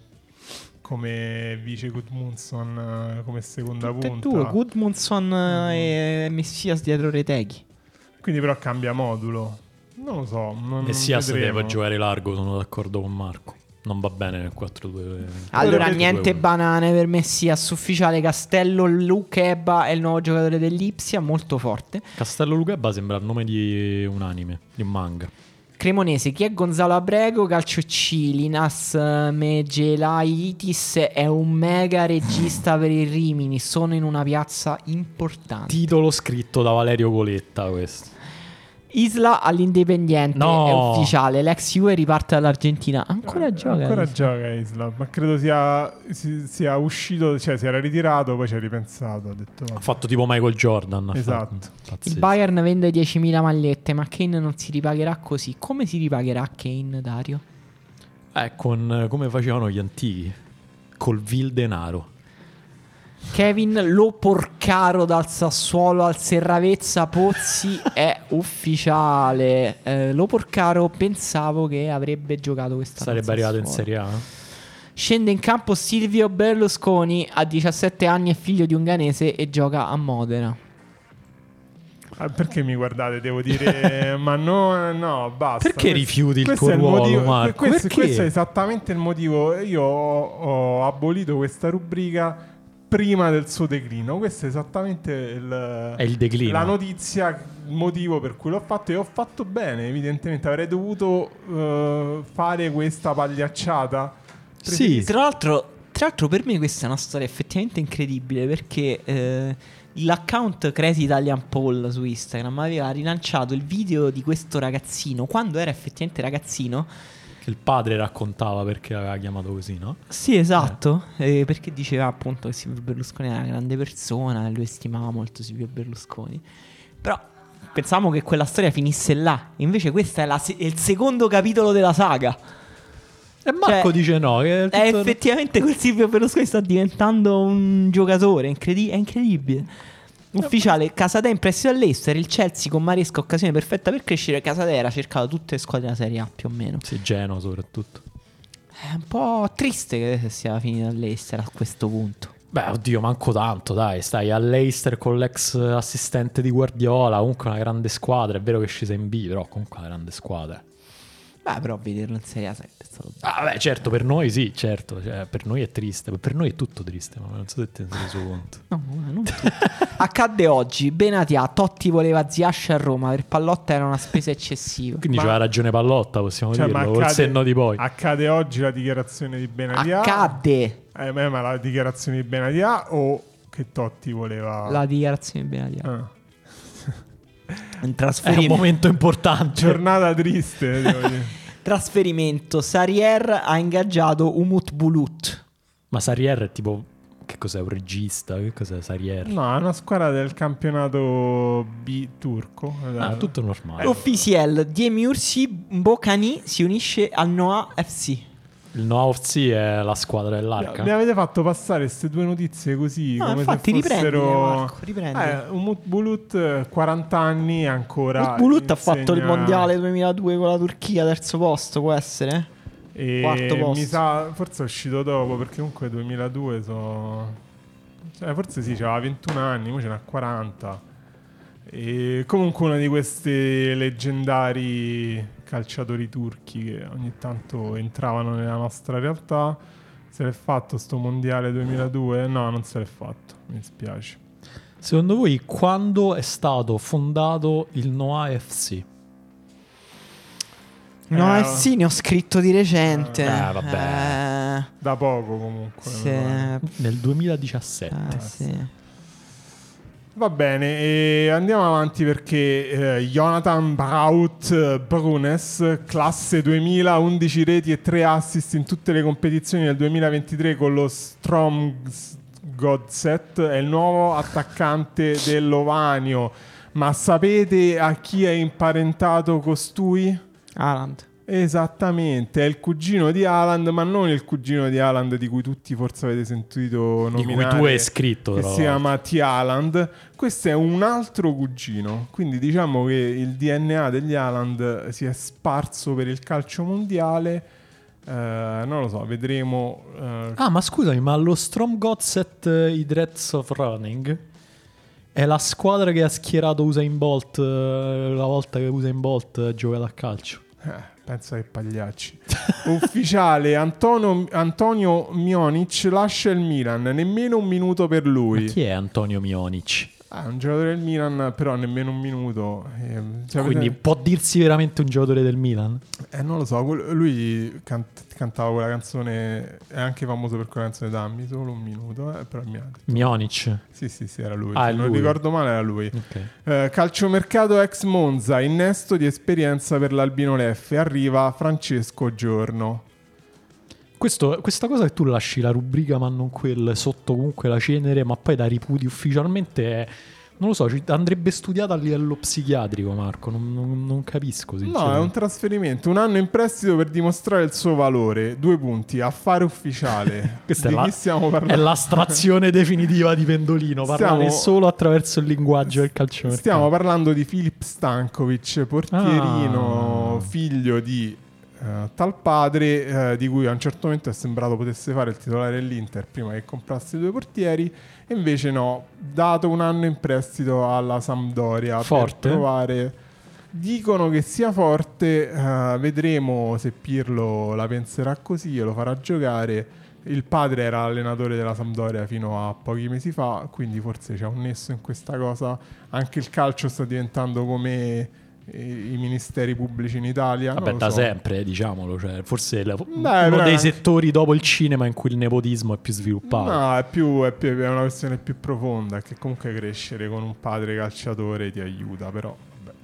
E: come vice Gudmundsson, come seconda
C: Tutte e
E: punta.
C: due, Gudmundsson e Messias dietro Reteghi.
E: Quindi però cambia modulo. Non lo so, non,
D: Messias
E: non vedremo.
D: deve giocare largo, sono d'accordo con Marco. Non va bene nel quattro due.
C: Allora,
E: Dovrebbe-
C: niente banane per Messias, ufficiale Castello Lucheba è il nuovo giocatore dell'Ipsia, molto forte.
D: Castello Lucaba sembra il nome di un anime, di un manga.
C: Cremonese, chi è Gonzalo Abrego? Calcio C, Linas Megelaitis è un mega regista per il Rimini, sono in una piazza importante.
D: Titolo scritto da Valerio Coletta questo.
C: Isla all'Independiente
D: No.
C: è ufficiale, l'ex Juve riparte dall'Argentina. Ancora
E: Eh,
C: gioca?
E: Ancora
C: Isla?
E: gioca Isla, ma credo sia, si- sia uscito, cioè si era ritirato, poi ci ha ripensato. Ha detto
D: Ha
E: vabbè.
D: fatto tipo Michael Jordan. ha
E: Esatto.
D: fatto.
C: Il
D: Pazzesco.
C: Bayern vende diecimila magliette, ma Kane non si ripagherà così. Come si ripagherà Kane, Dario?
D: Eh, con come facevano gli antichi, col vil denaro.
C: Kevin Lo Porcaro dal Sassuolo al Serravezza Pozzi è ufficiale. Eh, Lo Porcaro pensavo che avrebbe giocato questa
D: Sarebbe arrivato in Serie A.
C: Scende in campo Silvio Berlusconi, ha diciassette anni, è figlio di un ghanese e gioca a Modena.
E: Ah, perché mi guardate? Devo dire, ma no, no, basta.
D: Perché
E: questo,
D: rifiuti il
E: questo
D: tuo
E: è
D: ruolo,
E: motivo,
D: Marco?
E: Questo,
D: Perché?
E: questo è esattamente il motivo. Io ho, ho abolito questa rubrica prima del suo declino. Questo è esattamente il,
D: è il declino.
E: La notizia, il motivo per cui l'ho fatto, e ho fatto bene. Evidentemente avrei dovuto uh, fare questa pagliacciata.
C: Sì, tra l'altro, tra l'altro per me questa è una storia effettivamente incredibile, perché eh, l'account Crazy Italian Paul su Instagram aveva rilanciato il video di questo ragazzino quando era effettivamente ragazzino.
D: Che il padre raccontava perché l'aveva chiamato così, no?
C: Sì, esatto, eh. Eh, perché diceva appunto che Silvio Berlusconi era una grande persona e lui stimava molto Silvio Berlusconi. Però pensavamo che quella storia finisse là, invece questo è, la se- è il secondo capitolo della saga.
D: E Marco
C: cioè,
D: dice no, che
C: è
D: tutto...
C: effettivamente quel Silvio Berlusconi sta diventando un giocatore, incredi- è incredibile. Ufficiale, Casadei in prestito all'Leicester, il Chelsea con Maresca occasione perfetta per crescere. Casadei era cercato tutte le squadre della Serie A più o meno.
D: Sì, Genoa soprattutto.
C: È un po' triste che sia finita all'Leicester a questo punto.
D: Beh, oddio, manco tanto, dai, stai all'Leicester con l'ex assistente di Guardiola, comunque una grande squadra, è vero che scesa in B, però comunque una grande squadra.
C: Beh, però vederlo in Serie A sarebbe stato...
D: Ah, beh, certo, per noi sì, certo, cioè, per noi è triste, per noi è tutto triste, ma non so se te ne sei reso conto.
C: No, non tutto. Accadde oggi, Benatia, Totti voleva Ziyech a Roma, per Pallotta era una spesa eccessiva.
D: Quindi
E: Ma-
D: c'aveva ragione Pallotta, possiamo
E: Cioè,
D: dirlo,
E: ma
D: col senno di poi.
E: accade oggi la dichiarazione di Benatia?
C: Accadde
E: Eh, beh, ma la dichiarazione di Benatia o che Totti voleva?
C: la dichiarazione di Benatia.
E: Ah.
C: Un
D: È un
C: trasferimento.
D: momento importante.
E: Giornata triste, devo dire.
C: Trasferimento. Sarrier ha ingaggiato Umut Bulut.
D: Ma Sarrier è tipo, che cos'è, un regista? Che cos'è Sarrier?
E: No, è una squadra del campionato B turco.
D: Ah, tutto normale.
C: Officiel, Demiursi Mbokani si unisce al Noah F C.
D: Il Noah F C è la squadra dell'Arca.
E: Mi avete fatto passare queste due notizie così,
C: No,
E: come
C: infatti,
E: se fossero...
C: riprendile, Marco, riprendile.
E: Eh, Umut Bulut, quaranta anni ancora.
C: Umut Bulut ha fatto il
E: insegna-
C: mondiale duemiladue con la Turchia, terzo posto, può essere?
E: E
C: Quarto posto.
E: mi sa, forse è uscito dopo, perché comunque duemiladue sono... Cioè, forse sì, c'aveva ventuno anni, ora ce n'ha quaranta. E comunque uno di questi leggendari calciatori turchi che ogni tanto entravano nella nostra realtà. Se l'è fatto sto mondiale duemiladue? No, non se l'è fatto, mi dispiace.
D: Secondo voi quando è stato fondato il Noah F C?
C: Noah
E: Eh,
C: F C ne ho scritto di recente.
D: Eh, vabbè.
C: Eh,
E: Da poco comunque.
C: sì.
D: Nel duemiladiciassette.
C: Eh, sì.
E: Va bene, e andiamo avanti perché eh, Jonathan Braut Brunes, classe duemila, undici reti e tre assist in tutte le competizioni del duemilaventitré con lo Stromsgodset, è il nuovo attaccante dell'Ovanio. Ma sapete a chi è imparentato costui?
C: Haaland.
E: Esattamente, è il cugino di Haaland, ma non il cugino di Haaland di cui tutti forse avete sentito
D: Di
E: nominare,
D: cui tu hai scritto,
E: che
D: tra
E: si chiama
D: l'altro.
E: T. Haaland. Questo è un altro cugino, quindi diciamo che il D N A degli Haaland si è sparso per il calcio mondiale. Eh, non lo so, vedremo. eh,
D: Ah, ma scusami, ma lo Stromgodset i Dreads of Running è la squadra che ha schierato Usain Bolt eh, la volta che Usain Bolt ha giocato a calcio.
E: eh, pensa che pagliacci. Ufficiale, Antonio, Antonio Mionic lascia il Milan, nemmeno un minuto per lui.
D: Ma chi è Antonio Mionic?
E: Ah, è un giocatore del Milan, però nemmeno un minuto. Eh, cioè,
D: Quindi
E: vedete-
D: può dirsi veramente un giocatore del Milan?
E: eh, non lo so, quel- lui cant- cantava quella canzone, è anche famoso per quella canzone Dammi, solo un minuto, eh, però mi ha detto.
D: Mionic.
E: Sì, sì, sì, era lui.
D: Ah,
E: Se
D: è
E: non
D: lui.
E: ricordo male era lui.
D: Ok.
E: Eh, calciomercato ex Monza, innesto di esperienza per l'Albino Leffe, arriva Francesco Giorno.
D: Questo, questa cosa che tu lasci la rubrica ma non quel sotto comunque la cenere, ma poi da ripudi ufficialmente è, non lo so, ci- andrebbe studiata a livello psichiatrico, Marco, non, non- non capisco
E: No, è un
D: sinceramente.
E: trasferimento, un anno in prestito per dimostrare il suo valore. Due punti, affare ufficiale.
D: Questa
E: di
D: è,
E: chi
D: la,
E: stiamo
D: è
E: parlando?
D: l'astrazione definitiva di Pendolino, parlare
E: Stiamo-
D: solo attraverso il linguaggio del calcio.
E: Stiamo parlando di Filip Stankovic, portierino,
D: Ah.
E: figlio di uh, tal padre, uh, di cui a un certo momento è sembrato potesse fare il titolare dell'Inter prima che comprasse due portieri, e invece no, dato un anno in prestito alla Sampdoria.
D: Forte.
E: Per provare. Dicono che sia forte, uh, vedremo se Pirlo la penserà così e lo farà giocare. Il padre era allenatore della Sampdoria fino a pochi mesi fa, quindi forse c'è un nesso in questa cosa. Anche il calcio sta diventando come i ministeri pubblici in Italia.
D: Vabbè,
E: non
D: da
E: lo so.
D: sempre, diciamolo, cioè, forse è la-
E: Beh,
D: uno
E: però
D: dei
E: anche-
D: settori dopo il cinema in cui il nepotismo è più sviluppato.
E: No, è, più, è, più, è una questione più profonda, che comunque crescere con un padre calciatore ti aiuta, però vabbè.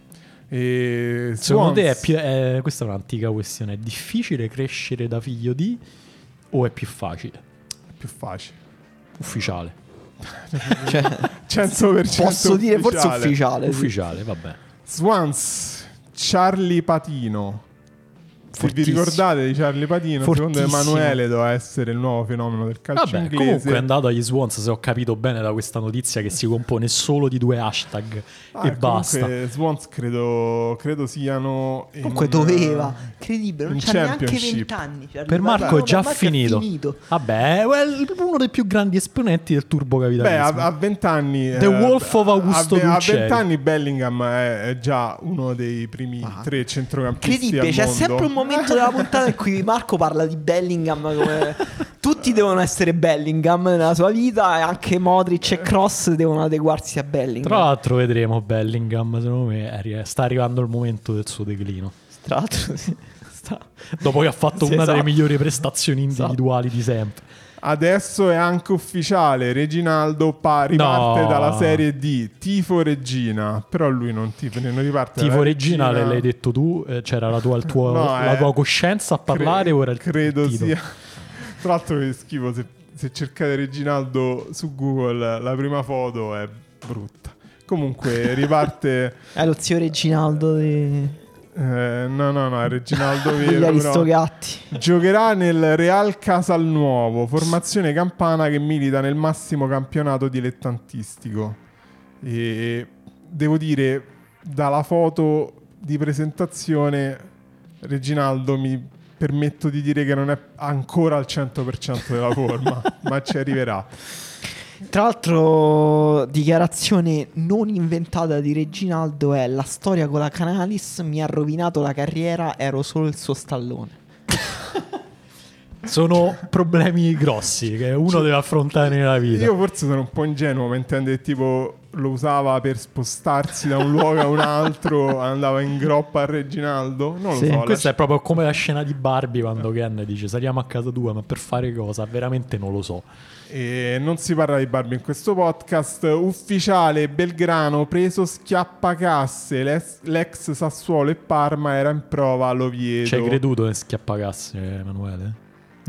E: E
D: Secondo te è
E: Swans-
D: più, è- questa è un'antica questione, è difficile crescere da figlio di o è più facile?
E: è più facile.
D: Ufficiale.
C: Cioè,
E: cento per cento
C: posso dire forse
E: ufficiale.
C: ufficiale. sì.
D: Ufficiale, vabbè.
E: Swans, Charlie Patino. Se vi
C: Fortissimo.
E: ricordate di Charlie Patino, secondo
C: Fortissimo.
E: Emanuele doveva essere il nuovo fenomeno del calcio
D: Vabbè,
E: inglese.
D: comunque è andato agli Swans, se ho capito bene da questa notizia, che si compone solo di due hashtag
E: Ah,
D: e basta.
E: Comunque Swans credo, credo siano in
C: Comunque
E: un-
C: doveva, incredibile, non
E: in
C: c'ha neanche
E: Championship.
C: vent'anni. Cioè,
D: Per Marco
C: Marco
D: è già
C: Marco
D: finito.
C: finito.
D: Vabbè, è uno dei più grandi esponenti del
E: Beh,
D: turbocapitalismo.
E: a vent'anni
D: The Wolf of Augusto
E: a, ve- a
D: Dulceri.
E: vent'anni Bellingham è, è già uno dei primi
C: Ah.
E: tre centrocampisti
C: Incredibile,
E: al
C: c'è
E: mondo.
C: sempre un momento della puntata in cui Marco parla di Bellingham come tutti devono essere Bellingham nella sua vita, e anche Modric e Cross devono adeguarsi a Bellingham.
D: Tra l'altro vedremo Bellingham, secondo me è- sta arrivando il momento del suo declino.
C: Tra l'altro, sì, sta-
D: Dopo che ha fatto
C: Sì,
D: una delle
C: esatto.
D: migliori prestazioni
C: Esatto.
D: individuali di sempre.
E: Adesso è anche ufficiale, Reginaldo pa- riparte
D: No.
E: dalla serie D, tifo Regina, però lui non, tifo, non riparte
D: Tifo
E: dalla
D: Regina, le- l'hai detto tu, eh, c'era la tua, il tuo-
E: No,
D: la
E: eh,
D: tua coscienza a parlare
E: cre-
D: o era il
E: credo
D: titolo?
E: sia. Tra l'altro che schifo, se, se cercate Reginaldo su Google la prima foto è brutta. Comunque riparte
C: è lo zio Reginaldo di...
E: eh, no no no è Reginaldo
C: degli
E: vero, però.
C: Aristogatti.
E: Giocherà nel Real Casalnuovo, formazione campana che milita nel massimo campionato dilettantistico. E devo dire, dalla foto di presentazione, Reginaldo, mi permetto di dire che non è ancora al cento per cento della forma, ma ci arriverà.
C: Tra l'altro, dichiarazione non inventata di Reginaldo è: la storia con la Canalis mi ha rovinato la carriera, ero solo il suo stallone.
D: Sono problemi grossi che uno deve affrontare nella vita.
E: Io forse sono un po' ingenuo, ma intendo che tipo lo usava per spostarsi da un luogo a un altro, andava in groppa a Reginaldo. Non lo
C: Sì,
E: so.
D: Questa
E: lascia-
D: è proprio come la scena di Barbie quando Ken dice saliamo a casa tua, ma per fare cosa? Veramente non lo so.
E: E non si parla di Barbie in questo podcast. Ufficiale Belgrano preso schiappacasse. L'ex, l'ex Sassuolo e Parma era in prova all'Oviedo.
D: Ci hai creduto nel schiappagasse, Emanuele?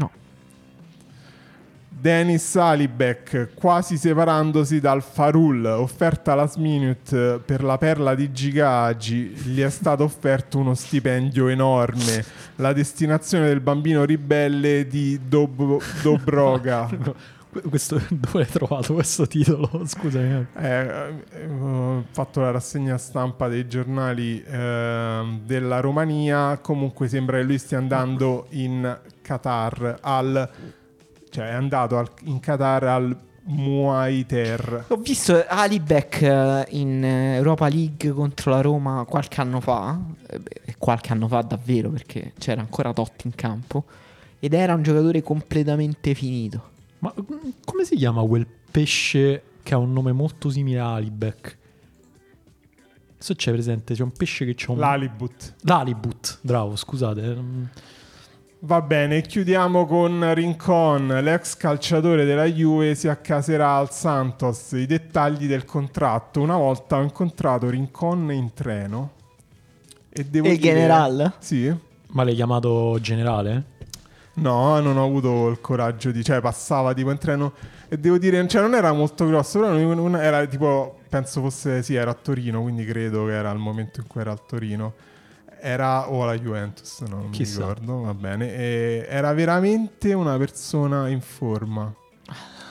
E: Denis Alibek quasi separandosi dal Farul, offerta last minute per la perla di Gigagi, gli è stato offerto uno stipendio enorme, la destinazione del bambino ribelle di Dob- Dobroga.
D: Questo, dove hai trovato questo titolo? Scusami.
E: Eh, eh, ho fatto la rassegna stampa dei giornali eh, della Romania. Comunque sembra che lui stia andando in Qatar al cioè è andato al, in Qatar al Muay-Ter.
C: Ho visto Alibek eh, in eh, Europa League contro la Roma qualche anno fa, eh, beh, qualche anno fa davvero, perché c'era ancora Totti in campo, ed era un giocatore completamente finito.
D: Ma mm, come si chiama quel pesce che ha un nome molto simile a Alibek? Se c'è presente, c'è un pesce che c'ha un...
E: L'Alibut.
D: L'Alibut, bravo, scusate. mm.
E: Va bene, chiudiamo con Rincon, l'ex calciatore della Juve si accaserà al Santos. I dettagli del contratto. Una volta ho incontrato Rincon in treno e devo
C: E il
E: dire...
C: general?
E: Sì.
D: Ma l'hai chiamato generale?
E: No, non ho avuto il coraggio di... Cioè, passava tipo in treno e devo dire... Cioè, non era molto grosso, però non- non- era tipo... Penso fosse... Sì, era a Torino, quindi credo che era il momento in cui era al Torino. Era... O alla Juventus, no, non
D: Chissà.
E: mi ricordo, va bene. E era veramente una persona in forma.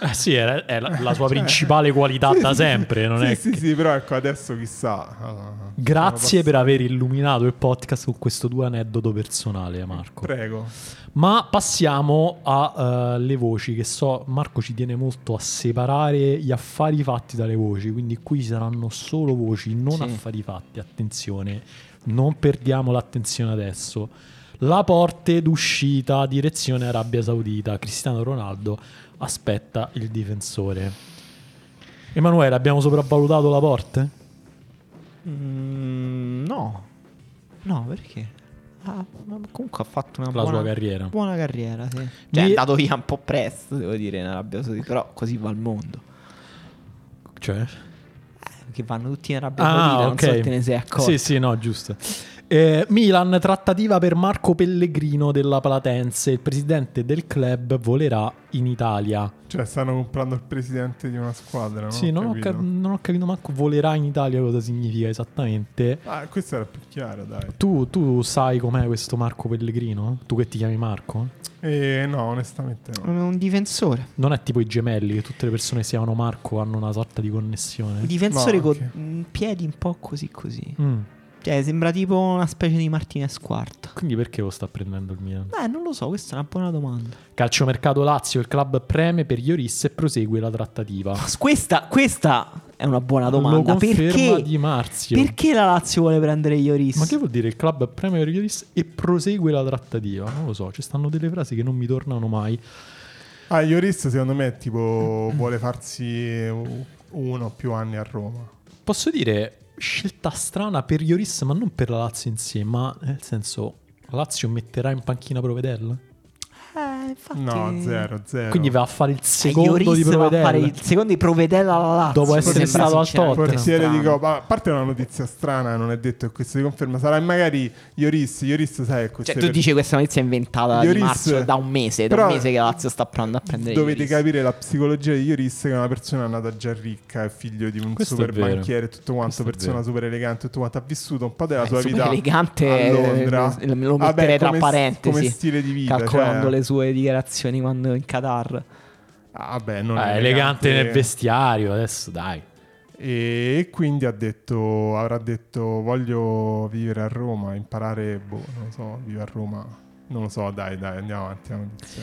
D: Eh sì, è, è la, la sua principale qualità da sempre. Non
E: sì,
D: è
E: sì,
D: che...
E: sì, però ecco, adesso chissà.
D: Grazie per aver illuminato il podcast con questo tuo aneddoto personale, Marco.
E: Prego.
D: Ma passiamo alle uh, voci, che so Marco ci tiene molto a separare gli affari fatti dalle voci, quindi qui saranno solo voci, non sì. affari fatti. Attenzione, non perdiamo l'attenzione adesso. La porte d'uscita direzione Arabia Saudita. Cristiano Ronaldo aspetta il difensore. Emanuele, abbiamo sopravvalutato la porte?
C: Mm, no, no, perché? Ah, comunque ha fatto una
D: la
C: buona
D: sua carriera.
C: Buona carriera, sì. Cioè, Mi... è andato via un po' presto, devo dire, in Arabia Saudita, però così va il mondo.
D: Cioè?
C: Che vanno tutti in Arabia
D: ah,
C: Saudita,
D: okay.
C: non so se te ne sei accorto.
D: Sì, sì, no, giusto. Eh, Milan, trattativa per Marco Pellegrino della Platense. Il presidente del club volerà in Italia.
E: Cioè stanno comprando il presidente di una squadra, no?
D: Sì, non ho, cap- non ho capito manco volerà in Italia cosa significa esattamente.
E: Ah, questo era più chiaro, dai.
D: Tu, tu sai com'è questo Marco Pellegrino? Tu che ti chiami Marco?
E: Eh, no, onestamente no.
C: È un difensore.
D: Non è tipo i gemelli, che tutte le persone che si chiamano Marco hanno una sorta di connessione.
C: Un difensore
E: no,
C: con
E: okay.
C: piedi un po' così così.
D: Mm.
C: Cioè, sembra tipo una specie di Martinez quarto.
D: Quindi perché lo sta prendendo il Milan?
C: Beh, non lo so, questa è una buona domanda.
D: Calciomercato Lazio, il club preme per Lloris e prosegue la trattativa.
C: Questa, questa è una buona domanda.
D: Lo conferma
C: perché,
D: Di Marzio.
C: Perché la Lazio vuole prendere Lloris?
D: Ma che vuol dire il club preme per Lloris e prosegue la trattativa? Non lo so, ci stanno delle frasi che non mi tornano mai.
E: Ah, Lloris secondo me tipo vuole farsi uno o più anni a Roma.
D: Posso dire... scelta strana per Lloris, ma non per la Lazio in sé, ma nel senso la Lazio metterà in panchina Provedel?
C: Eh, infatti...
E: No, zero, zero.
D: Quindi va a fare il secondo
C: eh,
D: di Provedel.
C: Va a fare il secondo di Provedel alla Lazio.
D: Dopo essere stato al Tottenham.
E: Portiere di Coppa. A parte una notizia strana, non è detto che questo si conferma. Sarà magari Lloris. Lloris, sai, ecco.
C: Cioè, tu per... dici questa notizia è inventata Lloris, di marzo, da un mese. Da un mese che la Lazio sta provando a prendere
E: dovete
C: Lloris.
E: capire la psicologia di Lloris, che è una persona nata già ricca, è figlio di un
D: questo
E: super banchiere e tutto quanto,
D: questo
E: persona super elegante e tutto quanto. Ha vissuto un po' della
C: eh,
E: sua
C: super
E: vita
C: elegante
E: a Londra.
C: Lo, lo metterei
E: Vabbè,
C: tra
E: come,
C: parentesi.
E: come stile di vita,
C: calcolando
E: cioè...
C: le sue dichiarazioni quando in Qatar.
E: Ah, beh, non
D: eh,
E: è
D: elegante, elegante nel vestiario, adesso dai.
E: E quindi ha detto, avrà detto voglio vivere a Roma, imparare, boh, non lo so, vivere a Roma, non lo so, dai, dai, andiamo avanti.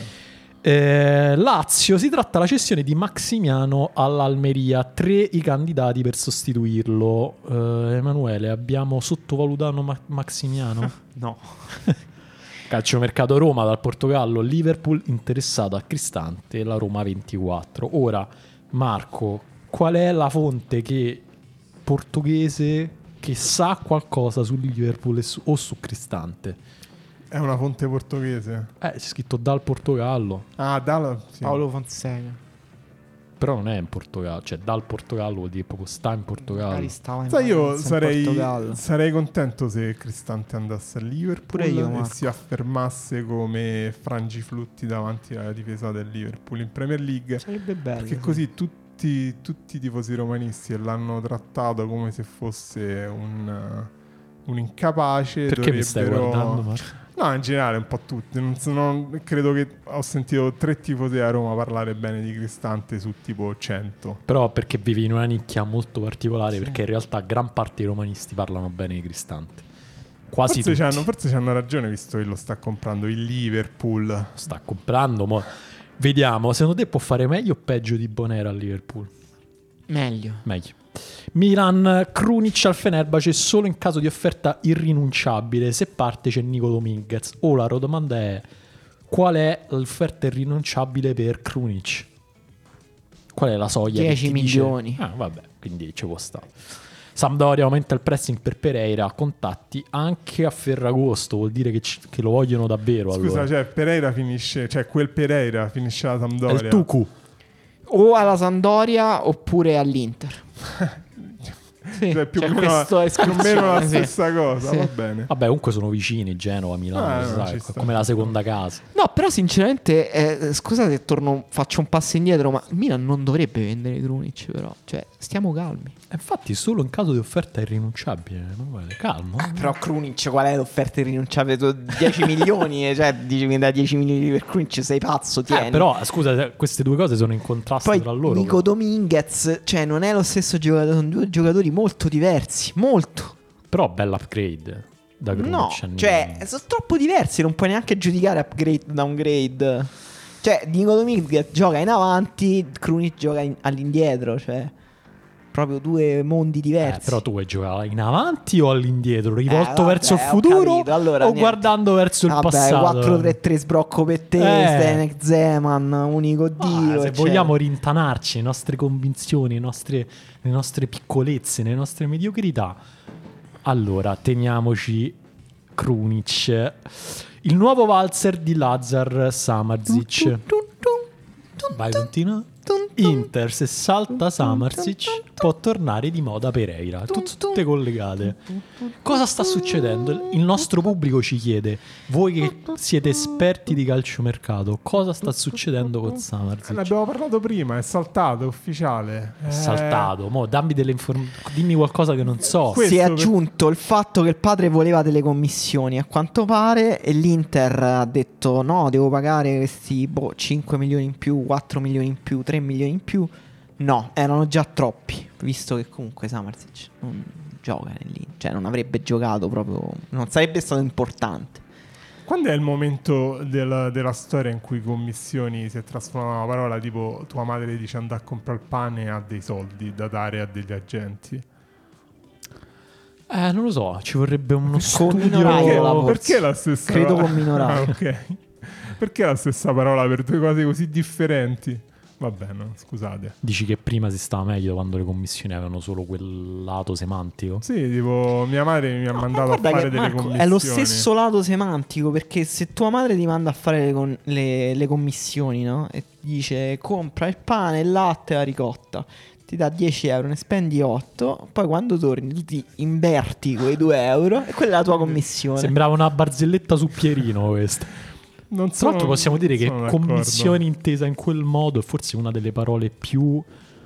D: Eh, Lazio, si tratta la cessione di Maximiano all'Almeria, tre i candidati per sostituirlo. eh, Emanuele, abbiamo sottovalutato Ma- Maximiano?
C: No.
D: Calciomercato Roma dal Portogallo, Liverpool interessato a Cristante, la Roma ventiquattro. Ora, Marco, qual è la fonte che portoghese che sa qualcosa su Liverpool e su, o su Cristante?
E: È una fonte portoghese?
D: Eh, c'è scritto dal Portogallo.
E: Ah, dal... Sì.
C: Paolo Fonseca.
D: Però non è in Portogallo, cioè dal Portogallo vuol dire proprio sta in Portogallo.
C: In
E: Sai, io sarei, sarei contento se Cristante andasse a Liverpool
C: io,
E: e si affermasse come frangiflutti davanti alla difesa del Liverpool in Premier League.
C: Sarebbe bello.
E: Perché così tutti, tutti i tifosi romanisti l'hanno trattato come se fosse un, un incapace.
D: Perché
E: dovrebbero...
D: mi stai guardando, Marco?
E: No, in generale un po' tutti. Non, non, credo che ho sentito tre tifosi a Roma parlare bene di Cristante su tipo cento.
D: Però perché vivi in una nicchia molto particolare,
C: sì.
D: Perché in realtà gran parte dei romanisti parlano bene di Cristante. Quasi
E: forse
D: tutti.
E: C'hanno, forse c'hanno ragione, visto che lo sta comprando il Liverpool.
D: Lo sta comprando. Mo... Vediamo, secondo te può fare meglio o peggio di Bonera al Liverpool?
C: Meglio.
D: Meglio. Milan, Krunic al Fenerbahce solo in caso di offerta irrinunciabile. Se parte c'è Nico Dominguez. Ora la domanda è: qual è l'offerta irrinunciabile per Krunic? Qual è la soglia?
C: dieci milioni.
D: Dice... Ah, vabbè, quindi ci può stare. Sampdoria aumenta il pressing per Pereira, contatti anche a Ferragosto, vuol dire che, ci... che lo vogliono davvero.
E: Scusa,
D: allora.
E: cioè Pereira finisce, cioè quel Pereira finisce alla Sampdoria.
D: È il Tucu.
C: O alla Sampdoria oppure all'Inter. Sì,
E: cioè, più o
C: c'è
E: meno,
C: questa
E: più o meno la
C: escursione, sì.
E: stessa cosa,
C: Sì.
E: va bene.
D: Vabbè, comunque sono vicini, Genova, Milano,
E: Ah, no,
D: sai,
E: ci
D: è
E: sta,
D: come la
E: ci sta.
D: seconda casa.
C: No, però sinceramente, eh, scusate se torno, faccio un passo indietro, ma il Milan non dovrebbe vendere Krunic, però. Cioè, stiamo calmi.
D: E infatti solo in caso di offerta irrinunciabile, Emanuele, calmo.
C: Eh, però Krunic, qual è l'offerta irrinunciabile? Tu dieci milioni, cioè dici che da dieci milioni per Krunic sei pazzo, tieni.
D: Eh, però, scusa, queste due cose sono in contrasto
C: Poi
D: tra loro.
C: Nico Dominguez, cioè non è lo stesso giocatore, sono due giocatori molto diversi, molto.
D: Però bella upgrade da Krunic.
C: No,
D: a Nico.
C: cioè sono troppo diversi, non puoi neanche giudicare upgrade, downgrade. Cioè Nico Dominguez gioca in avanti, Krunic gioca in- all'indietro, cioè proprio due mondi
D: Eh,
C: diversi.
D: però tu vuoi giocare in avanti o all'indietro? Rivolto
C: Eh,
D: verso il
C: vabbè, ho
D: futuro
C: capito. Allora,
D: o
C: niente.
D: guardando verso il
C: Vabbè,
D: passato?
C: quattro tre tre sbrocco per te,
D: Eh.
C: Stenek Zeman, unico
D: Ah,
C: Dio.
D: se
C: eccetera.
D: vogliamo rintanarci le nostre convinzioni, le nostre, le nostre piccolezze, le nostre mediocrità, allora teniamoci Krunic, il nuovo valzer di Lazar Samardzic.
C: Tum, tum, tum,
D: Vai,
C: tum,
D: continua.
C: tum, tum.
D: Inter, se salta Samardzic può tornare di moda Pereira. Tut- tutte collegate. Cosa sta succedendo? Il nostro pubblico ci chiede, voi che siete esperti di calciomercato, cosa sta succedendo con
E: Ne
D: Samardzic?
E: abbiamo parlato prima, è saltato, è ufficiale.
D: È
E: Eh,
D: saltato. Mo, dammi delle informazioni. Dimmi qualcosa che non so.
E: Questo
C: Si è
E: per-
C: aggiunto il fatto che il padre voleva delle commissioni a quanto pare e l'Inter ha detto no, devo pagare questi boh, cinque milioni in più, quattro milioni in più, tre milioni in più. No, erano già troppi, visto che comunque Samardzic non gioca lì, cioè non avrebbe giocato proprio, non sarebbe stato importante.
E: Quando è il momento del- della storia in cui commissioni si è trasformata in una parola tipo tua madre dice andare a comprare il pane e ha dei soldi da dare a degli agenti?
D: Eh, non lo so, ci vorrebbe uno
C: Con
D: studio.
C: Minoraiola, forse.
E: Perché la stessa
C: Credo con Minoraiola.
E: Ah, ok. Perché la stessa parola per due cose così differenti? Va bene, scusate.
D: Dici che prima si stava meglio quando le commissioni avevano solo quel lato semantico?
E: Sì, tipo mia madre mi ha
C: No,
E: mandato
C: ma
E: a
C: guarda
E: fare
C: che,
E: delle
C: Marco,
E: commissioni.
C: è lo stesso lato semantico, perché se tua madre ti manda a fare le, con- le- le commissioni, no? E dice compra il pane, il latte e la ricotta, ti dà dieci euro, ne spendi otto, poi quando torni tu ti inverti quei due euro e quella è la tua commissione.
D: Sembrava una barzelletta su Pierino questa.
E: Non
D: Tra
E: sono-
D: l'altro possiamo dire che
E: sono d'accordo.
D: commissioni intesa in quel modo è forse una delle parole più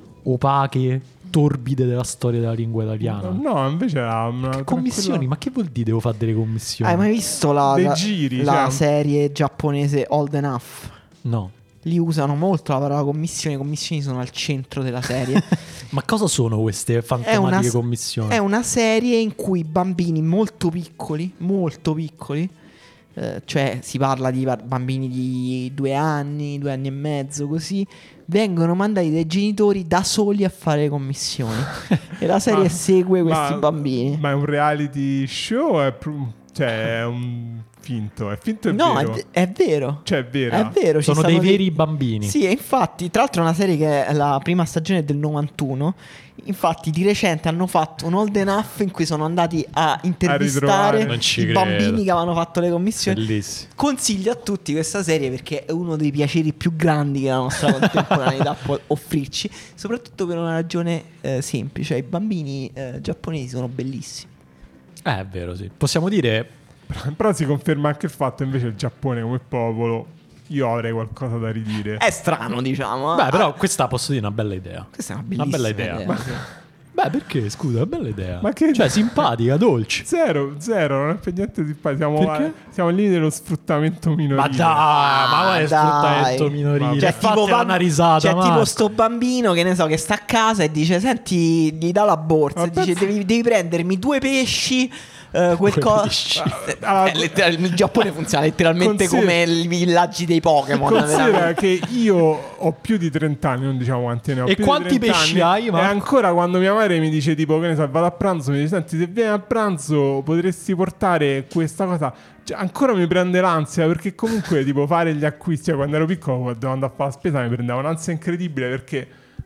D: opache, torbide della storia della lingua italiana.
E: No, invece era una
D: Che commissioni?
E: tranquilla-
D: Ma che vuol dire devo fare delle commissioni?
C: Hai mai visto la,
E: Dei
C: la-
E: giri,
C: la
E: cioè-
C: serie giapponese Old Enough?
D: No.
C: Lì usano molto la parola commissioni, le commissioni sono al centro della serie.
D: Ma cosa sono queste
C: È una,
D: fantomatiche
C: s-
D: commissioni?
C: è una serie in cui bambini molto piccoli, molto piccoli, eh, cioè si parla di ba- bambini di due anni, due anni e mezzo, così, vengono mandati dai genitori da soli a fare le commissioni. E la serie
E: Ma-
C: segue questi
E: ma-
C: bambini.
E: Ma è un reality show? È pr- cioè, è un finto. È finto e
C: No, è,
E: vero.
C: v- è vero.
E: Cioè, è vera.
C: È vero, ci
D: Sono
C: stanno
D: dei veri bambini.
C: Sì, e infatti, tra l'altro è una serie che è la prima stagione è del novantuno. Infatti di recente hanno fatto un Old Enough in cui sono andati a intervistare
E: ritrovare.
D: Non ci
C: i
D: credo.
C: bambini che avevano fatto le commissioni.
D: Bellissimo.
C: Consiglio a tutti questa serie perché è uno dei piaceri più grandi che la nostra contemporaneità può offrirci, soprattutto per una ragione eh, semplice. I bambini eh, giapponesi sono bellissimi.
D: Eh, è vero, sì. Possiamo dire...
E: Però si conferma anche il fatto invece il Giappone come popolo. Io avrei qualcosa da ridire.
C: È strano, diciamo.
D: Beh,
C: eh.
D: però questa posso dire è una bella idea.
C: Questa è una
D: Una
C: bellissima
D: bella idea.
C: idea, sì.
D: Beh, perché? Scusa, è una bella idea.
E: Ma che-
D: Cioè, simpatica, dolce.
E: Zero, zero, non è per niente simpatico. Siamo,
D: Perché?
E: siamo lì dello sfruttamento minorile.
D: Ma dai, ma guarda, è
C: dai.
D: sfruttamento minorile.
C: C'è
D: Fatela
C: tipo,
D: una risata,
C: c'è
D: Marco.
C: tipo sto bambino che ne so che sta a casa e dice senti gli dà la borsa
E: Ma
C: e dice
E: pensa-
C: devi, devi prendermi due pesci eh, quel
D: Due
C: co-
D: pesci.
E: Ah,
C: Eh, letteral- il Giappone funziona letteralmente
E: Considera-
C: come i villaggi dei Pokémon.
E: Considera
C: veramente.
E: che io ho più di trenta anni, non diciamo quanti ne ho.
D: E
E: più
D: quanti
E: di trenta
D: pesci
E: anni,
D: hai,
E: E
D: Marco?
E: ancora quando mia madre mi dice tipo che ne so, vado a pranzo, mi dice senti se vieni a pranzo potresti portare questa cosa. Cioè, ancora mi prende l'ansia perché comunque tipo fare gli acquisti, cioè, quando ero piccolo dovevo andare a fare la spesa mi prendeva un'ansia incredibile perché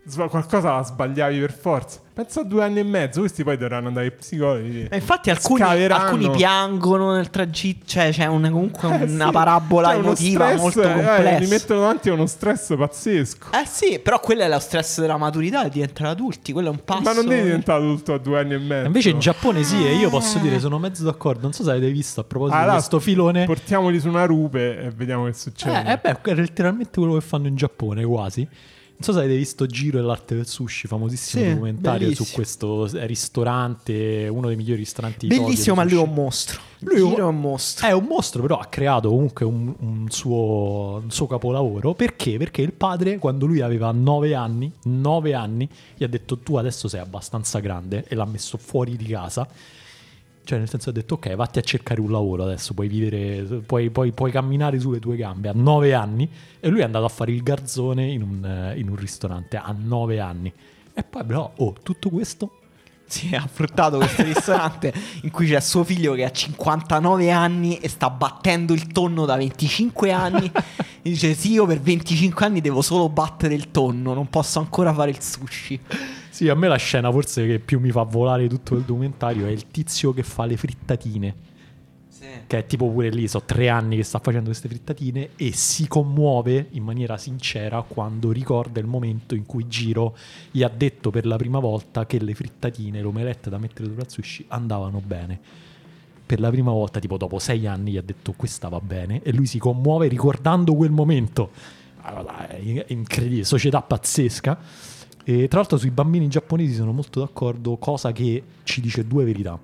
E: Sba- qualcosa la sbagliavi per forza. Pensa a due anni e mezzo, questi poi dovranno andare ai psicologi.
C: Ma infatti alcuni, alcuni piangono nel tragitto, cioè c'è un, comunque
E: Eh,
C: una
E: sì.
C: parabola
E: C'è uno
C: emotiva
E: stress,
C: molto
E: eh,
C: complessa.
E: li mettono davanti a uno stress pazzesco.
C: Eh sì, però quello è lo stress della maturità, di diventare adulti, quello è un passo.
E: Ma non devi diventare adulto a due anni e mezzo.
D: Invece in Giappone sì, e io posso dire, sono mezzo d'accordo. Non so se avete visto a proposito
E: Ah,
D: di
E: là,
D: questo filone.
E: Portiamoli su una rupe e vediamo che succede.
D: Eh, eh beh, è letteralmente quello che fanno in Giappone, quasi. Non so se avete visto Giro e l'arte del sushi, famosissimo
C: Sì,
D: documentario
C: bellissimo.
D: su questo ristorante, uno dei migliori ristoranti di Tokyo
C: Bellissimo,
D: di
C: ma lui è
D: sushi.
C: un mostro.
D: Lui
C: Giro è un mostro.
D: È un mostro, però ha creato comunque un, un suo, un suo capolavoro. Perché? Perché il padre, quando lui aveva nove anni, nove anni, gli ha detto: tu adesso sei abbastanza grande, e l'ha messo fuori di casa. Cioè, nel senso, ha detto: ok, vatti a cercare un lavoro adesso, puoi vivere, puoi, puoi, puoi camminare sulle tue gambe a nove anni. E lui è andato a fare il garzone in un, in un ristorante a nove anni. E poi, però, oh, tutto questo.
C: Sì, ha fruttato questo ristorante in cui c'è suo figlio che ha cinquantanove anni e sta battendo il tonno da venticinque anni. E dice: sì, io per venticinque anni devo solo battere il tonno, non posso ancora fare il sushi.
D: Sì, a me la scena forse che più mi fa volare tutto il documentario è il tizio che fa le frittatine.
C: Sì.
D: Che è tipo pure lì, so tre anni che sta facendo queste frittatine e si commuove in maniera sincera quando ricorda il momento in cui Giro gli ha detto per la prima volta che le frittatine, l'omelette da mettere sopra il sushi andavano bene. Per la prima volta, tipo dopo sei anni, gli ha detto questa va bene, e lui si commuove ricordando quel momento. Allora, è incredibile, società pazzesca. E tra l'altro sui bambini giapponesi sono molto d'accordo, cosa che ci dice due verità.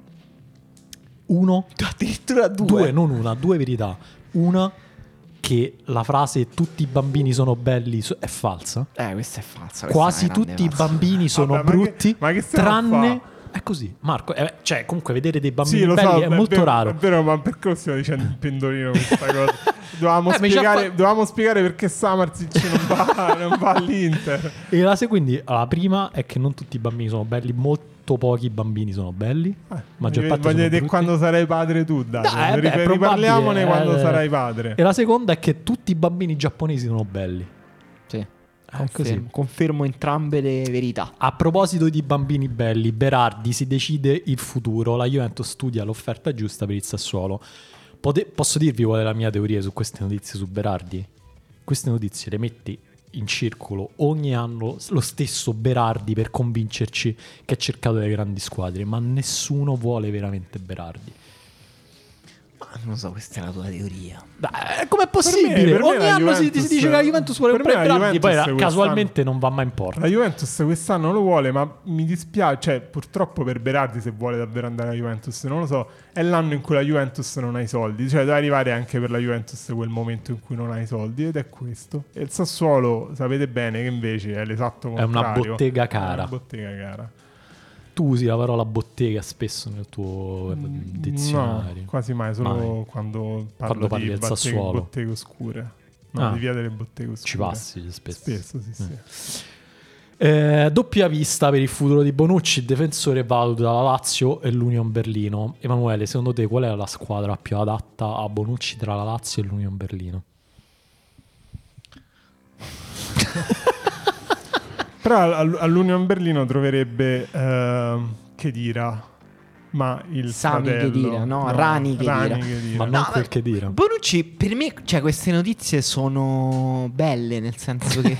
D: Uno,
C: Addirittura due.
D: due, non una, due verità. Una, che la frase tutti i bambini sono belli so- è falsa.
C: Eh, questa è falsa. questa
D: Quasi
C: è una grande
D: tutti i
C: falsa.
D: bambini sono
E: Vabbè, ma
D: brutti,
E: che- ma che stiamo a
D: tranne...
E: fa'?
D: È così, Marco. eh, cioè, comunque vedere dei bambini
E: Sì, lo
D: belli
E: so,
D: è
E: è
D: molto
E: vero,
D: raro.
E: È vero, ma perché lo stiamo dicendo in pendolino questa cosa? Dovevamo,
D: Eh, mi ci ha
E: spiegare,
D: fa-
E: dovevamo spiegare perché Samarzic non va, non va all'Inter.
D: E la se- quindi la prima è che non tutti i bambini sono belli, molto pochi bambini sono belli.
E: Eh,
D: maggior
E: voglio
D: parte
E: voglio
D: sono
E: vedere
D: brutti.
E: quando sarai padre tu, dai.
D: Dai, eh, beh,
E: Rip-
D: è probabile,
E: riparliamone quando
D: eh,
E: sarai padre.
D: E la seconda è che tutti i bambini giapponesi sono belli.
C: Sì.
D: È così.
C: Confermo, confermo entrambe le verità.
D: A proposito di bambini belli, Berardi, si decide il futuro. La Juventus studia l'offerta giusta per il Sassuolo. Pote- posso dirvi qual è la mia teoria su queste notizie su Berardi? Queste notizie le metti in circolo ogni anno lo stesso Berardi per convincerci che ha cercato le grandi squadre, ma nessuno vuole veramente Berardi.
C: Ma non so, questa è la tua teoria.
D: Dai, com'è possibile?
E: per me
D: Ogni
E: la
D: anno si,
E: Juventus-
D: si dice che la Juventus vuole
E: per me
D: comprare
E: la
D: Berardi, poi
E: Juventus
D: casualmente non va mai in porta.
E: La Juventus quest'anno lo vuole, ma mi dispiace, cioè purtroppo per Berardi, se vuole davvero andare alla Juventus, non lo so, è l'anno in cui la Juventus non ha i soldi, cioè deve arrivare anche per la Juventus quel momento in cui non ha i soldi, ed è questo. E il Sassuolo sapete bene che invece è l'esatto
D: È una
E: contrario.
D: bottega cara.
E: È una bottega cara.
D: Tu usi la parola bottega spesso nel tuo dizionario.
E: No, quasi mai, solo
D: Mai.
E: quando parlo
D: Quando parli
E: di
D: del
E: bottega-
D: Sassuolo.
E: botteghe oscure. No,
D: Ah.
E: di via delle botteghe oscure.
D: Ci passi spesso.
E: Spesso, sì, sì.
D: Eh, doppia vista per il futuro di Bonucci, il difensore valuta la Lazio e l'Union Berlino. Emanuele, secondo te qual è la squadra più adatta a Bonucci tra la Lazio e l'Union Berlino?
E: Però all- all'Union Berlino troverebbe eh, Khedira, ma il
C: Sami
E: fratello,
C: Khedira, no, Rani Khedira.
E: Khedira.
D: Ma non
C: No,
D: quel
C: ma-
D: che dire.
C: Bonucci, per me, cioè, queste notizie sono belle, nel senso che...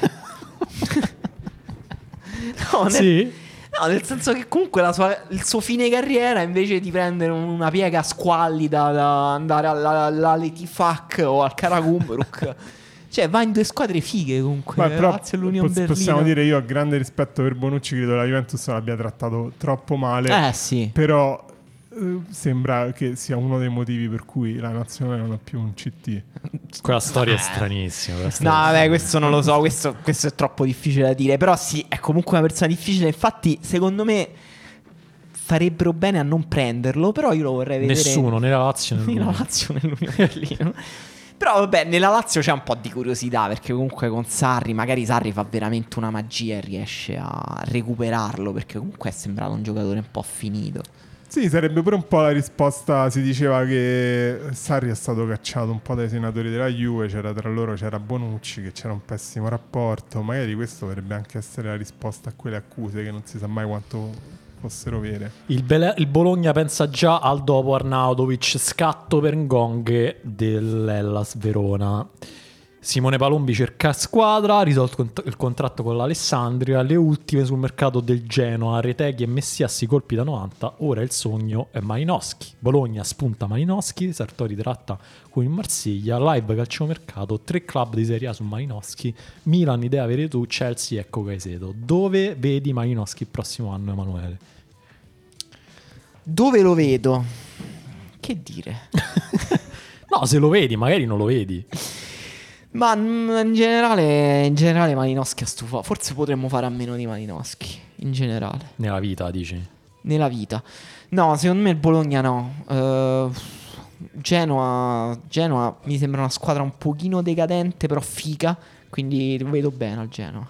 C: no, nel...
D: Sì?
C: no, nel senso che comunque la sua- il suo fine carriera, invece di prendere una piega squallida da andare alla, alla Letifac o al Karagumruk, cioè va in due squadre fighe comunque.
E: Ma però
C: Lazio e l'Union
E: poss-
C: Berlino.
E: possiamo dire, io ho grande rispetto per Bonucci, credo la Juventus l'abbia trattato troppo male,
C: Eh sì.
E: però eh, sembra che sia uno dei motivi per cui la nazionale non ha più un C T.
D: Quella storia è stranissima. quella
C: No,
D: storia è
C: vabbè, questo non lo so, questo, questo è troppo difficile da dire. Però sì, è comunque una persona difficile. Infatti, secondo me farebbero bene a non prenderlo. Però io lo vorrei vedere.
D: Nessuno, né la Lazio né
C: Nella
D: l'Union.
C: Lazio nell'Unione Berlino. Però vabbè, nella Lazio c'è un po' di curiosità, perché comunque con Sarri, magari Sarri fa veramente una magia e riesce a recuperarlo, perché comunque è sembrato un giocatore un po' finito.
E: Sì, sarebbe pure un po' la risposta. Si diceva che Sarri è stato cacciato un po' dai senatori della Juve, c'era tra loro c'era Bonucci, che c'era un pessimo rapporto. Magari questo potrebbe anche essere la risposta a quelle accuse che non si sa mai quanto fossero vere.
D: Il, Bele- il Bologna pensa già al dopo Arnautovic, scatto per Ngonghe dell'Hellas Verona. Simone Palombi cerca squadra, ha risolto cont- il contratto con l'Alessandria, le ultime sul mercato del Genoa, Reteghi e Messias colpi da novanta, ora il sogno è Malinowski. Bologna spunta Malinowski, Sartori tratta con il Marsiglia, live calciomercato, tre club di Serie A su Malinowski, Milan idea avere tu, Chelsea ecco Caicedo. Dove vedi Malinowski il prossimo anno, Emanuele?
C: Dove lo vedo? Che dire?
D: No, se lo vedi, magari non lo vedi.
C: Ma in generale, in generale Malinowski ha stufato. Forse potremmo fare a meno di Malinowski, in generale.
D: Nella vita, dici?
C: Nella vita. No, secondo me il Bologna no. Uh, Genoa, Genoa mi sembra una squadra un pochino decadente, però figa. Quindi lo vedo bene al Genoa.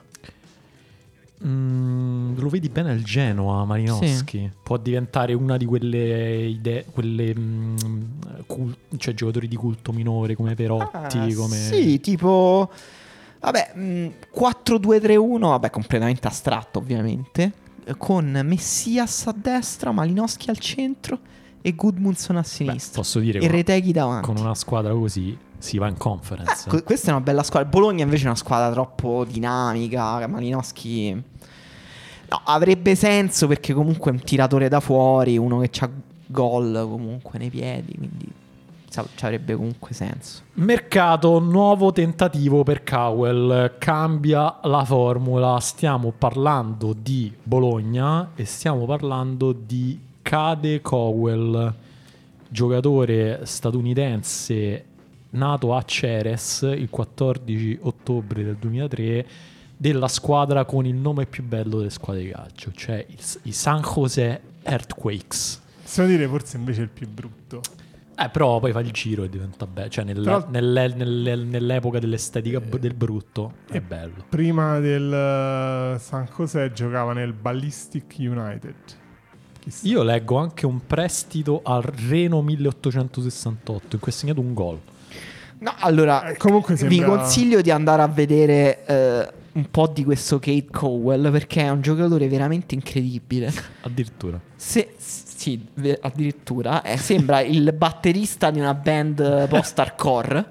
D: Mm, lo vedi bene al Genoa, Malinowski? Sì. Può diventare una di quelle idee, quelle mm, cult, cioè giocatori di culto minore come Perotti, ah, come...
C: Sì, tipo vabbè, mh, quattro due tre uno, vabbè, completamente astratto ovviamente, con Messias a destra, Malinowski al centro e Gudmundsson a sinistra. Beh,
D: posso dire
C: e Reteghi davanti.
D: Con una squadra così si va in conference.
C: Eh, questa è una bella squadra. Bologna invece è una squadra troppo dinamica. Malinowski no, avrebbe senso perché comunque è un tiratore da fuori, uno che c'ha gol comunque nei piedi, quindi ci avrebbe comunque senso.
D: Mercato, nuovo tentativo per Cowell, cambia la formula. Stiamo parlando di Bologna e stiamo parlando di Cade Cowell, giocatore statunitense nato a Ceres il quattordici ottobre del duemilatré, della squadra con il nome più bello delle squadre di calcio, cioè i, i San Jose Earthquakes.
E: Possiamo dire forse invece il più brutto.
D: Eh, però poi fa il giro e diventa bello, cioè nel, Però... nelle, nelle, nell'epoca dell'estetica eh, del brutto è bello.
E: Prima del uh, San Jose giocava nel Ballistic United. Chissà.
D: Io leggo anche un prestito al Reno milleottocentosessantotto in cui ha segnato un gol.
C: No, allora,
E: eh, comunque sembra...
C: vi consiglio di andare a vedere eh, un po' di questo Cade Cowell, perché è un giocatore veramente incredibile.
D: Addirittura.
C: Se, sì, addirittura. Eh, sembra il batterista di una band post-hardcore.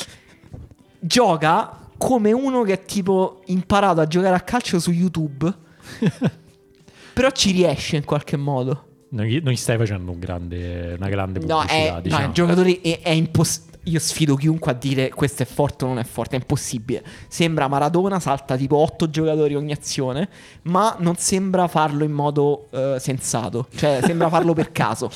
C: Gioca come uno che è tipo imparato a giocare a calcio su YouTube. Però ci riesce in qualche modo.
D: Non gli, non gli stai facendo un grande, una grande pubblicità,
C: no, è,
D: diciamo.
C: No, il giocatore è, è impossibile. Io sfido chiunque a dire questo è forte o non è forte, è impossibile. Sembra Maradona, salta tipo otto giocatori ogni azione, ma non sembra farlo in modo uh, sensato. Cioè sembra farlo per caso.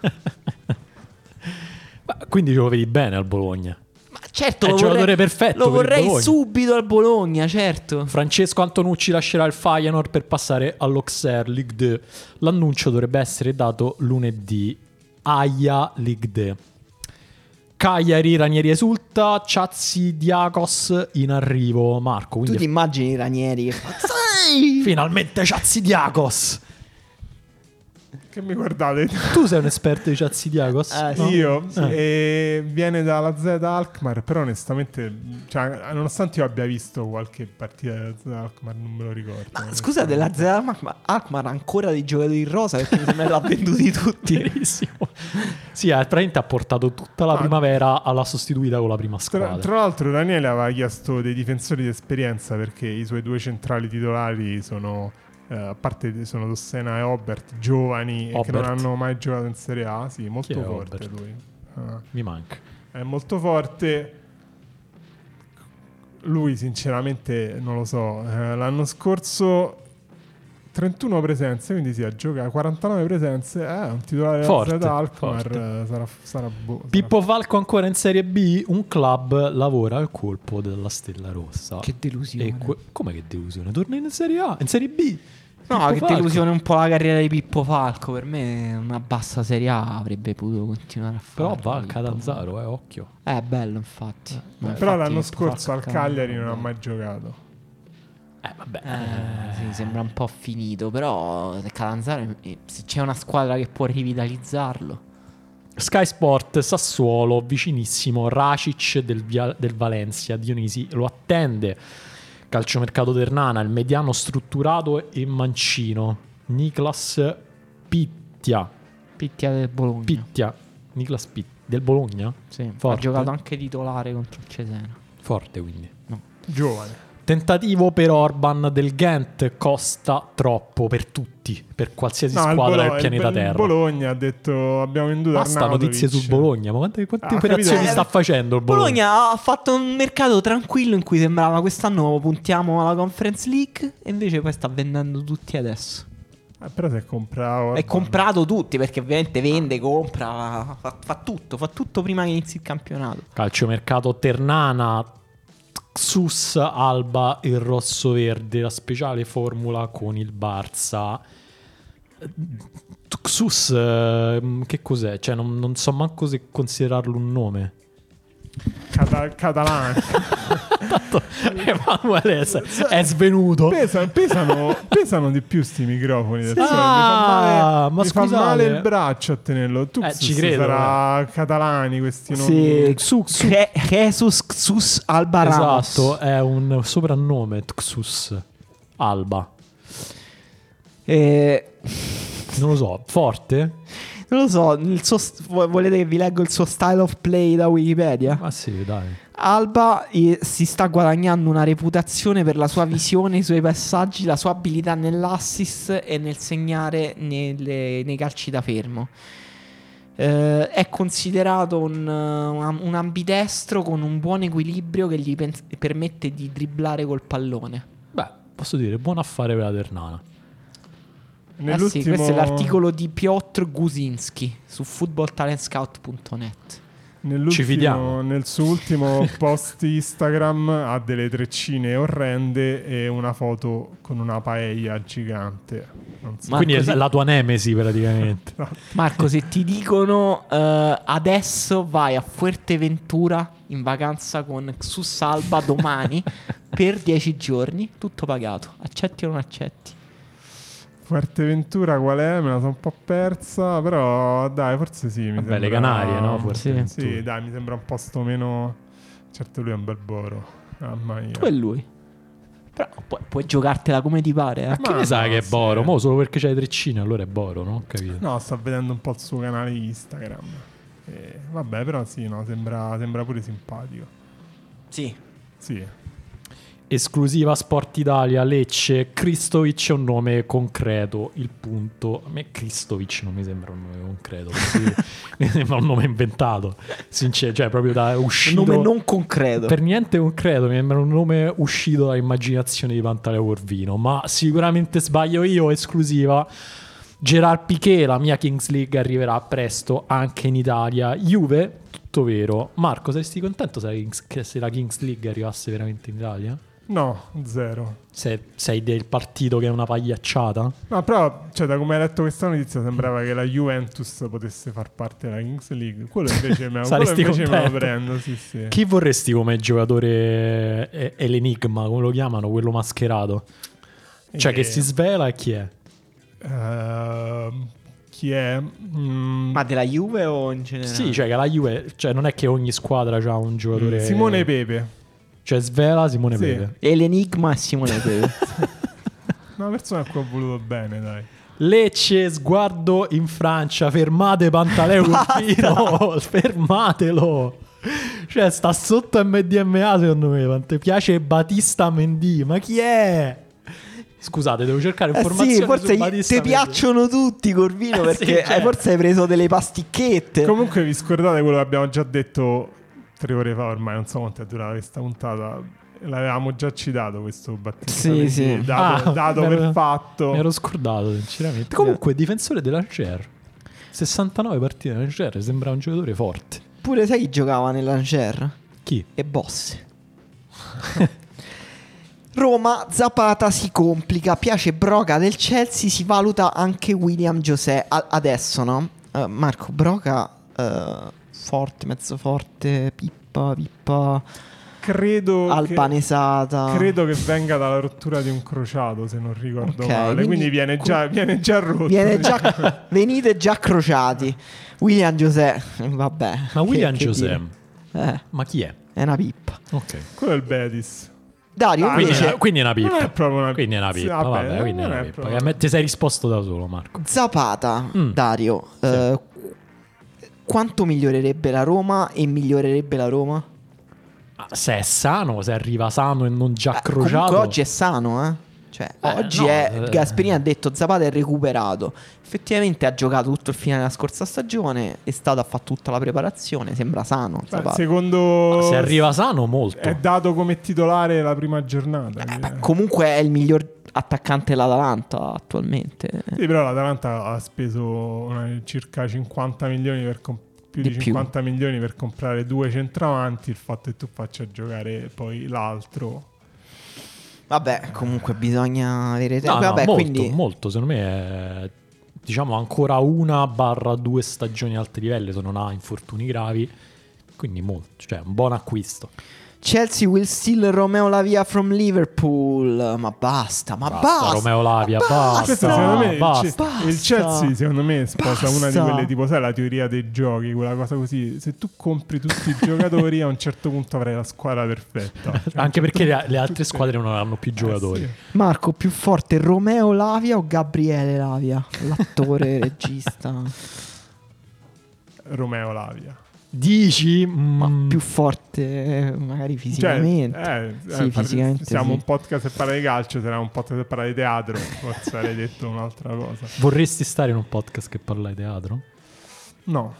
D: Ma quindi ce lo vedi bene al Bologna?
C: Ma certo,
D: è
C: lo
D: il giocatore
C: vorrei,
D: perfetto
C: lo
D: per
C: vorrei
D: il
C: subito al Bologna, certo.
D: Francesco Antonucci lascerà il Feyenoord per passare all'Auxerre Ligue due. L'annuncio dovrebbe essere dato lunedì. Aia Ligue due. Cagliari, Ranieri esulta, Ciazzi Diakos in arrivo. Marco,
C: tu ti immagini Ranieri che fa sì!
D: Finalmente Ciazzi Diakos.
E: Che mi guardate?
D: Tu sei un esperto di Ciazzi Diakos?
E: Eh,
D: no?
E: Io
D: sì.
E: E viene dalla Z Alkmaar. Però onestamente, cioè, nonostante io abbia visto qualche partita della Z Alkmaar, non me lo ricordo.
C: Ma scusate, la Z Alkmaar ha ancora dei giocatori in rosa, perché mi sembra che l'ha venduti tutti.
D: Verissimo. Sì, eh, praticamente ha portato tutta la ah, primavera alla sostituita con la prima squadra.
E: Tra, tra l'altro Daniele aveva chiesto dei difensori di esperienza, perché i suoi due centrali titolari sono... Uh, a parte sono Dossena e Obert, giovani e che non hanno mai giocato in Serie A. Sì, molto forte Obert? Lui uh,
D: mi manca,
E: è molto forte lui, sinceramente non lo so. Uh, l'anno scorso trentuno presenze, quindi sì, ha giocato quarantanove presenze, è eh, un titolare
D: forte,
E: della Z Alkmaar. Sarà, sarà boh,
D: Pippo
E: sarà...
D: Falco ancora in Serie B, un club lavora al colpo della Stella Rossa.
C: Che delusione.
D: Que- come che delusione? Torna in Serie A, in Serie B.
C: No,
D: Pippo
C: che
D: Falco.
C: delusione un po' la carriera di Pippo Falco. Per me una bassa Serie A avrebbe potuto continuare a fare.
D: Però va al Catanzaro, eh, occhio.
C: È bello, infatti.
E: Eh, però l'anno scorso al Cagliari non ha mai giocato.
D: Eh, vabbè.
C: Eh, sì, sembra un po' finito, però Catanzaro, eh, se c'è una squadra che può rivitalizzarlo.
D: Sky Sport, Sassuolo, vicinissimo, Racic del, Via- del Valencia, Dionisi lo attende. Calciomercato Ternana, il mediano strutturato e mancino, Niklas Pittia.
C: Pittia del Bologna.
D: Pittia, Niklas Pittia del Bologna?
C: Sì,
D: Forte.
C: ha giocato anche titolare contro il Cesena.
D: Forte quindi.
E: Giovane.
D: Tentativo per Orban del Ghent, costa troppo per tutti, per qualsiasi
E: No, il
D: squadra
E: Bolo-
D: del pianeta
E: il,
D: Terra.
E: Il Bologna ha detto abbiamo venduto
D: Basta
E: Arnautovic.
D: notizie sul Bologna, ma quante, quante
E: Ah,
D: operazioni
E: capito?
D: sta facendo il Bologna?
C: Bologna ha fatto un mercato tranquillo in cui sembrava quest'anno puntiamo alla Conference League e invece poi sta vendendo tutti adesso.
E: Eh, però si è comprato.
C: È comprato tutti perché ovviamente vende, compra, fa, fa tutto, fa tutto prima che inizi il campionato.
D: Calciomercato Ternana, Xus, Alba e Rossoverde, la speciale formula con il Barça. Xus, eh, che cos'è? Cioè non, non so manco se considerarlo un nome.
E: Cata- catalano.
D: Tanto Emanuele è, è svenuto.
E: Pesano, pesano, pesano di più sti microfoni del
D: Ah,
E: solito. Mi fa male,
D: ma
E: mi fa
D: scusate.
E: male il braccio a tenerlo. Tu
D: Eh, ci credo,
E: sarà catalani questi nomi.
C: Sì,
D: Xux.
C: Je- Jesus Xus Alba Ramos.
D: Esatto, è un soprannome, Xus Alba.
C: Eh,
D: Non lo so, forte?
C: non lo so, il suo st- volete che vi leggo il suo style of play da Wikipedia?
D: Ma sì, dai.
C: Alba eh, si sta guadagnando una reputazione per la sua visione, i suoi passaggi, la sua abilità nell'assist e nel segnare nelle- nei calci da fermo. Eh, è considerato un, un, un ambidestro con un buon equilibrio che gli pen- permette di dribblare col pallone.
D: Beh, posso dire, buon affare per la Ternana.
C: Eh sì,
E: Nell'ultimo...
C: questo è l'articolo di Piotr Guzinski su football talent scout punto net.
D: Ci fidiamo.
E: Nell'ultimo, nel suo ultimo post Instagram ha delle treccine orrende e una foto con una paella gigante. Non so.
C: Ma
D: Quindi
C: così-
D: è la tua nemesi praticamente.
C: Marco, se ti dicono eh, adesso vai a Fuerteventura in vacanza con Xus Alba domani per dieci giorni, tutto pagato. Accetti o non accetti?
E: Fuerteventura qual è? Me la sono un po' persa, però dai, forse sì. Mi
D: Vabbè,
E: sembra...
D: le Canarie, no? Fuerteventura.
E: Sì, dai, mi sembra un posto meno... Certo lui è un bel boro. Mamma mia.
C: Tu e lui. Però pu- puoi giocartela come ti pare, eh.
E: Ma
D: Che ne
E: no,
D: sai che è
E: sì.
D: Boro? Mo solo perché c'hai treccine, allora è Boro, no? Ho capito.
E: No, sto vedendo un po' il suo canale Instagram. E, vabbè, però sì, no, sembra, sembra pure simpatico.
C: Sì.
E: Sì.
D: Esclusiva Sport Italia, Lecce, Kristovic è un nome concreto, il punto. A me Kristovic non mi sembra un nome concreto, perché mi sembra un nome inventato, sincero, cioè proprio da
C: Un
D: uscito.
C: nome non concreto.
D: Per niente concreto, mi sembra un nome uscito dall'immaginazione di Pantaleo Corvino, ma sicuramente sbaglio io. Esclusiva Gerard Piqué, la mia Kings League arriverà presto anche in Italia. Juve, tutto vero. Marco, saresti contento se la Kings, che se la Kings League arrivasse veramente in Italia?
E: No, zero.
D: Se sei del partito che è una pagliacciata?
E: No, però, cioè, da come hai letto questa notizia, sembrava che la Juventus potesse far parte della Kings League. Quello invece me, quello
D: Saresti
E: invece me lo
D: contento?
E: prendo, sì, sì.
D: Chi vorresti come giocatore? È, è l'enigma, come lo chiamano, quello mascherato? Cioè
E: Eh,
D: che si svela e chi è?
E: ehm, chi è? Mm,
C: Ma della Juve o in generale?
D: Sì, cioè che la Juve, cioè non è che ogni squadra ha un giocatore.
E: Simone Pepe.
D: Cioè svela Simone
E: Sì.
D: Pepe.
C: E l'enigma è Simone Pepe.
E: Una persona a cui ho voluto bene, dai.
D: Lecce, sguardo in Francia, fermate Pantaleo Corvino, fermatelo. Cioè sta sotto M D M A secondo me. Quanto piace Batista Mendy, ma chi è? Scusate, devo cercare
C: Eh
D: informazioni
C: sì, forse
D: su
C: gli-
D: Batista
C: ti
D: Mendy.
C: piacciono tutti, Corvino,
D: Eh sì,
C: perché
D: cioè.
C: eh, forse hai preso delle pasticchette.
E: Comunque vi scordate quello che abbiamo già detto tre ore fa ormai, non so quanto è durata questa puntata. L'avevamo già citato questo Battista.
C: Sì,
E: quindi
C: sì.
E: Dato,
D: Ah,
E: dato
D: mi
E: per
D: ero-
E: fatto.
D: Mi ero scordato, sinceramente. Comunque, difensore dell'Angers. sessantanove partite nell'Angers, sembra un giocatore forte.
C: Pure sai chi giocava nell'Angers?
D: Chi?
C: E Bosse. Roma, Zapata si complica, piace Broca del Chelsea, si valuta anche William José. A- adesso, no? Eh, Marco, Broca, eh, forte, mezzo forte, pippa, pippa.
E: credo
C: albanesata.
E: Che, credo che venga dalla rottura di un crociato, se non ricordo
C: Okay,
E: male.
C: quindi-
E: Quindi, viene, già, viene già rotto.
C: Viene già, venite già crociati. William José, vabbè.
D: Ma
C: che-
D: William
C: che
D: José,
C: dire? Eh,
D: ma chi è?
C: è una pippa.
D: Ok.
E: Quello è il Betis.
C: Dario
E: Ah,
D: Quindi,
C: invece
D: è, quindi è una pippa.
E: Non è proprio una
D: Quindi è una
E: sì,
D: pippa.
E: vabbè,
D: Vabbè, quindi è
E: non
D: una
E: è
D: pippa.
E: proprio-
D: Che a me ti sei risposto da solo, Marco.
C: Zapata,
D: Mm.
C: Dario, eh, quanto migliorerebbe la Roma e migliorerebbe la Roma?
D: Ma se è sano, se arriva sano e non già
C: Eh,
D: crociato.
C: comunque oggi è sano, eh? Cioè,
D: Eh,
C: oggi
D: no,
C: è
D: eh.
C: Gasperini ha detto Zapata è recuperato. Effettivamente ha giocato tutto il finale della scorsa stagione, è stato a fare tutta la preparazione, sembra sano
E: Beh,
C: Zapata.
E: secondo
D: Se arriva sano, molto.
E: è dato come titolare la prima giornata.
C: Eh,
E: Eh,
C: beh, comunque è il miglior attaccante dell'Atalanta attualmente.
E: Sì, però l'Atalanta ha speso una- circa cinquanta milioni per comp- più di,
C: Di più.
E: cinquanta milioni per comprare due centravanti. Il fatto che tu faccia giocare poi l'altro.
C: Vabbè, comunque bisogna avere
D: No,
C: tempo.
D: no,
C: Vabbè,
D: molto,
C: quindi
D: molto. Secondo me è, diciamo, ancora una barra due stagioni a alti livelli se non ha infortuni gravi. Quindi molto, cioè un buon acquisto.
C: Chelsea will steal Romeo Lavia from Liverpool. Ma basta, ma basta.
D: Basta, Romeo Lavia, basta.
E: Questo secondo me il,
D: basta.
E: Ce-
C: Basta.
E: il Chelsea secondo me sposa una di
C: Basta.
E: quelle tipo, sai, la teoria dei giochi, quella cosa così. Se tu compri tutti i giocatori a un certo punto avrai la squadra perfetta. Cioè, a un
D: Anche
E: certo
D: perché le,
E: punto
D: le altre
E: tutte-
D: squadre non hanno più giocatori.
E: Eh, sì.
C: Marco, più forte Romeo Lavia o Gabriele Lavia? L'attore, regista.
E: Romeo Lavia.
D: Dici?
C: Ma
D: Mm,
C: più forte eh, magari fisicamente.
E: Cioè, eh,
C: Sì,
E: eh,
C: fisicamente
E: siamo
C: sì.
E: un podcast per parlare di calcio, sarà un podcast per parlare di teatro. Forse avrei detto un'altra cosa.
D: Vorresti stare in un podcast che parla di teatro?
E: No.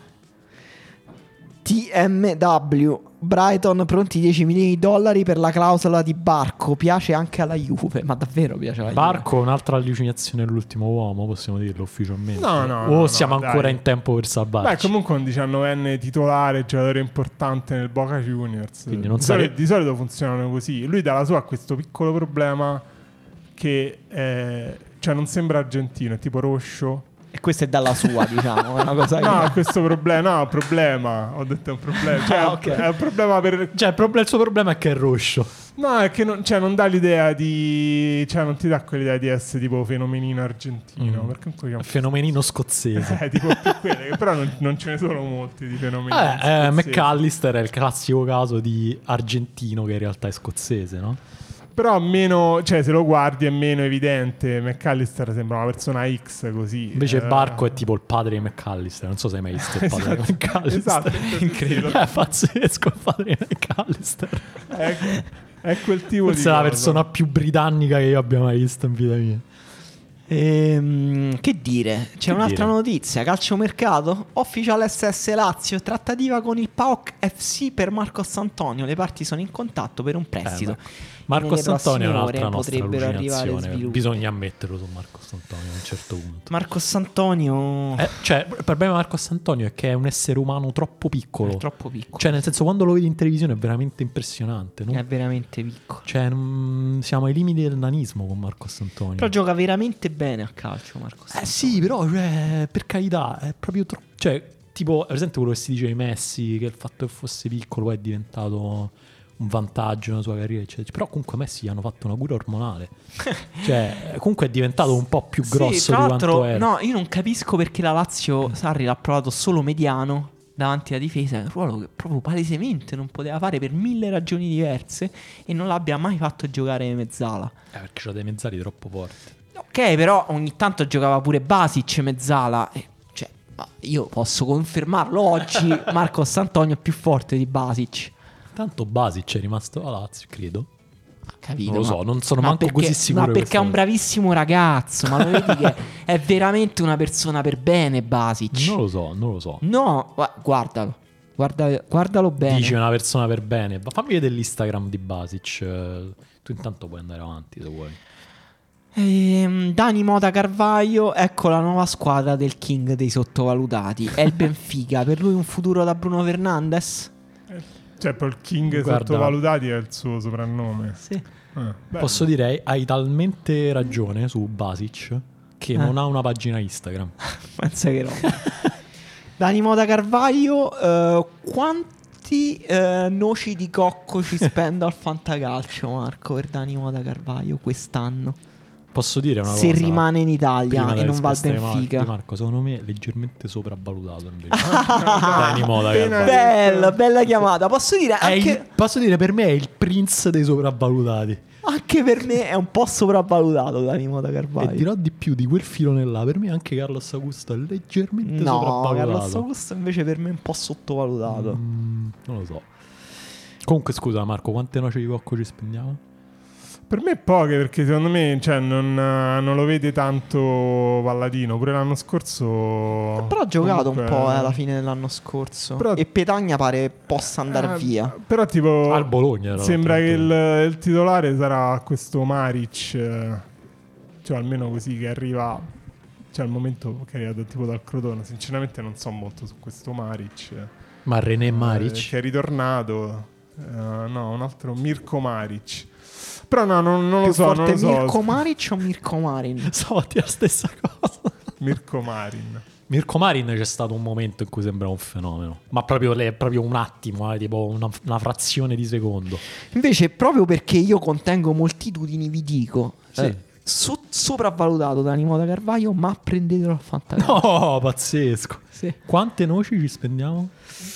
C: T M W Brighton pronti dieci milioni di dollari per la clausola di Barco. Piace anche alla Juve. Ma davvero piace alla
D: Barco, un'altra allucinazione dell'ultimo uomo, possiamo dirlo ufficialmente.
E: No, no,
D: O
E: no,
D: siamo
E: no,
D: ancora
E: dai.
D: in tempo per salvarci?
E: Beh, comunque un diciannovenne titolare, giocatore importante nel Boca Juniors.
D: Quindi non
E: di, solito,
D: sare-
E: di solito funzionano così. Lui dalla sua ha questo piccolo problema che eh, cioè non sembra argentino, è tipo roscio.
C: E questa è dalla sua, diciamo. È una cosa
E: No,
C: che...
E: questo problema, no, problema. Ho detto è un problema. Cioè,
C: Ah, ok.
E: è un problema per.
D: Cioè, il, prob- il suo problema è che è roscio.
E: No, è che non, cioè, non dà l'idea di. Cioè, non ti dà quell'idea di essere tipo fenomenino argentino.
D: Mm.
E: Perché comunque c'è un
D: Fenomenino scozzese.
E: Eh, tipo più quelle, che però non, non ce ne sono molti di fenomeni.
D: Eh, eh,
E: scozzesi.
D: McAllister è il classico caso di argentino che in realtà è scozzese, no?
E: Però meno, cioè se lo guardi è meno evidente. McAllister sembra una persona X così.
D: Invece
E: eh,
D: Barco è tipo il padre di McAllister. Non so se hai mai visto il padre
E: Esatto,
D: di McAllister.
E: esatto, sì,
D: Incredibile.
E: sì,
D: È pazzesco il padre di McAllister.
E: È, è quel tipo
D: Forse
E: di
D: è la
E: cosa.
D: persona più britannica che io abbia mai visto in vita mia.
C: Ehm, che dire? C'è
D: Che
C: un'altra
D: dire?
C: notizia. Calciomercato. Official S S Lazio. Trattativa con il PAOK F C per Marcos Antonio. Le parti sono in contatto per un prestito.
D: Eh, Marco
C: Nelle
D: Antonio è
C: prossime
D: un'altra
C: ore
D: nostra
C: potrebbero arrivare
D: allucinazione.
C: sviluppi.
D: Bisogna ammetterlo su Marco Antonio a un certo punto.
C: Marcos Antonio
D: Eh, cioè, il problema di Marco Antonio è che è un essere umano troppo piccolo.
C: è troppo piccolo.
D: Cioè, nel senso, quando lo vedi in televisione è veramente impressionante. non-
C: È veramente piccolo.
D: Cioè, non- siamo ai limiti del nanismo con Marco Antonio.
C: Però gioca veramente bene a calcio Marcos
D: Eh
C: Antonio.
D: sì, però, cioè, per carità, è proprio troppo. Cioè, tipo, per esempio, quello che si dice di Messi, che il fatto che fosse piccolo poi è diventato un vantaggio nella sua carriera, eccetera. Però comunque Messi gli hanno fatto una cura ormonale. Cioè, comunque è diventato un po' più grosso
C: Sì, tra
D: di
C: l'altro,
D: quanto era.
C: no, io non capisco perché la Lazio Sarri l'ha provato solo mediano davanti alla difesa, un ruolo che proprio palesemente non poteva fare per mille ragioni diverse e non l'abbia mai fatto giocare mezzala.
D: Eh, perché c'ha dei mezzali troppo forti.
C: Ok, però ogni tanto giocava pure Basic mezzala. E, cioè, ma io posso confermarlo oggi. Marcos Antonio è più forte di Basic.
D: Tanto Basic è rimasto a Lazio, credo.
C: Ha capito,
D: Non lo
C: ma-
D: so, non sono
C: ma
D: manco
C: perché-
D: così sicuro
C: Ma
D: di
C: perché è un
D: questa
C: bravissimo ragazzo. Ma lo vedi che è veramente una persona per bene Basic.
D: Non lo so, non lo so.
C: No, gua- guardalo. Guarda- guardalo bene.
D: Dici una persona per bene. Ma fammi vedere l'Instagram di Basic. eh, Tu intanto puoi andare avanti se vuoi.
C: Ehm, Dani Mota Carvaio, ecco la nuova squadra del King dei sottovalutati. È il Benfica. Per lui un futuro da Bruno Fernandes?
E: Cioè, poi il King
D: Guarda.
E: sottovalutati è il suo soprannome.
C: Sì.
E: Eh, bello.
D: Posso dire, hai talmente ragione su Basic che
C: Eh.
D: non ha una pagina Instagram.
C: Pensa che roba. Dani Mota Carvaio, eh, quanti Quanti eh, noci di cocco ci spendo al fantacalcio, Marco, per Dani Mota Carvalho quest'anno?
D: Posso dire una
C: Se
D: cosa?
C: rimane in Italia
D: Prima
C: e
D: della
C: non va al
D: risposta di Mar-
C: Benfica.
D: di Marco, secondo me è leggermente sopravvalutato invece. Dani Mota
E: Appena
D: Carvalho.
C: Bella, bella chiamata. Posso dire
D: È il-
C: anche,
D: posso dire, per me è il prince dei sopravvalutati.
C: anche per me è un po' sopravvalutato Dani Mota
D: E
C: Carvalho.
D: dirò di più di quel filone là. Per me anche Carlos Augusto è leggermente
C: No,
D: sopravvalutato.
C: Carlos Augusto invece per me è un po' sottovalutato.
D: Mm, non lo so. Comunque scusa Marco, quante noci di cocco ci spendiamo?
E: Per me poche, perché secondo me cioè, non, non lo vede tanto Palladino. Pure l'anno scorso...
C: Però ha giocato
E: comunque-
C: un po' eh, alla fine dell'anno scorso.
E: Però-
C: E Petagna pare possa andare
E: Eh,
C: via.
E: Però tipo...
D: Al Bologna era
E: Sembra che
D: l'altro.
E: il, il titolare sarà questo Maric, eh, cioè almeno così che arriva, cioè al momento che è arrivato tipo dal Crotone. Sinceramente non so molto su questo Maric, eh,
D: Ma René Maric?
E: che è ritornato, eh, no, un altro Mirko Maric. Però no, non, non lo
C: Più
E: so,
C: forte
E: non lo so.
C: Mirko Maric o Mirko Marin?
D: Stavo a dire la stessa cosa.
E: Mirko Marin.
D: Mirko Marin c'è stato un momento in cui sembrava un fenomeno, ma proprio, le- proprio un attimo, eh, tipo una, una frazione di secondo.
C: Invece, proprio perché io contengo moltitudini, vi dico:
D: Sì.
C: eh, so- sopravvalutato Dani Mota Carvalho, ma prendetelo al fantacalcio.
D: No, pazzesco.
C: Sì.
D: Quante noci ci spendiamo?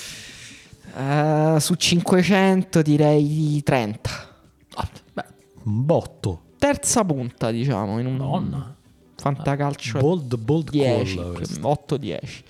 C: Eh, su cinquecento direi trenta.
D: Ah, beh, un botto.
C: Terza punta, diciamo, in un
D: Madonna.
C: fantacalcio
D: Bold, bold
C: dieci,
D: call questo.
C: otto dieci.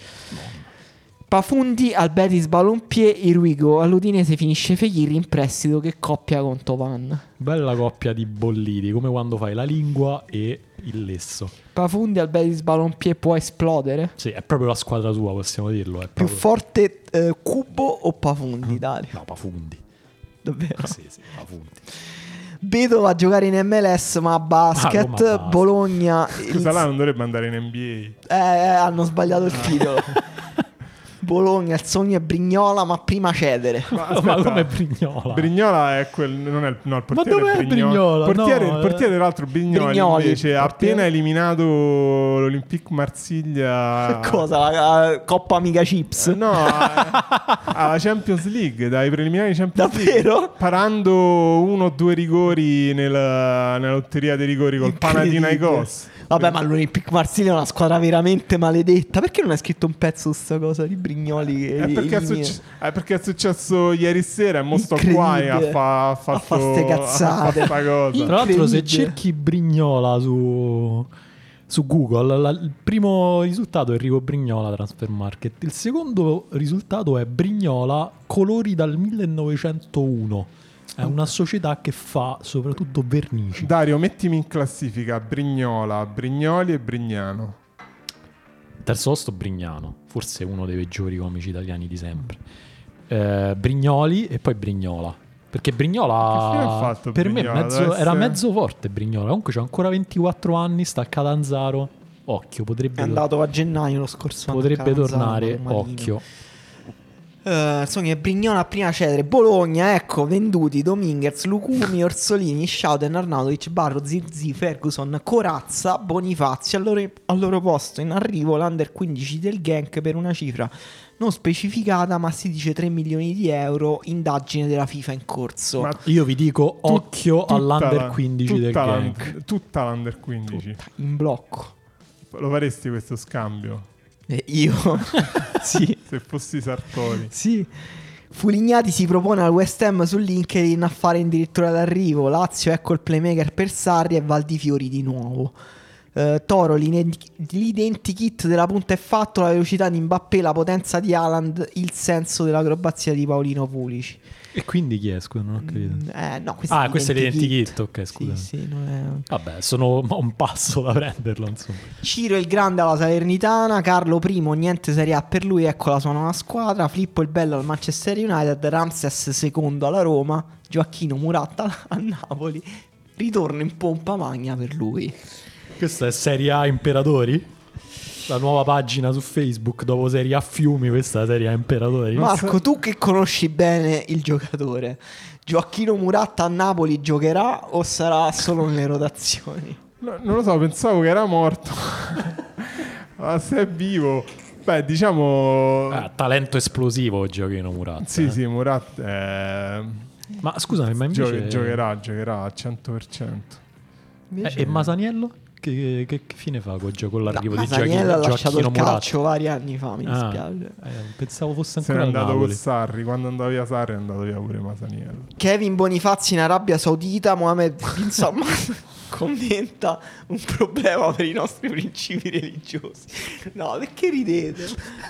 C: Pafundi al Betis Balompié, Iruigo all'Udinese finisce Fekir in prestito che coppia con Tovan.
D: Bella coppia di bolliti, come quando fai la lingua e il lesso.
C: Pafundi al Betis Balompié può esplodere?
D: Sì, è proprio la squadra tua, possiamo dirlo. È
C: Più
D: proprio...
C: forte eh, Cubo o Pafundi, Dario?
D: No, Pafundi.
C: Davvero?
D: Sì, sì, Pafundi.
C: Beto va a giocare in M L S ma a basket.
D: Ah, Roma basket.
C: Bologna.
E: Scusa, là non dovrebbe andare in N B A.
C: Eh, eh, hanno sbagliato il titolo. Bologna, il sogno è Brignola, ma prima cedere.
E: Ma,
D: Ma
E: aspetta,
D: come Brignola?
E: Brignola è quel. Non è il, no, il portiere.
D: dov'è
E: è
D: Brignola?
E: Il portiere,
D: No,
E: il portiere
D: eh.
E: tra l'altro, Brignoli,
C: Brignoli,
E: invece
C: il
E: ha
C: portiere.
E: appena eliminato l'Olympique Marsiglia.
C: Cosa? La, la Coppa Amica Chips?
E: No, a- alla Champions League, dai preliminari di Champions
C: Davvero?
E: League, parando uno o due rigori nel, nella lotteria dei rigori col
C: Incredibile.
E: Panathinaikos.
C: Vabbè, ma l'Olympique Marsiglia è una squadra veramente maledetta. Perché non hai scritto un pezzo su sta cosa di Brignoli? Che
E: È perché, è
C: elimina?
E: succe- è perché è successo ieri sera e mo sto qua
C: Incredibile.
E: a fa, a fa
C: A fa
E: sto-
C: ste cazzate.
E: a fa sta cosa.
D: Tra l'altro, se
C: Incredibile.
D: cerchi Brignola su, su Google, la- il primo risultato è Enrico Brignola Transfer Market. Il secondo risultato è Brignola Colori dal millenovecentouno. È una società che fa soprattutto vernici.
E: Dario, mettimi in classifica Brignola, Brignoli e Brignano.
D: Terzo posto Brignano, forse uno dei peggiori comici italiani di sempre. Eh, Brignoli e poi Brignola. Perché
E: Che fine ha
D: Brignola
E: fatto
D: per
E: Brignola?
D: me mezzo-
E: Deve
D: era
E: essere-
D: mezzo forte Brignola. Comunque c'ha ancora ventiquattro anni, sta a Catanzaro. Occhio, potrebbe,
C: È andato a gennaio lo scorso anno.
D: potrebbe
C: a Catanzaro,
D: tornare.
C: Marino.
D: Occhio.
C: Eh, il sogno è Brignola a prima cedere. Bologna, ecco, venduti Dominguez, Lucumi, Orsolini, Schauten, Arnautovic, Barro, Zirzi, Ferguson, Corazza, Bonifazio. Al loro, al loro posto in arrivo l'Under quindici del Genk per una cifra non specificata, ma si dice tre milioni di euro. Indagine della FIFA in corso.
E: Ma
D: Io vi dico
E: tut-
D: occhio
E: tutta
D: all'Under
E: la-
D: quindici del
E: tutta
D: Genk.
E: l'un- Tutta l'Under quindici.
C: In blocco.
E: Lo faresti questo scambio?
C: E io? Sì.
E: Se fossi Sartori.
C: Sì. Fulignati si propone al West Ham su LinkedIn a fare addirittura d'arrivo. Lazio, ecco il playmaker per Sarri e Valdifiori di nuovo. Eh, Toro, l'ine- l'identikit della punta è fatto, la velocità di Mbappé, la potenza di Haaland, il senso dell'acrobazia di Paolino Pulici.
D: E quindi chi è? Scusa, non ho capito.
C: Mm, eh, no, questo
D: Ah,
C: è
D: questo è
C: l'identikit.
D: l'identikit. Ok, scusa.
C: Sì, sì, non è...
D: Vabbè, sono a un passo da prenderlo, insomma.
C: Ciro il grande alla Salernitana, Carlo primo, niente Serie A per lui, ecco la sua nuova squadra, Filippo il bello al Manchester United, Ramses secondo alla Roma, Gioacchino Muratta a Napoli, ritorno in pompa magna per lui.
D: Questa è Serie A Imperatori? La nuova pagina su Facebook dopo Serie A Fiumi, questa è la Serie A Imperatori.
C: Marco, tu che conosci bene il giocatore, Gioacchino Muratta a Napoli giocherà o sarà solo nelle rotazioni?
E: No, non lo so, pensavo che era morto. Ma se è vivo. Beh, diciamo...
D: Ah, talento esplosivo Giochino Murat.
E: Sì,
D: eh.
E: sì, Murat è...
D: Ma scusami, ma invece...
E: Gio- giocherà, giocherà al cento per cento.
D: Eh, e Masaniello? Che, che, che fine fa con, con l'arrivo
C: No,
D: di
C: Masaniello
D: Giochino,
C: ha lasciato
D: Gioacchino
C: il
D: Murat?
C: calcio vari anni fa, mi
D: Ah,
C: dispiace.
D: eh, pensavo fosse
E: Se n'è
D: ancora al
E: andato
D: Napoli.
E: con Sarri. Quando andava via Sarri è andato via pure Masaniello.
C: Kevin Bonifazzi in Arabia Saudita, Mohammed bin Salman commenta un problema per i nostri principi religiosi. No, perché ridete?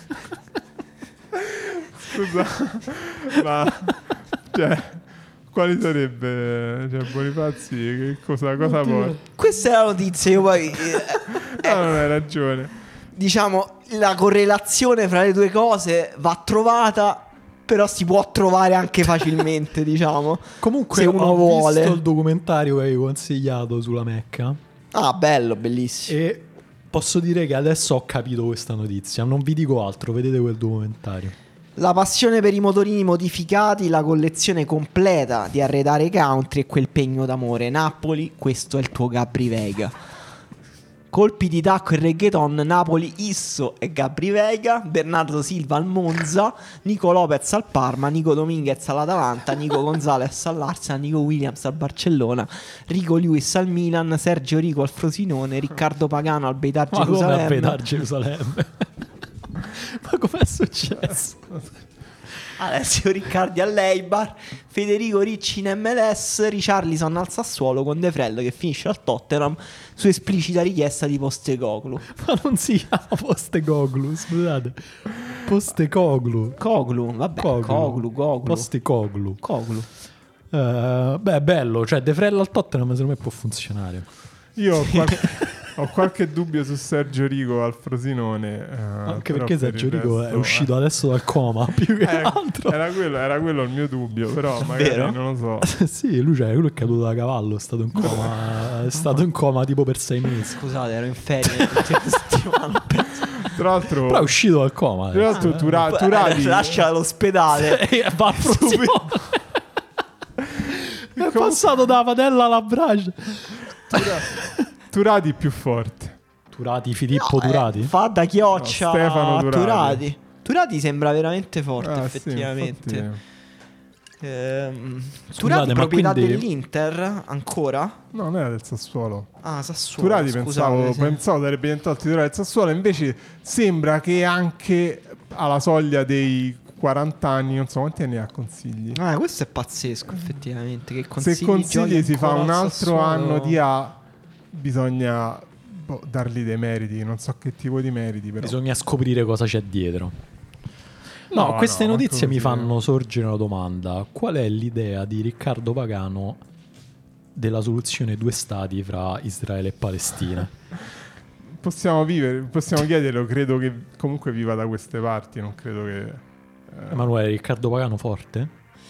E: Scusa, ma cioè, quali sarebbe? Cioè, Bonifazzi, che cosa, cosa porta?
C: Questa è la notizia, io poi... eh,
E: Ah, non hai ragione.
C: diciamo, la correlazione fra le due cose va trovata, però si può trovare anche facilmente, diciamo.
D: Comunque
C: se uno
D: ho
C: vuole.
D: visto il documentario che avevi consigliato sulla Mecca
C: Ah, bello, bellissimo.
D: e posso dire che adesso ho capito questa notizia. Non vi dico altro, vedete quel documentario.
C: La passione per i motorini modificati, la collezione completa di arredare country e quel pegno d'amore. Napoli, questo è il tuo Gabri Veiga. Colpi di tacco e reggaeton, Napoli, Isso e Gabri Veiga. Bernardo Silva al Monza, Nico Lopez al Parma, Nico Dominguez all'Atalanta, Nico Gonzalez all'Arsenal, Nico Williams al Barcellona, Rico Lewis al Milan, Sergio Rico al Frosinone, Riccardo Pagano al Beitar
D: Ma come a
C: Gerusalemme.
D: Beitar Gerusalemme? Ma com'è successo?
C: Alessio Riccardi all'Eibar, Federico Ricci in M L S, Richarlison al Sassuolo con De Frel che finisce al Tottenham su esplicita richiesta di Postecoglou.
D: Ma non si chiama Postecoglou, scusate. Postecoglou.
C: Coglu, vabbè,
D: Coglu.
C: Coglu, Coglu.
D: Postecoglou.
C: Coglu.
D: Eh, beh, bello, cioè De Frel al Tottenham secondo me può funzionare.
E: Io ho qualche, ho qualche dubbio su Sergio Rico al Frosinone. eh,
D: Anche
E: però
D: perché
E: per
D: Sergio
E: il
D: Rico
E: resto,
D: è uscito
E: eh.
D: adesso dal coma, più che
E: Eh,
D: altro.
E: era, quello, era quello il mio dubbio, però magari
C: Vero?
E: non lo so.
D: Sì, lui, cioè, lui è caduto da cavallo, è stato in coma, è stato in coma tipo per sei mesi.
C: Scusate, ero in ferie tutte le settimane.
E: Tra l'altro,
D: Però è uscito dal coma.
E: tra l'altro
D: eh.
E: Tura- Turati,
C: Lascia l'ospedale.
D: E va al Frosinone. È passato dalla padella alla brace.
E: Turati più forte.
D: Turati, Filippo
C: No, eh,
D: Turati.
C: fa da chioccia
E: No, Stefano
C: a
E: Turati.
C: Turati. Turati sembra veramente forte,
E: Ah, sì,
C: effettivamente.
E: infatti.
C: Ehm,
D: Scusate,
C: Turati
D: ma
C: proprietà
D: quindi-
C: dell'Inter ancora?
E: No, non era del Sassuolo.
C: Ah, Sassuolo.
E: Turati
C: scusate,
E: pensavo,
C: sì.
E: pensavo sarebbe diventato il titolare del Sassuolo, invece sembra che anche alla soglia dei quaranta anni, non so quanti anni ha consigli.
C: Ah, questo è pazzesco, effettivamente. Che consigli,
E: Se consigli
C: giochi
E: si fa
C: ancora
E: un
C: al
E: altro
C: Sassuolo.
E: anno di A, bisogna boh, dargli dei meriti, non so che tipo di meriti, però.
D: Bisogna scoprire cosa c'è dietro. No,
E: No,
D: queste
E: no,
D: notizie mi
E: così.
D: fanno sorgere una domanda. Qual è l'idea di Riccardo Pagano della soluzione due stati fra Israele e Palestina?
E: Possiamo vivere, possiamo chiederlo, credo che comunque viva da queste parti, non credo che... eh,
D: Emanuele, Riccardo Pagano forte?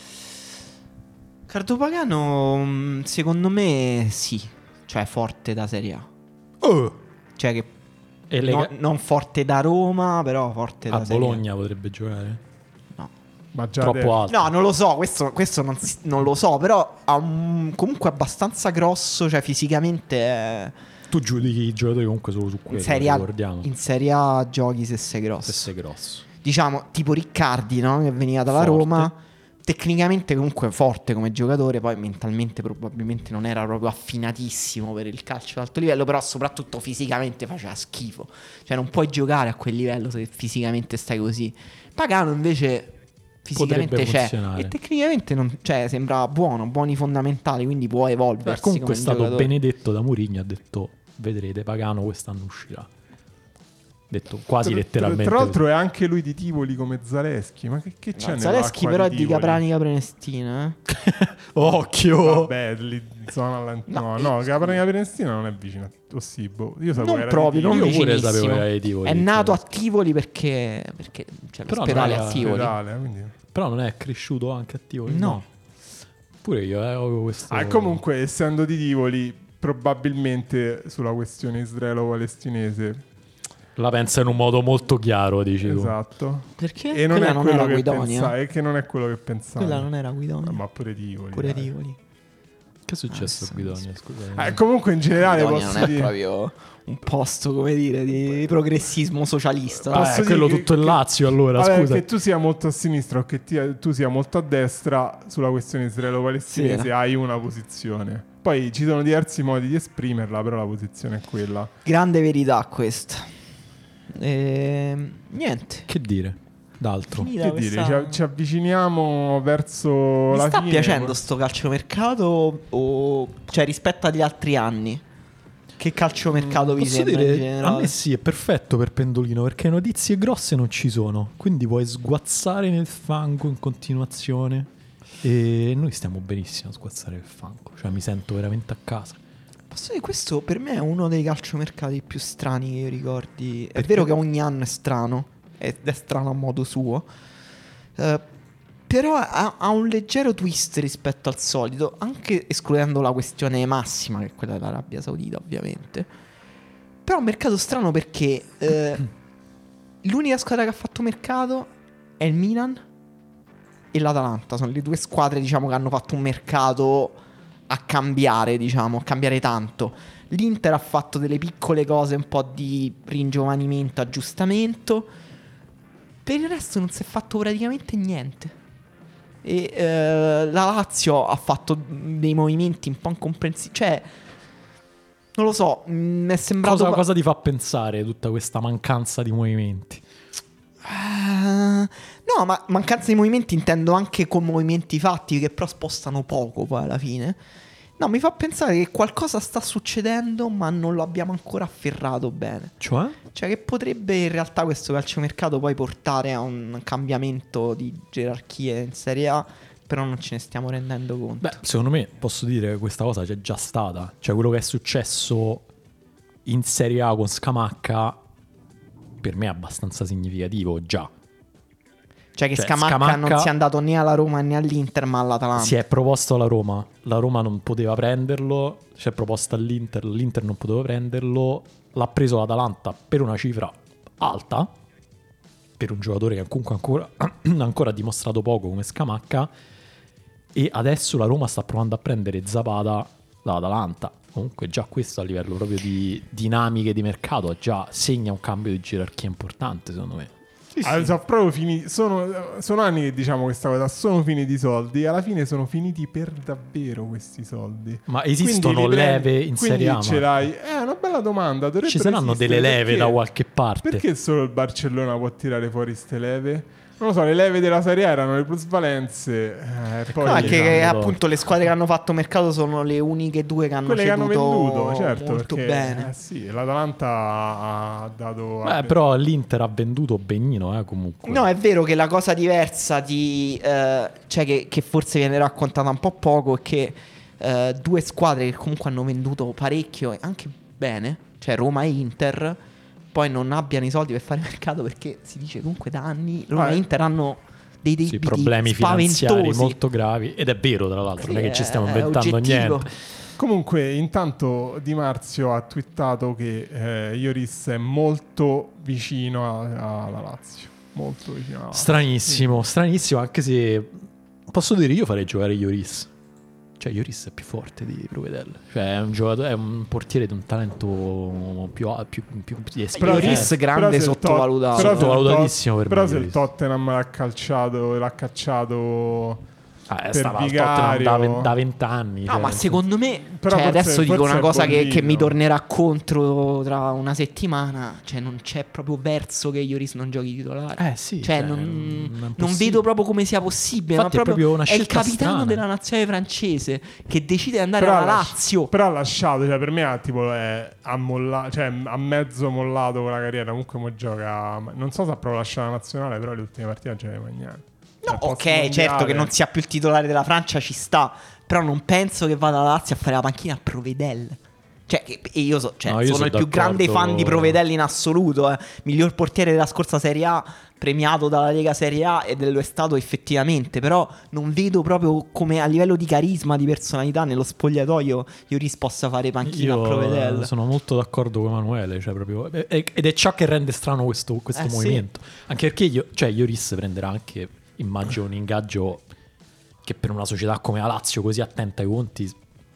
C: Riccardo Pagano, mh, secondo me, sì. Cioè, forte da Serie A.
D: Oh!
C: Cioè, che
D: E le
C: no-
D: ga-
C: non forte da Roma, però forte da
D: a
C: Serie A.
D: Bologna potrebbe giocare?
C: No.
E: ma già
D: Troppo
E: adesso-
D: alto.
C: No, non lo so, questo, questo non, si- non lo so, però ha un, comunque abbastanza grosso, cioè fisicamente è-
D: Tu giudichi i giocatori comunque solo su
C: in,
D: quello,
C: serie a,
D: ricordiamo.
C: in Serie A giochi se sei grosso.
D: Se sei grosso.
C: Diciamo, tipo Riccardi, no? Che veniva dalla
D: Forte.
C: Roma. Tecnicamente comunque forte come giocatore, poi mentalmente probabilmente non era proprio affinatissimo per il calcio ad alto livello, però soprattutto fisicamente faceva schifo. Cioè non puoi giocare a quel livello se fisicamente stai così. Pagano invece fisicamente
D: Potrebbe
C: c'è
D: funzionare.
C: e tecnicamente non, cioè, sembra buono, buoni fondamentali, quindi può evolversi.
D: Beh, comunque è
C: come
D: stato
C: giocatore.
D: benedetto da Mourinho, ha detto vedrete Pagano quest'anno uscirà. Detto quasi
E: Tra-
D: letteralmente.
E: Tra l'altro è anche lui di Tivoli come Zaleschi, ma che, che c'è
C: No, Zaleschi
E: nell'acqua
C: però è di
E: Tivoli?
C: Capranica Prenestina, eh?
D: Occhio!
E: Vabbè, lì in zona alla-
C: No,
E: no, no, Capranica Prenestina non è vicino a sì, boh. Io sapevo
C: Non
E: che era
C: proprio,
E: di
C: non
D: Io
E: Tivoli.
D: pure
C: vicinissimo.
D: sapevo che era di Tivoli,
C: È nato a
D: Zaleschi.
C: Tivoli perché, perché c'è
D: Però
C: l'ospedale
D: non
C: a
D: era
C: Tivoli.
E: Ospedale, quindi-
D: Però non è cresciuto anche a Tivoli?
C: No.
D: Pure io eh, avevo questo...
E: Ah, e comunque, essendo di Tivoli, probabilmente sulla questione israelo-palestinese.
D: La pensa in un modo molto chiaro, dici tu.
E: Esatto.
C: Perché?
E: E non
C: Quella
E: è
C: non
E: quello
C: era
E: che
C: Guidonia.
E: pensavo, è che non è quello che pensavo.
C: Quella non era Guidonia.
E: Ma pure Tivoli.
C: Pure
E: dai.
C: Tivoli.
D: Che Che è successo a Guidonia? Scusa.
E: Eh, comunque in generale
C: Guidonia
E: posso
C: non è
E: dire...
C: proprio un posto, come dire, di progressismo socialista.
D: Vabbè,
E: Posso
D: quello
E: dire
D: tutto
E: che-
D: il Lazio allora,
E: Vabbè,
D: scusa.
E: che tu sia molto a sinistra o che ti- tu sia molto a destra sulla questione israelo-palestinese
C: Sì.
E: hai una posizione. Poi ci sono diversi modi di esprimerla, però la posizione è quella.
C: Grande verità questa. E... niente.
D: Che dire d'altro?
C: Finita
E: Che
C: questa-
E: dire, ci, ci avviciniamo verso
C: Mi
E: la
C: sta
E: fine.
C: piacendo sto calciomercato o cioè rispetto agli altri anni? Che calciomercato vi
D: Posso
C: sembra in
D: dire, a
C: generale?
D: me sì, è perfetto per Pendolino perché notizie grosse non ci sono, quindi puoi sguazzare nel fango in continuazione e noi stiamo benissimo a sguazzare nel fango, cioè mi sento veramente a casa.
C: Posso dire, questo per me è uno dei calciomercati più strani che io ricordi. È
D: Perché?
C: vero che ogni anno è strano, ed è strano a modo suo, eh, però ha, ha un leggero twist rispetto al solito, anche escludendo la questione massima, che è quella dell'Arabia Saudita, ovviamente. Però è un mercato strano perché eh, l'unica squadra che ha fatto mercato è il Milan e l'Atalanta. Sono le due squadre, diciamo, che hanno fatto un mercato a cambiare, diciamo, a cambiare tanto. L'Inter ha fatto delle piccole cose, un po' di ringiovanimento, aggiustamento. Per il resto non si è fatto praticamente niente. E eh, la Lazio ha fatto dei movimenti un po' incomprensibili. Cioè, non lo so, mi è sembrato...
D: Cosa, cosa ti fa pensare tutta questa mancanza di movimenti?
C: Ah, no, ma mancanza di movimenti intendo anche con movimenti fatti che però spostano poco poi alla fine. No, mi fa pensare che qualcosa sta succedendo ma non lo abbiamo ancora afferrato bene.
D: Cioè?
C: Cioè che potrebbe in realtà questo calciomercato poi portare a un cambiamento di gerarchie in Serie A, però non ce ne stiamo rendendo conto.
D: Beh, secondo me posso dire che questa cosa c'è già stata. Cioè quello che è successo in Serie A con Scamacca per me è abbastanza significativo già.
C: Cioè che
D: Cioè,
C: Scamacca,
D: Scamacca
C: non sia andato né alla Roma né all'Inter ma all'Atalanta.
D: Si è proposto alla Roma, la Roma non poteva prenderlo, si è proposto all'Inter, l'Inter non poteva prenderlo, l'ha preso l'Atalanta per una cifra alta, per un giocatore che comunque ancora, ancora ha dimostrato poco come Scamacca, e adesso la Roma sta provando a prendere Zapata dall'Atalanta. Comunque già questo a livello proprio di dinamiche di mercato già segna un cambio di gerarchia importante, secondo me.
E: Sì, sì. Allora, sono proprio finiti. Sono, sono anni che diciamo questa cosa. Sono finiti i soldi. Alla fine sono finiti per davvero questi soldi.
D: Ma esistono
E: Quindi li prendi-
D: leve in Serie A?
E: Quindi ce l'hai. È una bella domanda. Dovrebbero
D: Ci saranno
E: esistere.
D: delle leve
E: Perché-
D: da qualche parte?
E: Perché solo il Barcellona può tirare fuori ste leve? Non lo so, le leve della Serie A erano le plusvalenze. Eh, poi
C: No, è che
D: Esatto.
C: appunto le squadre che hanno fatto mercato sono le uniche due che hanno
E: quelle che hanno
C: ceduto
E: venduto, certo,
C: molto
E: perché,
C: bene.
E: eh sì, l'Atalanta ha dato.
D: Beh, però l'Inter ha venduto benino, eh, comunque.
C: No, è vero che la cosa diversa di eh, cioè che, che forse viene raccontata un po' poco è che eh, due squadre che comunque hanno venduto parecchio e anche bene, cioè Roma e Inter, poi non abbiano i soldi per fare mercato perché si dice comunque da anni Roma
E: Ah,
C: e Inter hanno dei debiti
D: Sì, problemi finanziari
C: spaventosi.
D: molto gravi. Ed è vero, tra l'altro, non è che ci stiamo
C: È
D: inventando
C: oggettivo.
D: niente.
E: Comunque, intanto Di Marzio ha twittato che eh, Lloris è molto vicino a- alla Lazio. Molto vicino alla Lazio.
D: Stranissimo, stranissimo, anche se posso dire io farei giocare Lloris. Cioè Lloris è più forte di Provedel. Cioè è un giocatore, è un portiere di un talento più più, più, più
E: Però-
C: Lloris
E: eh,
C: grande
E: però se il
C: sottovalutato.
E: però se il
D: Sottovalutatissimo per
E: Tot- Però
D: me,
E: se il
D: Lloris.
E: Tottenham l'ha calciato, l'ha cacciato
D: Ah,
E: per
D: stava al
E: vicario.
D: Tottenham da, ven- da vent'anni.
C: No,
D: cioè,
C: ma secondo me,
E: Però
C: cioè,
E: forse-
C: adesso dico
E: forse
C: una
E: è
C: cosa che, che mi
E: bollito.
C: tornerà contro tra una settimana. Cioè, non c'è proprio verso che Lloris non giochi titolare.
D: Eh sì,
C: Cioè,
D: cioè,
C: non,
D: non è
C: non
D: possibile.
C: vedo proprio come sia possibile.
D: Infatti
C: ma
D: è proprio una
C: è il
D: scelta
C: capitano
D: strana.
C: della nazionale francese che decide di andare
E: Però
C: alla
E: ha lasci-
C: Lazio.
E: Però ha lasciato, cioè per me ha tipo è a molla- cioè ha mezzo mollato con la carriera. Comunque mo gioca. Non so se ha proprio lasciato la nazionale, però le ultime partite non ce le niente.
C: No,
E: Cioè,
C: ok,
E: post mondiale-
C: certo che non sia più il titolare della Francia ci sta. Però non penso che vada alla Lazio a fare la panchina a Provedel. Cioè, che- e io, so, cioè,
D: No, io
C: sono
D: sono
C: il più grande
D: d'accordo.
C: fan di Provedel in assoluto. Eh. Miglior portiere della scorsa Serie A, premiato dalla Lega Serie A ed lo è stato effettivamente. Però non vedo proprio come a livello di carisma, di personalità nello spogliatoio Lloris possa fare panchina
D: Io
C: a Provedel.
D: eh, sono molto d'accordo con Emanuele, cioè proprio, e- e- ed è ciò che rende strano questo, questo
C: Eh, sì.
D: movimento. Anche perché io, cioè, Lloris prenderà anche, immagino, un ingaggio che per una società come la Lazio, così attenta ai conti,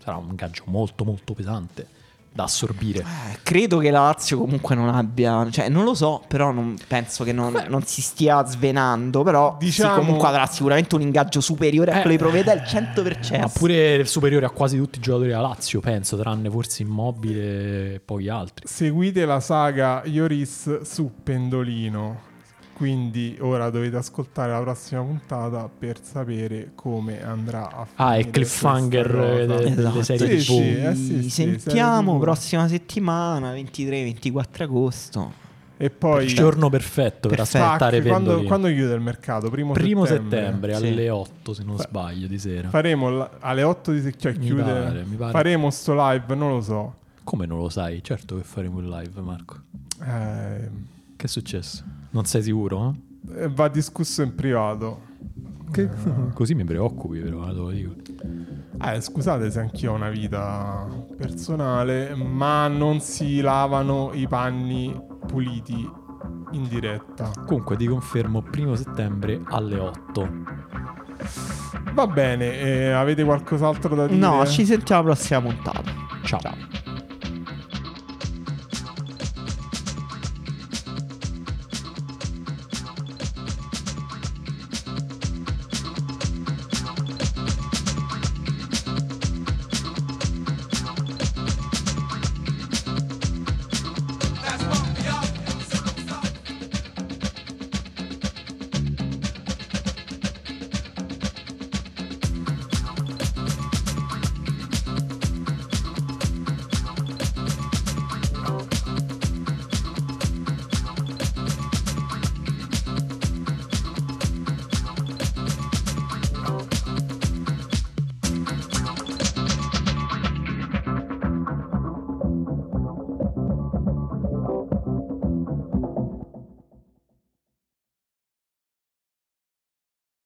D: sarà un ingaggio molto molto pesante da assorbire.
C: Eh, credo che la Lazio comunque non abbia, cioè non lo so, però non penso che non, non si stia svenando, però
E: Diciamo-
C: sì, comunque avrà sicuramente un ingaggio superiore a
D: Eh,
C: quello di Proveda al cento per cento.
D: Ma pure superiore a quasi tutti i giocatori della Lazio, penso, tranne forse Immobile e pochi altri.
E: Seguite la saga Lloris su Pendolino. Quindi ora dovete ascoltare la prossima puntata per sapere come andrà a finire.
D: Ah, è cliffhanger
E: questa cosa.
D: de- delle
C: Esatto.
D: serie
E: Sì,
D: tivù.
E: sì, eh sì,
C: Ci
E: sì,
C: sentiamo
E: serie tivù.
C: prossima settimana, ventitré ventiquattro agosto.
E: E poi
D: Il giorno perfetto per
C: Perfetto.
D: aspettare
E: Tac, quando,
D: Pendolino.
E: quando chiude il mercato? Primo,
D: Primo
E: settembre.
D: settembre,
C: Sì.
D: alle otto se non sbaglio di sera.
E: Faremo la- alle otto di se- cioè
D: Mi
E: chiude.
D: pare, mi pare.
E: Faremo sto live, non lo so.
D: Come non lo sai? Certo che faremo il live, Marco.
E: Eh,
D: Che è successo? Non sei sicuro?
E: eh, va discusso in privato.
D: Eh? Che... Così mi preoccupi, però, te lo dico.
E: Eh, scusate se anch'io ho una vita personale, ma non si lavano i panni puliti in diretta.
D: Comunque ti confermo, primo settembre alle otto.
E: Va bene, eh, avete qualcos'altro da dire?
C: No, ci sentiamo alla prossima puntata.
D: Ciao.